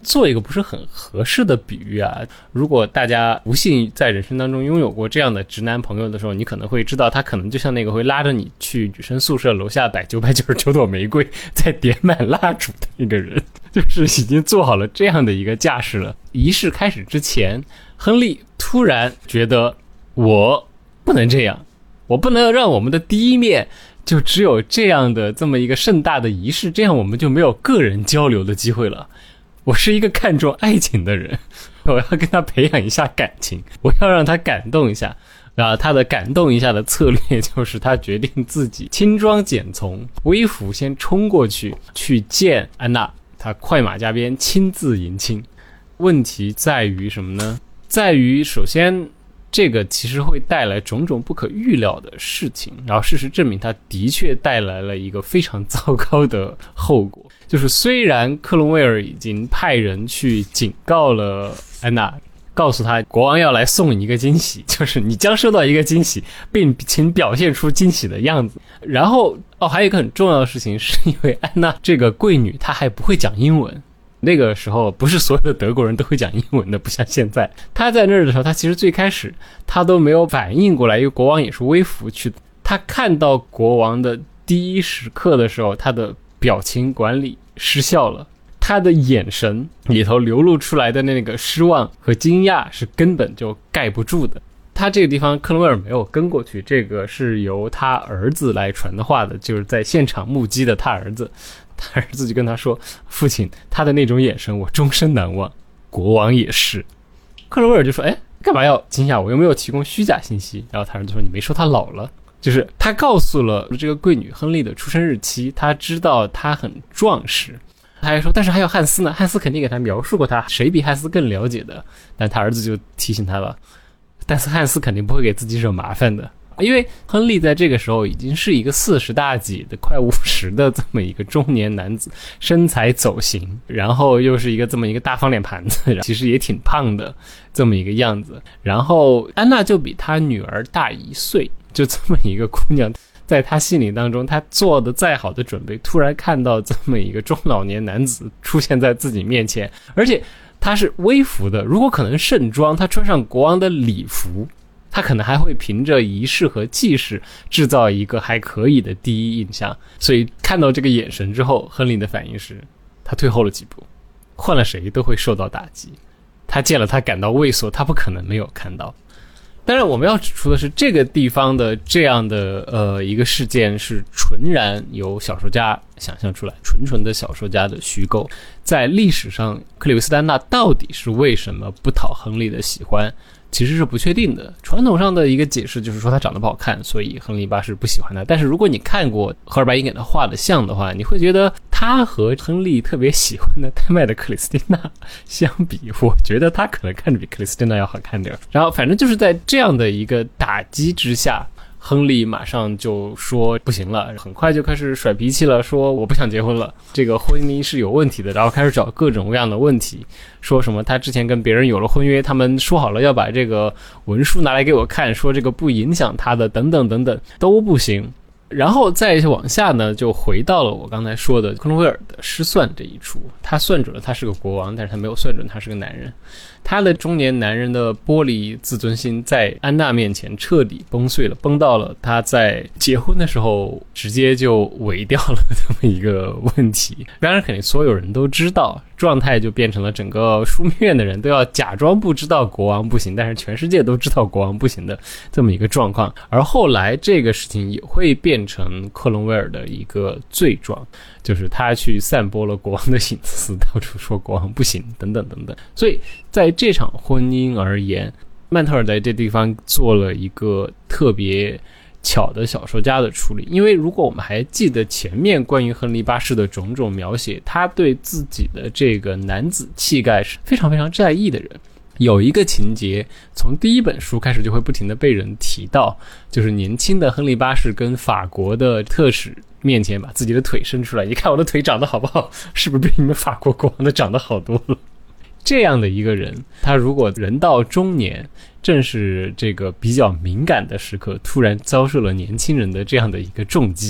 做一个不是很合适的比喻啊，如果大家不幸在人生当中拥有过这样的直男朋友的时候，你可能会知道他可能就像那个会拉着你去女生宿舍楼下摆九百九十九朵玫瑰再点满蜡烛的那个人，就是已经做好了这样的一个架势了。仪式开始之前，亨利突然觉得我不能这样，我不能让我们的第一面就只有这样的这么一个盛大的仪式，这样我们就没有个人交流的机会了。我是一个看重爱情的人，我要跟他培养一下感情，我要让他感动一下。然后他的感动一下的策略就是他决定自己轻装简从，微服先冲过去去见安娜，他快马加鞭亲自迎亲。问题在于什么呢？在于首先这个其实会带来种种不可预料的事情，然后事实证明它的确带来了一个非常糟糕的后果，就是虽然克伦威尔已经派人去警告了安娜，告诉他国王要来送你一个惊喜，就是你将收到一个惊喜，并请表现出惊喜的样子。然后哦，还有一个很重要的事情，是因为安娜这个贵女她还不会讲英文，那个时候不是所有的德国人都会讲英文的，不像现在。他在那儿的时候，他其实最开始他都没有反应过来，因为国王也是微服去的。他看到国王的第一时刻的时候，他的表情管理失效了，他的眼神里头流露出来的那个失望和惊讶是根本就盖不住的。他这个地方克伦威尔没有跟过去，这个是由他儿子来传的话的，就是在现场目击的他儿子。他儿子就跟他说，父亲，他的那种眼神我终身难忘，国王也是。克伦威尔就说，哎，干嘛要惊讶我，又没有提供虚假信息。然后他儿子说，你没说他老了，就是他告诉了这个贵女亨利的出生日期，他知道他很壮实。他还说，但是还有汉斯呢，汉斯肯定给他描述过他，谁比汉斯更了解的。但他儿子就提醒他了，但是汉斯肯定不会给自己惹麻烦的，因为亨利在这个时候已经是一个四十大几的快五十的这么一个中年男子，身材走形，然后又是一个这么一个大方脸盘子，其实也挺胖的这么一个样子。然后安娜就比他女儿大一岁，就这么一个姑娘，在他心里当中，他做的再好的准备，突然看到这么一个中老年男子出现在自己面前，而且他是微服的，如果可能盛装，他穿上国王的礼服，他可能还会凭着仪式和气势制造一个还可以的第一印象。所以看到这个眼神之后，亨利的反应是他退后了几步，换了谁都会受到打击。他见了他感到畏缩，他不可能没有看到。当然我们要指出的是，这个地方的这样的呃一个事件是纯然由小说家想象出来，纯纯的小说家的虚构。在历史上，克里维斯丹娜到底是为什么不讨亨利的喜欢，其实是不确定的。传统上的一个解释就是说他长得不好看，所以亨利八世不喜欢他。但是如果你看过荷尔白因给他画的像的话，你会觉得他和亨利特别喜欢的丹麦的克里斯蒂娜相比，我觉得他可能看着比克里斯蒂娜要好看点。然后反正就是在这样的一个打击之下，亨利马上就说不行了，很快就开始甩脾气了，说我不想结婚了，这个婚姻是有问题的，然后开始找各种各样的问题，说什么他之前跟别人有了婚约，他们说好了要把这个文书拿来给我看，说这个不影响他的，等等等等都不行。然后再往下呢，就回到了我刚才说的克伦威尔的失算这一出。他算准了他是个国王，但是他没有算准他是个男人。他的中年男人的玻璃自尊心在安娜面前彻底崩碎了，崩到了他在结婚的时候直接就违掉了这么一个问题。当然肯定所有人都知道，状态就变成了整个枢密院的人都要假装不知道国王不行，但是全世界都知道国王不行的这么一个状况。而后来这个事情也会变成克伦威尔的一个罪状，就是他去散播了国王的隐私，到处说国王不行等等等等。所以在这场婚姻而言，曼特尔在这地方做了一个特别巧的小说家的处理。因为如果我们还记得前面关于亨利八世的种种描写，他对自己的这个男子气概是非常非常在意的人。有一个情节从第一本书开始就会不停地被人提到，就是年轻的亨利八世跟法国的特使面前把自己的腿伸出来，你看我的腿长得好不好，是不是比你们法国国王的长得好多了。这样的一个人，他如果人到中年，正是这个比较敏感的时刻，突然遭受了年轻人的这样的一个重击，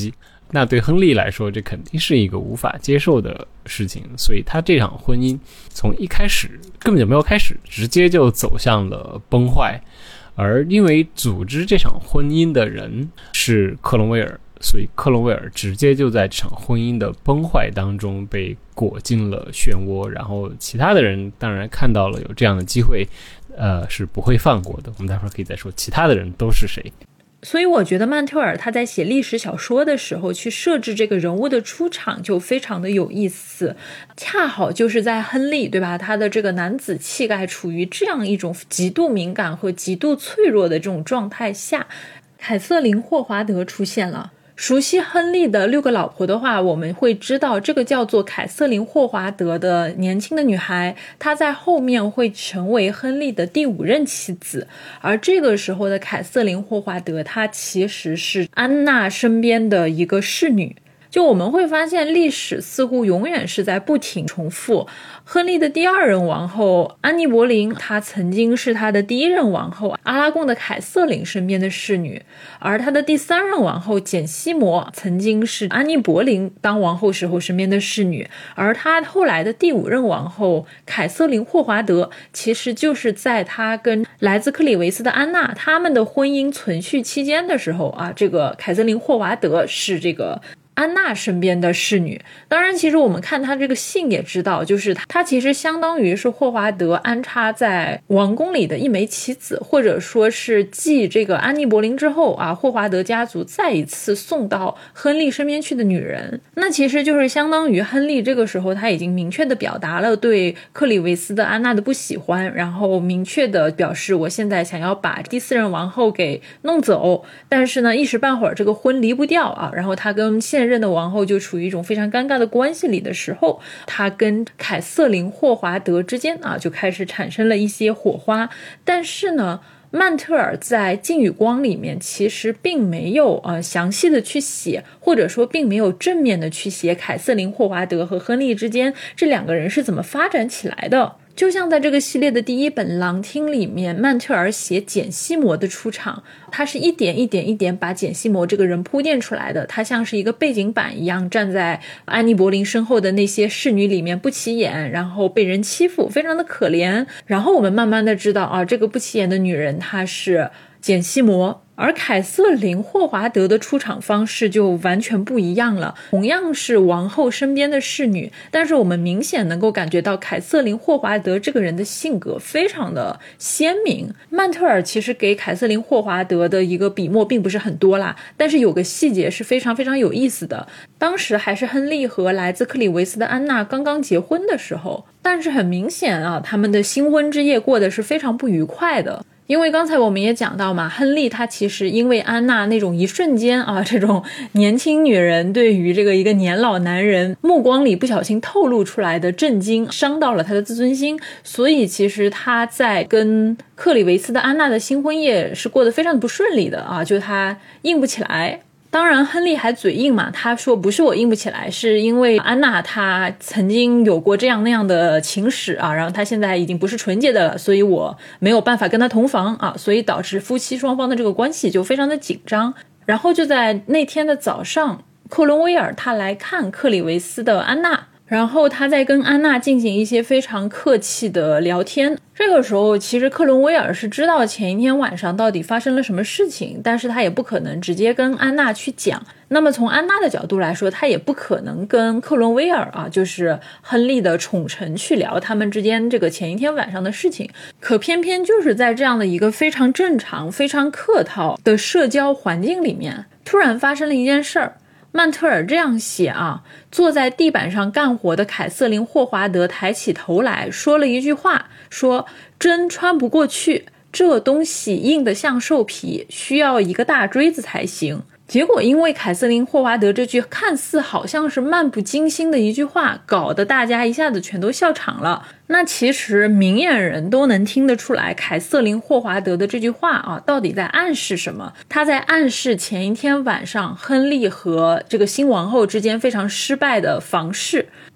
那对亨利来说这肯定是一个无法接受的事情，所以他这场婚姻从一开始根本就没有开始，直接就走向了崩坏。而因为组织这场婚姻的人是克伦威尔，所以克伦威尔直接就在这场婚姻的崩坏当中被裹进了漩涡，然后其他的人当然看到了有这样的机会，呃，是不会放过的。我们待会儿可以再说其他的人都是谁。 所以我觉得曼特尔他在写历史小说的时候去设置这个人物的出场就非常的有意思，恰好就是在亨利，对吧，他的这个男子气概处于这样一种极度敏感和极度脆弱的这种状态下，凯瑟琳·霍华德出现了。熟悉亨利的六个老婆的话，我们会知道这个叫做凯瑟琳·霍华德的年轻的女孩，她在后面会成为亨利的第五任妻子。而这个时候的凯瑟琳·霍华德，她其实是安娜身边的一个侍女。就我们会发现历史似乎永远是在不停重复。亨利的第二任王后安妮·博林，她曾经是他的第一任王后阿拉贡的凯瑟琳身边的侍女，而他的第三任王后简·西摩曾经是安妮·博林当王后时候身边的侍女，而他后来的第五任王后凯瑟琳·霍华德，其实就是在他跟来自克里维斯的安娜他们的婚姻存续期间的时候啊，这个凯瑟琳·霍华德是这个安娜身边的侍女。当然其实我们看她这个姓也知道，就是她其实相当于是霍华德安插在王宫里的一枚棋子，或者说是继这个安妮·博林之后啊，霍华德家族再一次送到亨利身边去的女人。那其实就是相当于亨利这个时候他已经明确的表达了对克里维斯的安娜的不喜欢，然后明确的表示我现在想要把第四任王后给弄走，但是呢一时半会儿这个婚离不掉啊，然后他跟现任的王后就处于一种非常尴尬的关系里的时候，他跟凯瑟琳·霍华德之间啊就开始产生了一些火花。但是呢曼特尔在《镜与光》里面其实并没有呃详细的去写，或者说并没有正面的去写凯瑟琳·霍华德和亨利之间这两个人是怎么发展起来的。就像在这个系列的第一本《狼厅》里面，曼特尔写简·西摩的出场，他是一点一点一点把简·西摩这个人铺垫出来的，他像是一个背景板一样站在安妮·博林身后的那些侍女里面不起眼，然后被人欺负，非常的可怜。然后我们慢慢的知道啊，这个不起眼的女人她是简·西摩。而凯瑟琳·霍华德的出场方式就完全不一样了，同样是王后身边的侍女，但是我们明显能够感觉到凯瑟琳·霍华德这个人的性格非常的鲜明。曼特尔其实给凯瑟琳·霍华德的一个笔墨并不是很多啦，但是有个细节是非常非常有意思的。当时还是亨利和来自克里维斯的安娜刚刚结婚的时候，但是很明显啊，他们的新婚之夜过得是非常不愉快的。因为刚才我们也讲到嘛，亨利他其实因为安娜那种一瞬间啊，这种年轻女人对于这个一个年老男人目光里不小心透露出来的震惊，伤到了他的自尊心，所以其实他在跟克里维斯的安娜的新婚夜是过得非常的不顺利的啊，就他硬不起来。当然亨利还嘴硬嘛，他说不是我硬不起来，是因为安娜她曾经有过这样那样的情史啊，然后她现在已经不是纯洁的了，所以我没有办法跟她同房啊，所以导致夫妻双方的这个关系就非常的紧张。然后就在那天的早上，克伦威尔他来看克里维斯的安娜，然后他在跟安娜进行一些非常客气的聊天。这个时候其实克伦威尔是知道前一天晚上到底发生了什么事情，但是他也不可能直接跟安娜去讲。那么从安娜的角度来说，他也不可能跟克伦威尔啊，就是亨利的宠臣去聊他们之间这个前一天晚上的事情。可偏偏就是在这样的一个非常正常非常客套的社交环境里面，突然发生了一件事儿。曼特尔这样写啊，坐在地板上干活的凯瑟琳·霍华德抬起头来说了一句话，说针穿不过去，这东西硬得像兽皮，需要一个大锥子才行。结果因为凯瑟琳·霍华德这句看似好像是漫不经心的一句话，搞得大家一下子全都笑场了。那其实明眼人都能听得出来，凯瑟琳·霍华德的这句话啊，到底在暗示什么？他在暗示前一天晚上亨利和这个新王后之间非常失败的房事。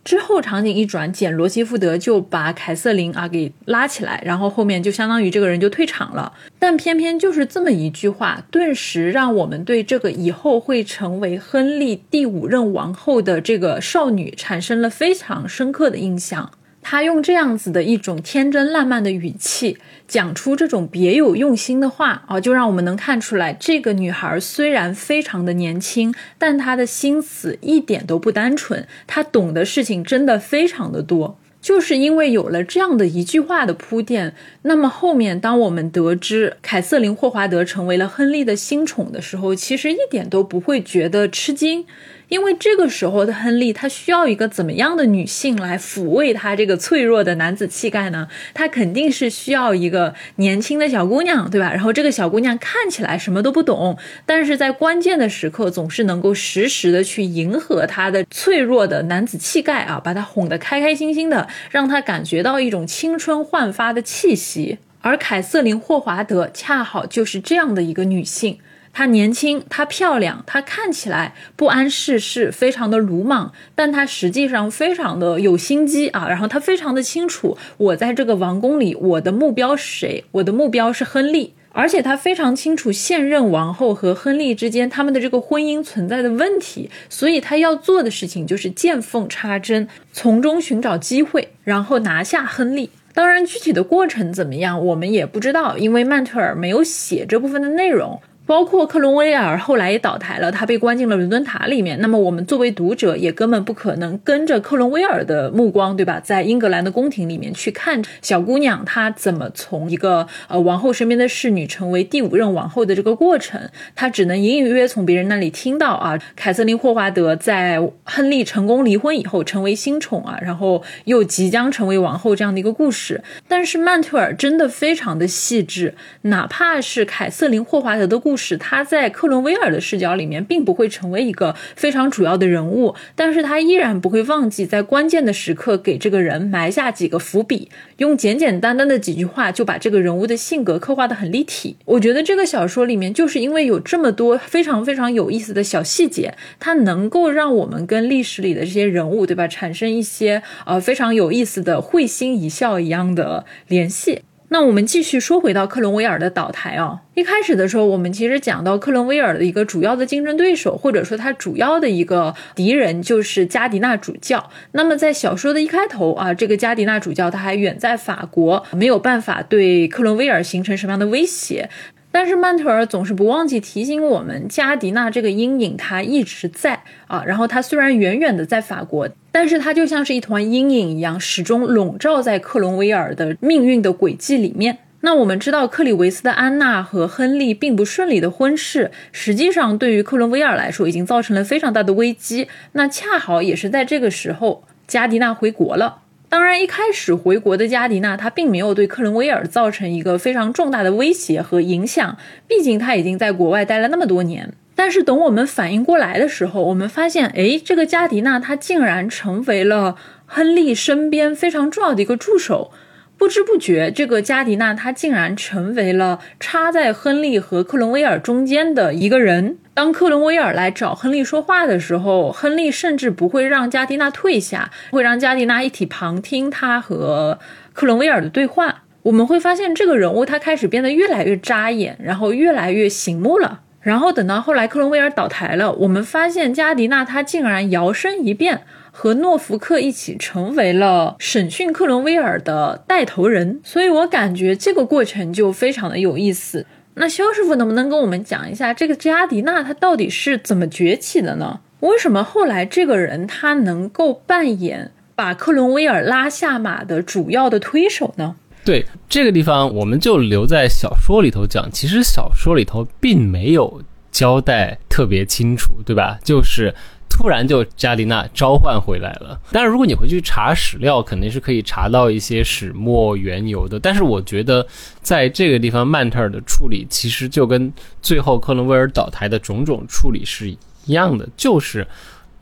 之后场景一转，简罗西福德就把凯瑟琳啊给拉起来，然后后面就相当于这个人就退场了。但偏偏就是这么一句话，顿时让我们对这个以后会成为亨利第五任王后的这个少女产生了非常深刻的印象。他用这样子的一种天真烂漫的语气讲出这种别有用心的话啊，就让我们能看出来，这个女孩虽然非常的年轻，但她的心思一点都不单纯，她懂的事情真的非常的多。就是因为有了这样的一句话的铺垫，那么后面当我们得知凯瑟琳霍华德成为了亨利的新宠的时候，其实一点都不会觉得吃惊。因为这个时候的亨利，他需要一个怎么样的女性来抚慰他这个脆弱的男子气概呢？他肯定是需要一个年轻的小姑娘，对吧？然后这个小姑娘看起来什么都不懂，但是在关键的时刻总是能够实时的去迎合他的脆弱的男子气概啊，把他哄得开开心心的，让他感觉到一种青春焕发的气息。而凯瑟琳霍华德恰好就是这样的一个女性。她年轻，她漂亮，她看起来不谙世事，非常的鲁莽，但她实际上非常的有心机啊。然后她非常的清楚，我在这个王宫里，我的目标是谁？我的目标是亨利。而且她非常清楚现任王后和亨利之间他们的这个婚姻存在的问题，所以她要做的事情就是见缝插针，从中寻找机会，然后拿下亨利。当然具体的过程怎么样我们也不知道，因为曼特尔没有写这部分的内容。包括克伦威尔后来也倒台了，他被关进了伦敦塔里面，那么我们作为读者也根本不可能跟着克伦威尔的目光，对吧，在英格兰的宫廷里面去看小姑娘她怎么从一个呃王后身边的侍女成为第五任王后的这个过程。她只能隐隐约约从别人那里听到啊，凯瑟琳霍华德在亨利成功离婚以后成为新宠啊，然后又即将成为王后这样的一个故事。但是曼特尔真的非常的细致，哪怕是凯瑟琳霍华德的故事他在克伦威尔的视角里面并不会成为一个非常主要的人物，但是他依然不会忘记在关键的时刻给这个人埋下几个伏笔，用简简单单的几句话就把这个人物的性格刻画得很立体。我觉得这个小说里面就是因为有这么多非常非常有意思的小细节，它能够让我们跟历史里的这些人物，对吧，产生一些呃非常有意思的会心一笑一样的联系。那我们继续说回到克伦威尔的倒台啊，一开始的时候我们其实讲到克伦威尔的一个主要的竞争对手，或者说他主要的一个敌人就是加迪纳主教。那么在小说的一开头啊，这个加迪纳主教他还远在法国，没有办法对克伦威尔形成什么样的威胁。但是曼特尔总是不忘记提醒我们，加迪纳这个阴影它一直在啊，然后它虽然远远的在法国，但是它就像是一团阴影一样，始终笼罩在克伦威尔的命运的轨迹里面。那我们知道克里维斯的安娜和亨利并不顺利的婚事，实际上对于克伦威尔来说已经造成了非常大的危机。那恰好也是在这个时候，加迪纳回国了。当然一开始回国的加迪纳他并没有对克伦威尔造成一个非常重大的威胁和影响，毕竟他已经在国外待了那么多年。但是等我们反应过来的时候，我们发现诶，这个加迪纳他竟然成为了亨利身边非常重要的一个助手。不知不觉这个加迪纳他竟然成为了插在亨利和克伦威尔中间的一个人。当克伦威尔来找亨利说话的时候，亨利甚至不会让加迪纳退下，会让加迪纳一起旁听他和克伦威尔的对话。我们会发现这个人物他开始变得越来越扎眼，然后越来越醒目了。然后等到后来克伦威尔倒台了，我们发现加迪纳他竟然摇身一变，和诺福克一起成为了审讯克伦威尔的带头人。所以我感觉这个过程就非常的有意思。那肖师傅能不能跟我们讲一下这个加迪纳他到底是怎么崛起的呢？为什么后来这个人他能够扮演把克伦威尔拉下马的主要的推手呢？ 对，这个地方我们就留在小说里头讲，其实小说里头并没有交代特别清楚，对吧？就是突然就加迪纳召唤回来了。当然如果你回去查史料肯定是可以查到一些始末缘由的，但是我觉得在这个地方曼特尔的处理其实就跟最后克伦威尔倒台的种种处理是一样的，就是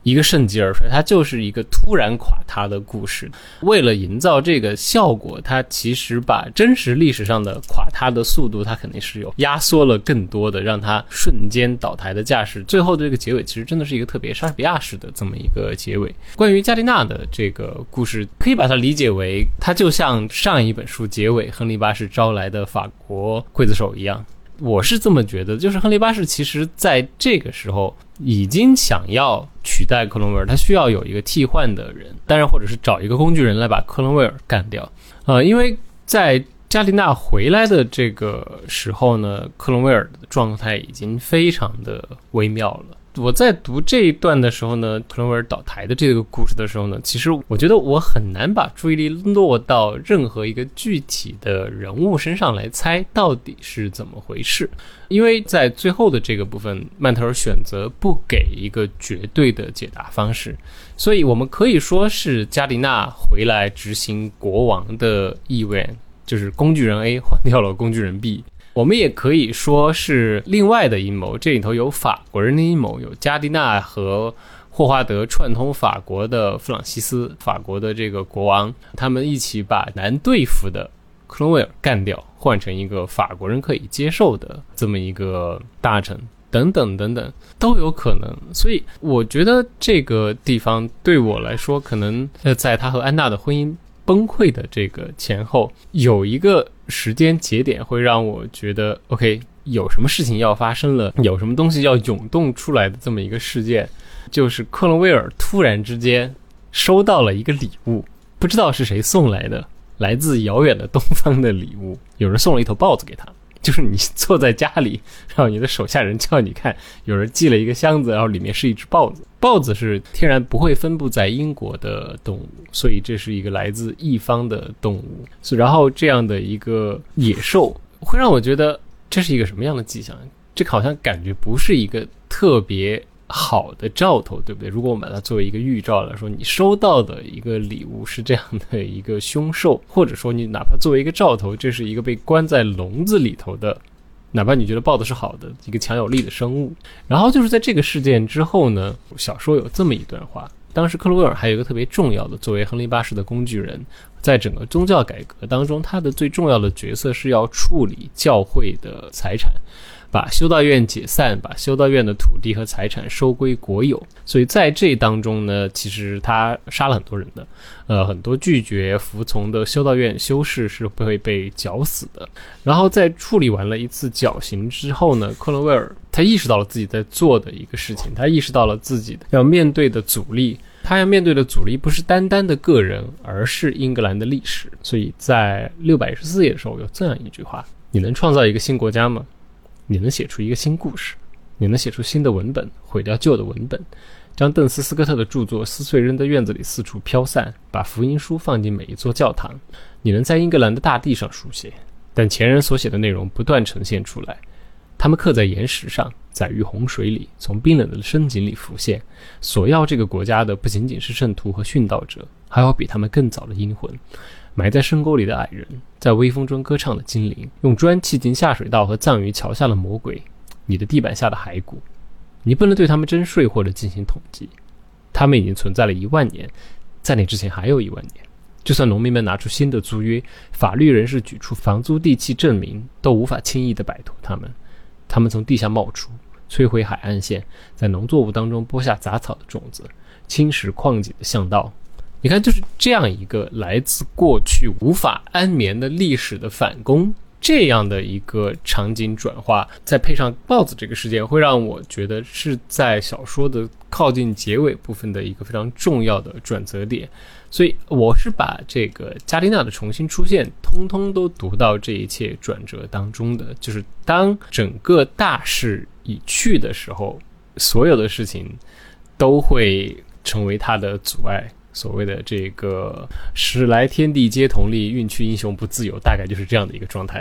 一个盛极而衰，它就是一个突然垮塌的故事。为了营造这个效果，它其实把真实历史上的垮塌的速度，它肯定是有压缩了更多的，让它瞬间倒台的架势。最后的这个结尾其实真的是一个特别莎士比亚式的这么一个结尾。关于加蒂娜的这个故事，可以把它理解为它就像上一本书结尾亨利八世招来的法国刽子手一样。我是这么觉得，就是亨利八世其实在这个时候已经想要取代克伦威尔，他需要有一个替换的人，当然或者是找一个工具人来把克伦威尔干掉。呃，因为在加蒂娜回来的这个时候呢，克伦威尔的状态已经非常的微妙了。我在读这一段的时候呢，克伦威尔倒台的这个故事的时候呢，其实我觉得我很难把注意力落到任何一个具体的人物身上来猜到底是怎么回事，因为在最后的这个部分，曼特尔选择不给一个绝对的解答方式，所以我们可以说是加蒂娜回来执行国王的意愿，就是工具人 A 换掉了工具人 B。我们也可以说是另外的阴谋，这里头有法国人的阴谋，有加蒂娜和霍华德串通法国的弗朗西斯，法国的这个国王，他们一起把难对付的克伦威尔干掉，换成一个法国人可以接受的这么一个大臣，等等等等都有可能。所以我觉得这个地方对我来说，可能在他和安娜的婚姻崩溃的这个前后，有一个时间节点会让我觉得 OK， 有什么事情要发生了，有什么东西要涌动出来的这么一个事件，就是克伦威尔突然之间收到了一个礼物，不知道是谁送来的，来自遥远的东方的礼物，有人送了一头豹子给他，就是你坐在家里，然后你的手下人叫你看，有人寄了一个箱子，然后里面是一只豹子。豹子是天然不会分布在英国的动物，所以这是一个来自异方的动物。然后这样的一个野兽会让我觉得这是一个什么样的迹象？这个好像感觉不是一个特别好的兆头，对不对？如果我们把它作为一个预兆来说，你收到的一个礼物是这样的一个凶兽，或者说你哪怕作为一个兆头，这是一个被关在笼子里头的，哪怕你觉得豹子是好的，一个强有力的生物。然后就是在这个事件之后呢，小说有这么一段话，当时克伦威尔还有一个特别重要的，作为亨利八世的工具人，在整个宗教改革当中，他的最重要的角色是要处理教会的财产，把修道院解散，把修道院的土地和财产收归国有。所以在这当中呢，其实他杀了很多人的，呃，很多拒绝服从的修道院修士是会被绞死的。然后在处理完了一次绞刑之后呢，克伦威尔他意识到了自己在做的一个事情，他意识到了自己要面对的阻力，他要面对的阻力不是单单的个人，而是英格兰的历史。所以在六百一十四页的时候有这样一句话：你能创造一个新国家吗？你能写出一个新故事，你能写出新的文本，毁掉旧的文本，将邓斯斯科特的著作撕碎扔在院子里四处飘散，把福音书放进每一座教堂。你能在英格兰的大地上书写，但前人所写的内容不断呈现出来，他们刻在岩石上，在于洪水里，从冰冷的深井里浮现。索要这个国家的不仅仅是圣徒和殉道者，还有比他们更早的阴魂，埋在深沟里的矮人，在微风中歌唱的精灵，用砖砌进下水道和葬于桥下的魔鬼，你的地板下的骸骨。你不能对他们征税或者进行统计，他们已经存在了一万年，在那之前还有一万年。就算农民们拿出新的租约，法律人士举出房租地契证明，都无法轻易地摆脱他们。他们从地下冒出，摧毁海岸线，在农作物当中播下杂草的种子，侵蚀矿井的巷道。你看，就是这样一个来自过去无法安眠的历史的反攻，这样的一个场景转化，再配上豹子这个事件，会让我觉得是在小说的靠近结尾部分的一个非常重要的转折点。所以我是把这个加蒂娜的重新出现通通都读到这一切转折当中的，就是当整个大势已去的时候，所有的事情都会成为它的阻碍。所谓的这个时来天地皆同力，运去英雄不自由，大概就是这样的一个状态了。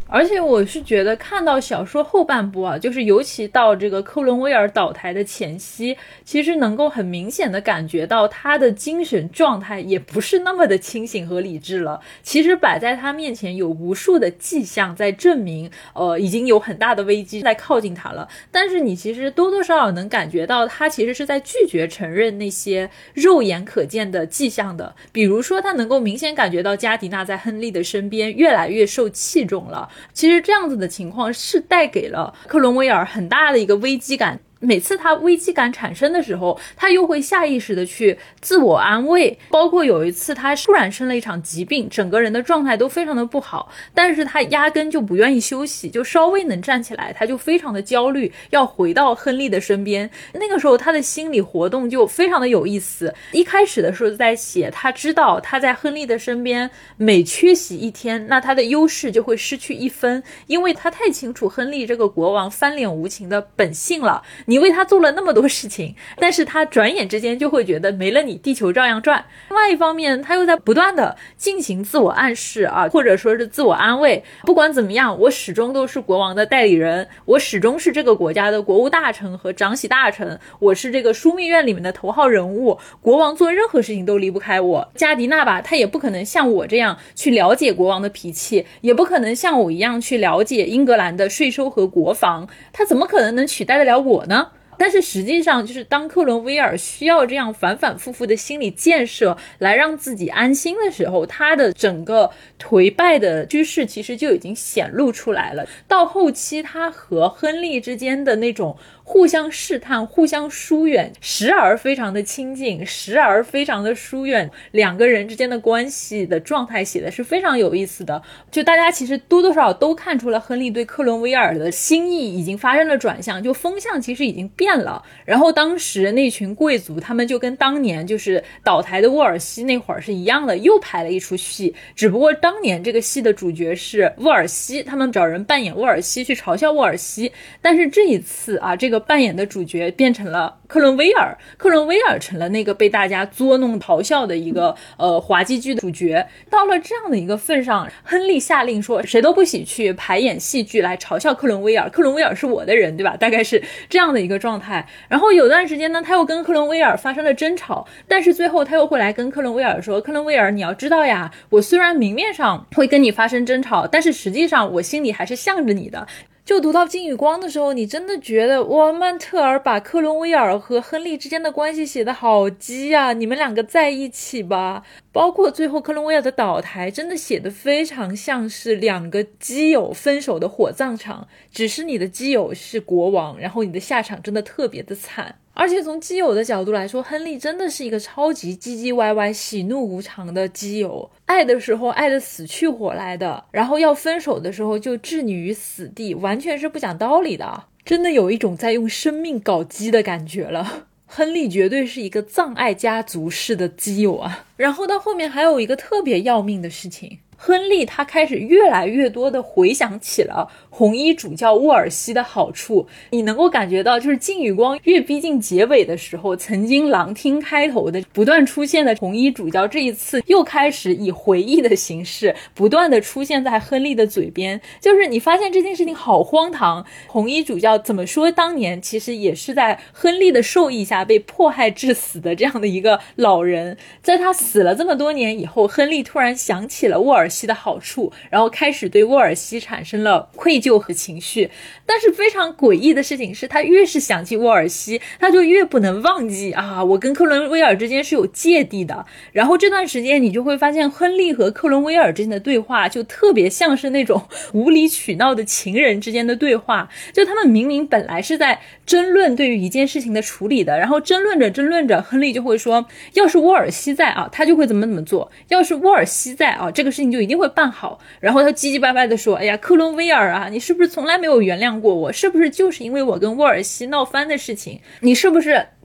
而且我是觉得看到小说后半部啊，就是尤其到这个克伦威尔倒台的前夕，其实能够很明显的感觉到他的精神状态也不是那么的清醒和理智了。其实摆在他面前有无数的迹象在证明呃，已经有很大的危机在靠近他了，但是你其实多多少少能感觉到他其实是在拒绝承认那些肉眼可见的迹象的。比如说他能够明显感觉到加迪娜在亨利的身边越来越受器重了，其实这样子的情况是带给了克伦威尔很大的一个危机感。每次他危机感产生的时候，他又会下意识的去自我安慰，包括有一次他突然生了一场疾病，整个人的状态都非常的不好，但是他压根就不愿意休息，就稍微能站起来他就非常的焦虑，要回到亨利的身边。那个时候他的心理活动就非常的有意思。一开始的时候在写他知道他在亨利的身边每缺席一天，那他的优势就会失去一分，因为他太清楚亨利这个国王翻脸无情的本性了。你为他做了那么多事情，但是他转眼之间就会觉得没了你地球照样转。另外一方面他又在不断的进行自我暗示啊，或者说是自我安慰，不管怎么样我始终都是国王的代理人，我始终是这个国家的国务大臣和长喜大臣，我是这个枢密院里面的头号人物，国王做任何事情都离不开我。加迪娜吧，他也不可能像我这样去了解国王的脾气，也不可能像我一样去了解英格兰的税收和国防，他怎么可能能取代得了我呢？但是实际上就是当克伦威尔需要这样反反复复的心理建设来让自己安心的时候，他的整个颓败的趋势其实就已经显露出来了。到后期他和亨利之间的那种互相试探互相疏远，时而非常的亲近，时而非常的疏远，两个人之间的关系的状态写的是非常有意思的。就大家其实多多少少都看出了亨利对克伦威尔的心意已经发生了转向，就风向其实已经变了。然后当时那群贵族他们就跟当年就是倒台的沃尔西那会儿是一样的，又排了一出戏，只不过当年这个戏的主角是沃尔西，他们找人扮演沃尔西去嘲笑沃尔西，但是这一次啊，这个扮演的主角变成了克伦威尔，克伦威尔成了那个被大家捉弄咆哮的一个呃滑稽剧的主角。到了这样的一个份上，亨利下令说谁都不许去排演戏剧来嘲笑克伦威尔，克伦威尔是我的人，对吧？大概是这样的一个状态。然后有段时间呢，他又跟克伦威尔发生了争吵，但是最后他又会来跟克伦威尔说，克伦威尔你要知道呀，我虽然明面上会跟你发生争吵，但是实际上我心里还是向着你的。就读到金与光的时候，你真的觉得哇，曼特尔把克伦威尔和亨利之间的关系写得好激啊，你们两个在一起吧。包括最后克伦威尔的倒台，真的写得非常像是两个基友分手的火葬场，只是你的基友是国王，然后你的下场真的特别的惨。而且从基友的角度来说，亨利真的是一个超级唧唧歪歪喜怒无常的基友，爱的时候爱得死去活来的，然后要分手的时候就置你于死地，完全是不讲道理的，真的有一种在用生命搞基的感觉了。亨利绝对是一个葬爱家族式的基友啊。然后到后面还有一个特别要命的事情，亨利他开始越来越多的回想起了红衣主教沃尔西的好处。你能够感觉到就是金与光越逼近结尾的时候，曾经狼厅开头的不断出现的红衣主教，这一次又开始以回忆的形式不断的出现在亨利的嘴边。就是你发现这件事情好荒唐，红衣主教怎么说当年其实也是在亨利的授意下被迫害致死的这样的一个老人，在他死了这么多年以后，亨利突然想起了沃尔西的好处，然后开始对沃尔西产生了愧疚和情绪。但是非常诡异的事情是，他越是想起沃尔西，他就越不能忘记啊，我跟克伦威尔之间是有芥蒂的。然后这段时间你就会发现亨利和克伦威尔之间的对话就特别像是那种无理取闹的情人之间的对话，就他们明明本来是在争论对于一件事情的处理的，然后争论着争论着，亨利就会说要是沃尔西在啊，他就会怎么怎么做，要是沃尔西在啊，这个事情就一定会办好。然后他唧唧歪歪的说，哎呀，克伦威尔啊，你是不是从来没有原谅过我？是不是就是因为我跟沃尔西闹翻的事情，你是不是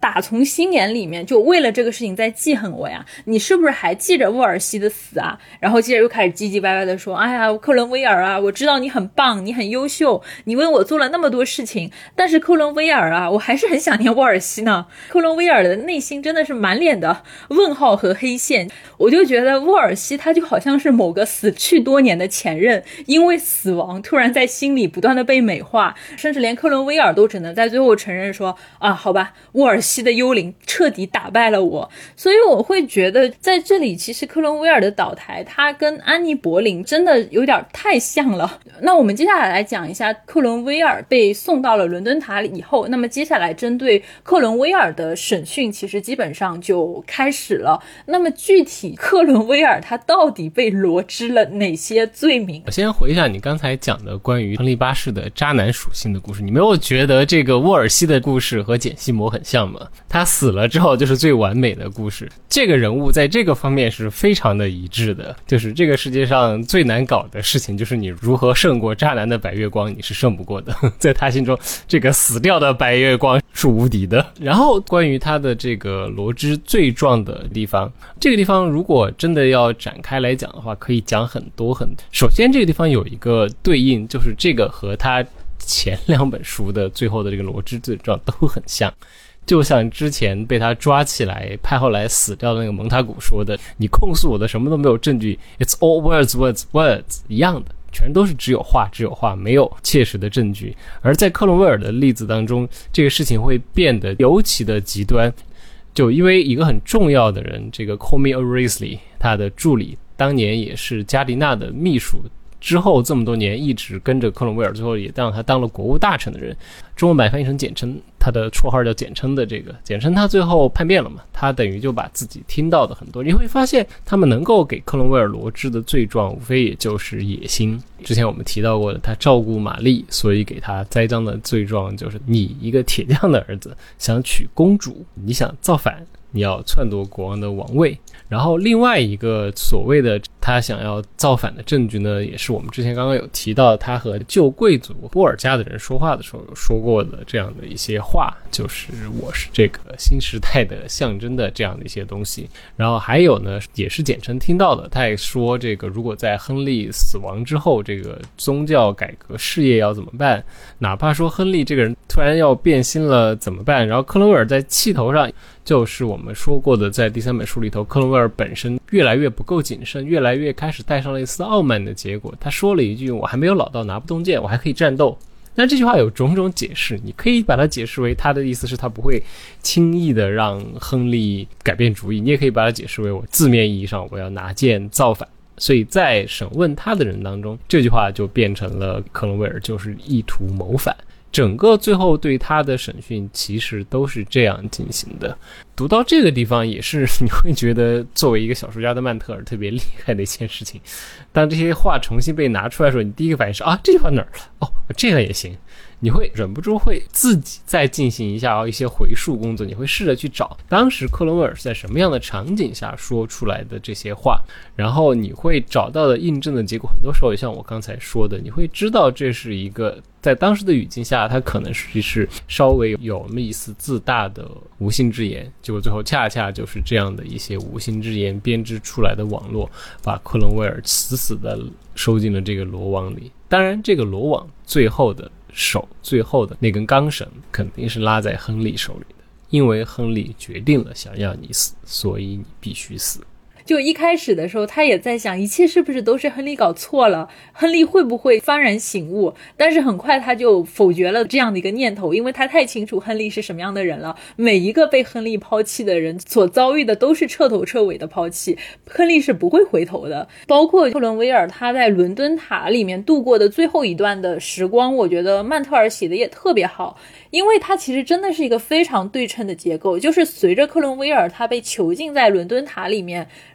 打从心眼里面就为了这个事情在记恨我呀？你是不是还记着沃尔西的死啊？然后接着又开始唧唧歪歪的说，哎呀，克伦威尔啊，我知道你很棒，你很优秀，你为我做了那么多事情，但是克伦威尔啊，我还是很想念沃尔西呢。克伦威尔的内心真的是满脸的问号和黑线。我就觉得沃尔西他就好像是某个死去多年的前任，因为死亡突然在心里不断的被美化，甚至连克伦威尔都只能在最后承认说，啊，好吧，沃尔西的幽灵彻底打败了我。所以我会觉得在这里其实克伦威尔的倒台他跟安妮柏林真的有点太像了。那我们接下来来讲一下克伦威尔被送到了伦敦塔以后，那么接下来针对克伦威尔的审讯其实基本上就开始了。那么具体克伦威尔他到底被罗织了哪些罪名？ 我先回一下你刚才讲的关于亨利八世的渣男属性的故事，你没有觉得这个沃尔西的故事和简西摩很像吗？他死了之后就是最完美的故事，这个人物在这个方面是非常的一致的，就是这个世界上最难搞的事情就是你如何胜过渣男的白月光，你是胜不过的。在他心中这个死掉的白月光是无敌的。然后关于他的这个罗织罪状的地方，这个地方如果真的要展开来讲的话，可以讲很多很多。首先这个地方有一个对应，就是这个和他前两本书的最后的这个罗织罪状都很像，就像之前被他抓起来派后来死掉的那个蒙塔古说的，你控诉我的什么都没有证据， It's all words words words 一样的，全都是只有话只有话，没有切实的证据。而在克伦威尔的例子当中，这个事情会变得尤其的极端，就因为一个很重要的人，这个 Comey O'Risley 他的助理当年也是加迪纳的秘书，之后这么多年一直跟着克伦威尔，最后也让他当了国务大臣的人，中文版翻译成简称，他的绰号叫简称的这个简称，他最后叛变了嘛，他等于就把自己听到的很多，你会发现他们能够给克伦威尔罗织的罪状无非也就是野心。之前我们提到过的，他照顾玛丽，所以给他栽赃的罪状就是你一个铁匠的儿子想娶公主，你想造反，你要篡夺国王的王位。然后另外一个所谓的他想要造反的证据呢，也是我们之前刚刚有提到他和旧贵族波尔家的人说话的时候有说过的这样的一些话，就是我是这个新时代的象征的这样的一些东西。然后还有呢，也是简称听到的，他也说这个如果在亨利死亡之后，这个宗教改革事业要怎么办，哪怕说亨利这个人突然要变心了怎么办。然后克伦威尔在气头上，就是我们说过的在第三本书里头，克伦威尔本身越来越不够谨慎，越来越开始带上了一丝傲慢的结果。他说了一句，我还没有老到拿不动剑，我还可以战斗。但这句话有种种解释，你可以把它解释为他的意思是他不会轻易的让亨利改变主意，你也可以把它解释为我字面意义上我要拿剑造反。所以在审问他的人当中，这句话就变成了克伦威尔就是意图谋反。整个最后对他的审讯其实都是这样进行的。读到这个地方也是你会觉得作为一个小说家的曼特尔特别厉害的一件事情，当这些话重新被拿出来的时候，你第一个反应是啊，这句话哪儿了？哦，这个也行。你会忍不住会自己再进行一下一些回溯工作，你会试着去找当时克伦威尔是在什么样的场景下说出来的这些话，然后你会找到的印证的结果，很多时候也像我刚才说的，你会知道这是一个在当时的语境下，他可能是是稍微有那么一丝自大的无心之言，结果最后恰恰就是这样的一些无心之言编织出来的网络，把克伦威尔死死的收进了这个罗网里。当然这个罗网最后的手，最后的那根钢绳肯定是拉在亨利手里的，因为亨利决定了想要你死，所以你必须死。 就一开始的时候他也在想一切是不是都是亨利搞错了，亨利会不会幡然醒悟，但是很快他就否决了这样的一个念头，因为他太清楚亨利是什么样的人了，每一个被亨利抛弃的人所遭遇的都是彻头彻尾的抛弃，亨利是不会回头的。包括克伦威尔他在伦敦塔里面度过的最后一段的时光，我觉得曼特尔写的也特别好，因为他其实真的是一个非常对称的结构，就是随着克伦威尔他被囚禁在伦敦塔里面，然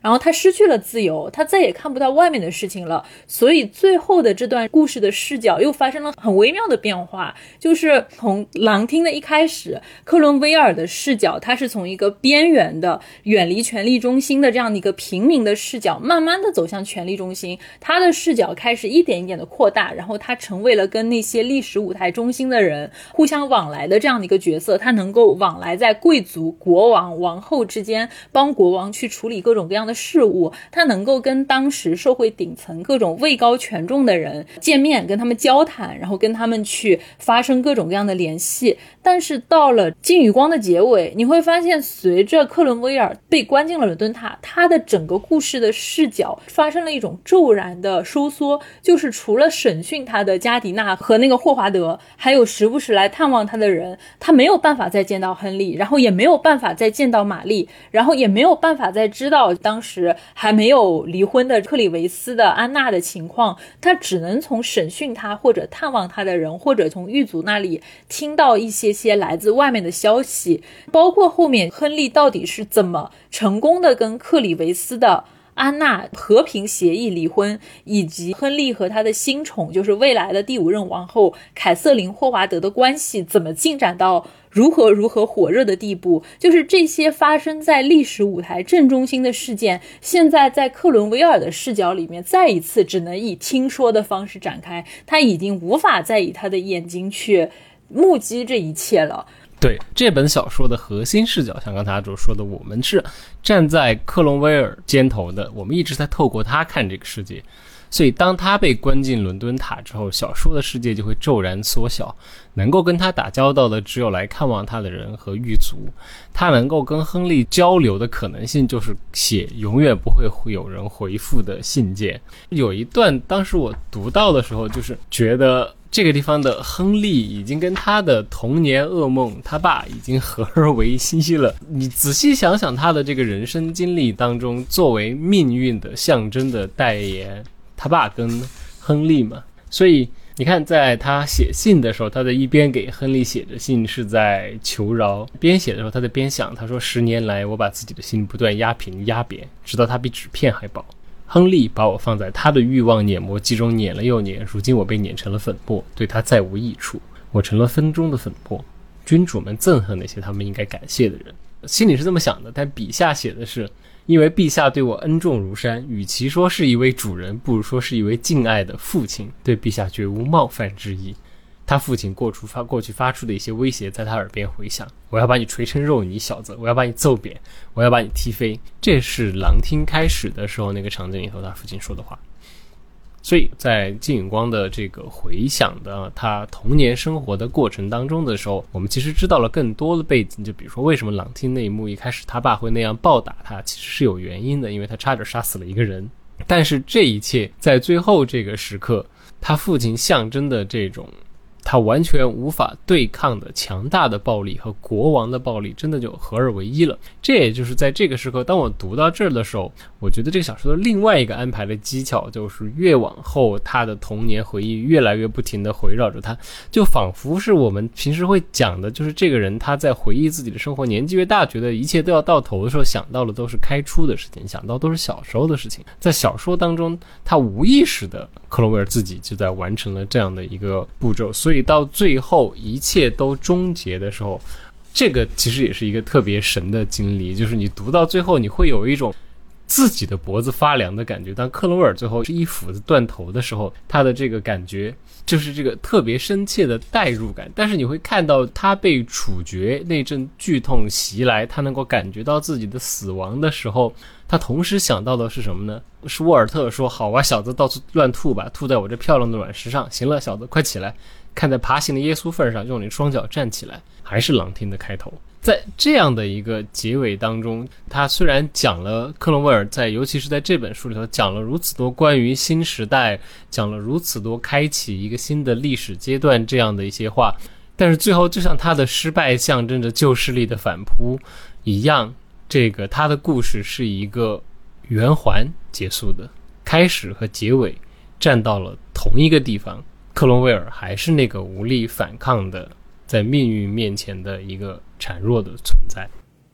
然后他失去了自由，他再也看不到外面的事情了。所以最后的这段故事的视角又发生了很微妙的变化，就是从狼厅的一开始，克伦威尔的视角他是从一个边缘的远离权力中心的这样的一个平民的视角慢慢的走向权力中心，他的视角开始一点一点的扩大，然后他成为了跟那些历史舞台中心的人互相往来的这样的一个角色，他能够往来在贵族、国王、王后之间，帮国王去处理各种各样的事务，他能够跟当时社会顶层各种位高权重的人见面，跟他们交谈，然后跟他们去发生各种各样的联系。但是到了金与光的结尾，你会发现随着克伦威尔被关进了伦敦塔，他的整个故事的视角发生了一种骤然的收缩，就是除了审讯他的加迪纳和那个霍华德，还有时不时来探望他的人，他没有办法再见到亨利，然后也没有办法再见到玛丽，然后也没有办法再知道当时还没有离婚的克里维斯的安娜的情况，他只能从审讯他或者探望他的人，或者从狱卒那里听到一些些来自外面的消息，包括后面亨利到底是怎么成功的跟克里维斯的安娜和平协议离婚，以及亨利和他的新宠就是未来的第五任王后凯瑟琳霍华德的关系怎么进展到如何如何火热的地步，就是这些发生在历史舞台正中心的事件，现在在克伦威尔的视角里面再一次只能以听说的方式展开，他已经无法再以他的眼睛去目击这一切了。 对，这本小说的核心视角，像刚才阿卓说的，我们是站在克伦威尔肩头的，我们一直在透过他看这个世界，所以当他被关进伦敦塔之后，小说的世界就会骤然缩小，能够跟他打交道的只有来看望他的人和狱卒，他能够跟亨利交流的可能性就是写永远不会有人回复的信件。有一段当时我读到的时候，就是觉得这个地方的亨利已经跟他的童年噩梦他爸已经合而为一了。你仔细想想他的这个人生经历当中，作为命运的象征的代言，他爸跟亨利嘛，所以你看在他写信的时候，他的一边给亨利写着信是在求饶，边写的时候他在边想，他说十年来我把自己的心不断压平压扁，直到他比纸片还薄。亨利把我放在他的欲望碾磨机中碾了又碾，如今我被碾成了粉末，对他再无益处，我成了风中的粉末。君主们憎恨那些他们应该感谢的人。心里是这么想的，但笔下写的是，因为陛下对我恩重如山，与其说是一位主人，不如说是一位敬爱的父亲，对陛下绝无冒犯之意。他父亲过去发过去发出的一些威胁在他耳边回响，我要把你锤成肉泥小子，我要把你揍扁，我要把你踢飞。这是狼厅开始的时候那个场景里头他父亲说的话。所以在金允光的这个回想的他童年生活的过程当中的时候，我们其实知道了更多的背景，就比如说为什么狼厅那一幕一开始他爸会那样暴打他，其实是有原因的，因为他差点杀死了一个人。但是这一切在最后这个时刻，他父亲象征的这种他完全无法对抗的强大的暴力和国王的暴力真的就合二为一了。这也就是在这个时刻，当我读到这儿的时候，我觉得这个小说的另外一个安排的技巧就是越往后他的童年回忆越来越不停地围绕着他，就仿佛是我们平时会讲的，就是这个人他在回忆自己的生活，年纪越大觉得一切都要到头的时候，想到的都是开初的事情，想到都是小时候的事情。在小说当中他无意识的克伦威尔自己就在完成了这样的一个步骤，所以到最后一切都终结的时候，这个其实也是一个特别神的经历，就是你读到最后你会有一种自己的脖子发凉的感觉。当克伦威尔最后是一斧子断头的时候，他的这个感觉就是这个特别深切的代入感，但是你会看到他被处决那阵剧痛袭来，他能够感觉到自己的死亡的时候，他同时想到的是什么呢？是沃尔特说，好啊小子，到处乱吐吧，吐在我这漂亮的卵石上，行了小子快起来，看在爬行的耶稣份上，用你双脚站起来。还是狼厅的开头。在这样的一个结尾当中，他虽然讲了克伦威尔在尤其是在这本书里头讲了如此多关于新时代，讲了如此多开启一个新的历史阶段这样的一些话，但是最后就像他的失败象征着旧势力的反扑一样，这个他的故事是一个圆环结束的，开始和结尾站到了同一个地方，克伦威尔还是那个无力反抗的在命运面前的一个孱弱的存在。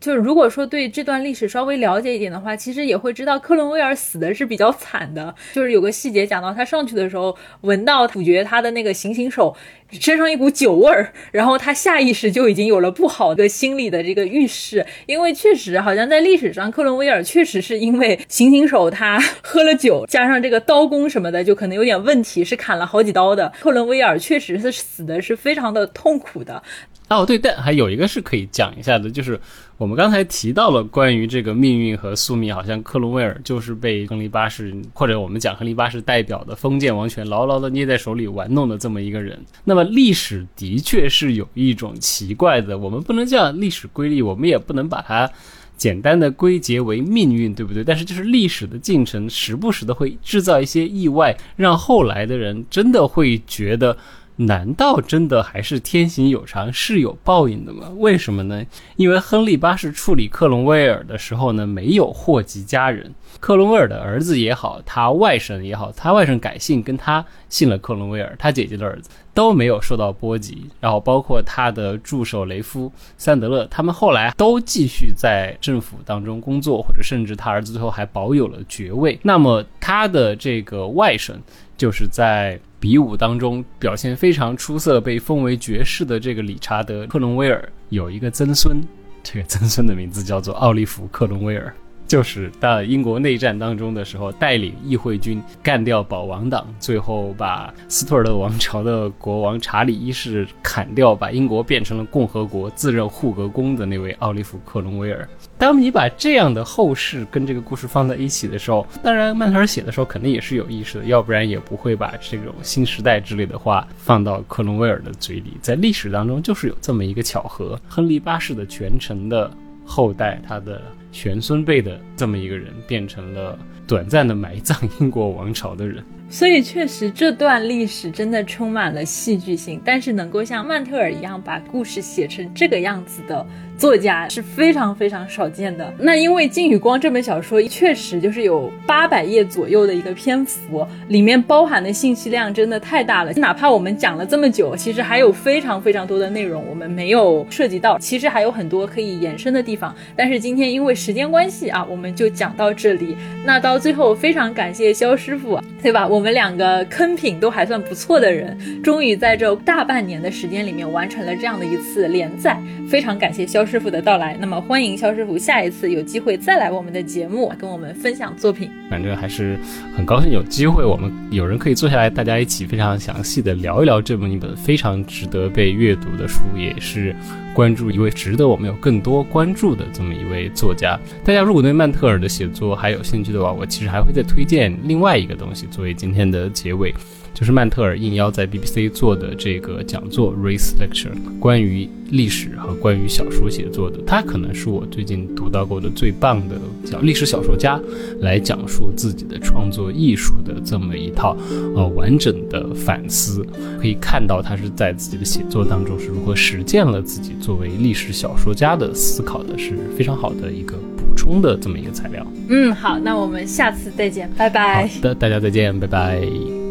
就是如果说对这段历史稍微了解一点的话，其实也会知道克伦威尔死的是比较惨的。就是有个细节讲到他上去的时候闻到处决他的那个行刑手身上一股酒味儿，然后他下意识就已经有了不好的心理的这个预示。因为确实好像在历史上克伦威尔确实是因为行刑手他喝了酒加上这个刀工什么的就可能有点问题，是砍了好几刀的。克伦威尔确实是死的是非常的痛苦的。 哦，对，但还有一个是可以讲一下的，就是我们刚才提到了关于这个命运和宿命，好像克伦威尔就是被亨利八世，或者我们讲亨利八世代表的封建王权牢牢的捏在手里玩弄的这么一个人。那么历史的确是有一种奇怪的，我们不能叫历史规律，我们也不能把它简单的归结为命运，对不对？但是就是历史的进程时不时的会制造一些意外，让后来的人真的会觉得难道真的还是天行有常，事有报应的吗？为什么呢？因为亨利八世处理克伦威尔的时候呢，没有祸及家人。克伦威尔的儿子也好，他外甥也好，他外甥改姓跟他姓了克伦威尔，他姐姐的儿子都没有受到波及。然后包括他的助手雷夫、三德勒，他们后来都继续在政府当中工作，或者甚至他儿子最后还保有了爵位。那么他的这个外甥就是在比武当中表现非常出色，被封为爵士的这个理查德·克伦威尔有一个曾孙，这个曾孙的名字叫做奥利弗·克伦威尔，就是在英国内战当中的时候带领议会军干掉保王党，最后把斯图尔特王朝的国王查理一世砍掉，把英国变成了共和国，自认护国公的那位奥利弗·克伦威尔。当你把这样的后事跟这个故事放在一起的时候，当然曼特尔写的时候肯定也是有意识的，要不然也不会把这种新时代之类的话放到克伦威尔的嘴里。在历史当中就是有这么一个巧合，亨利八世的全程的后代，他的玄孙辈的这么一个人变成了短暂的埋葬英国王朝的人。 所以确实这段历史真的充满了戏剧性，但是能够像曼特尔一样把故事写成这个样子的作家是非常非常少见的。那因为金宇光这本小说确实就是有八百页左右的一个篇幅，里面包含的信息量真的太大了，哪怕我们讲了这么久，其实还有非常非常多的内容我们没有涉及到，其实还有很多可以延伸的地方，但是今天因为时间关系啊，我们就讲到这里。那到最后非常感谢肖师傅，对吧？我们两个坑品都还算不错的人，终于在这大半年的时间里面完成了这样的一次连载，非常感谢肖师傅的到来。那么欢迎肖师傅下一次有机会再来我们的节目跟我们分享作品。 反正还是很高兴有机会我们有人可以坐下来大家一起非常详细的聊一聊这么一本非常值得被阅读的书，也是关注一位值得我们有更多关注的这么一位作家。大家如果对曼特尔的写作还有兴趣的话，我其实还会再推荐另外一个东西作为今天的结尾，就是曼特尔应邀在 B B C 做的这个讲座 Race Lecture， 关于历史和关于小说写作的。他可能是我最近读到过的最棒的叫历史小说家来讲述自己的创作艺术的这么一套呃完整的反思，可以看到他是在自己的写作当中是如何实践了自己作为历史小说家的思考的，是非常好的一个补充的这么一个材料。 嗯，好，那我们下次再见，拜拜。 好的，大家再见，拜拜。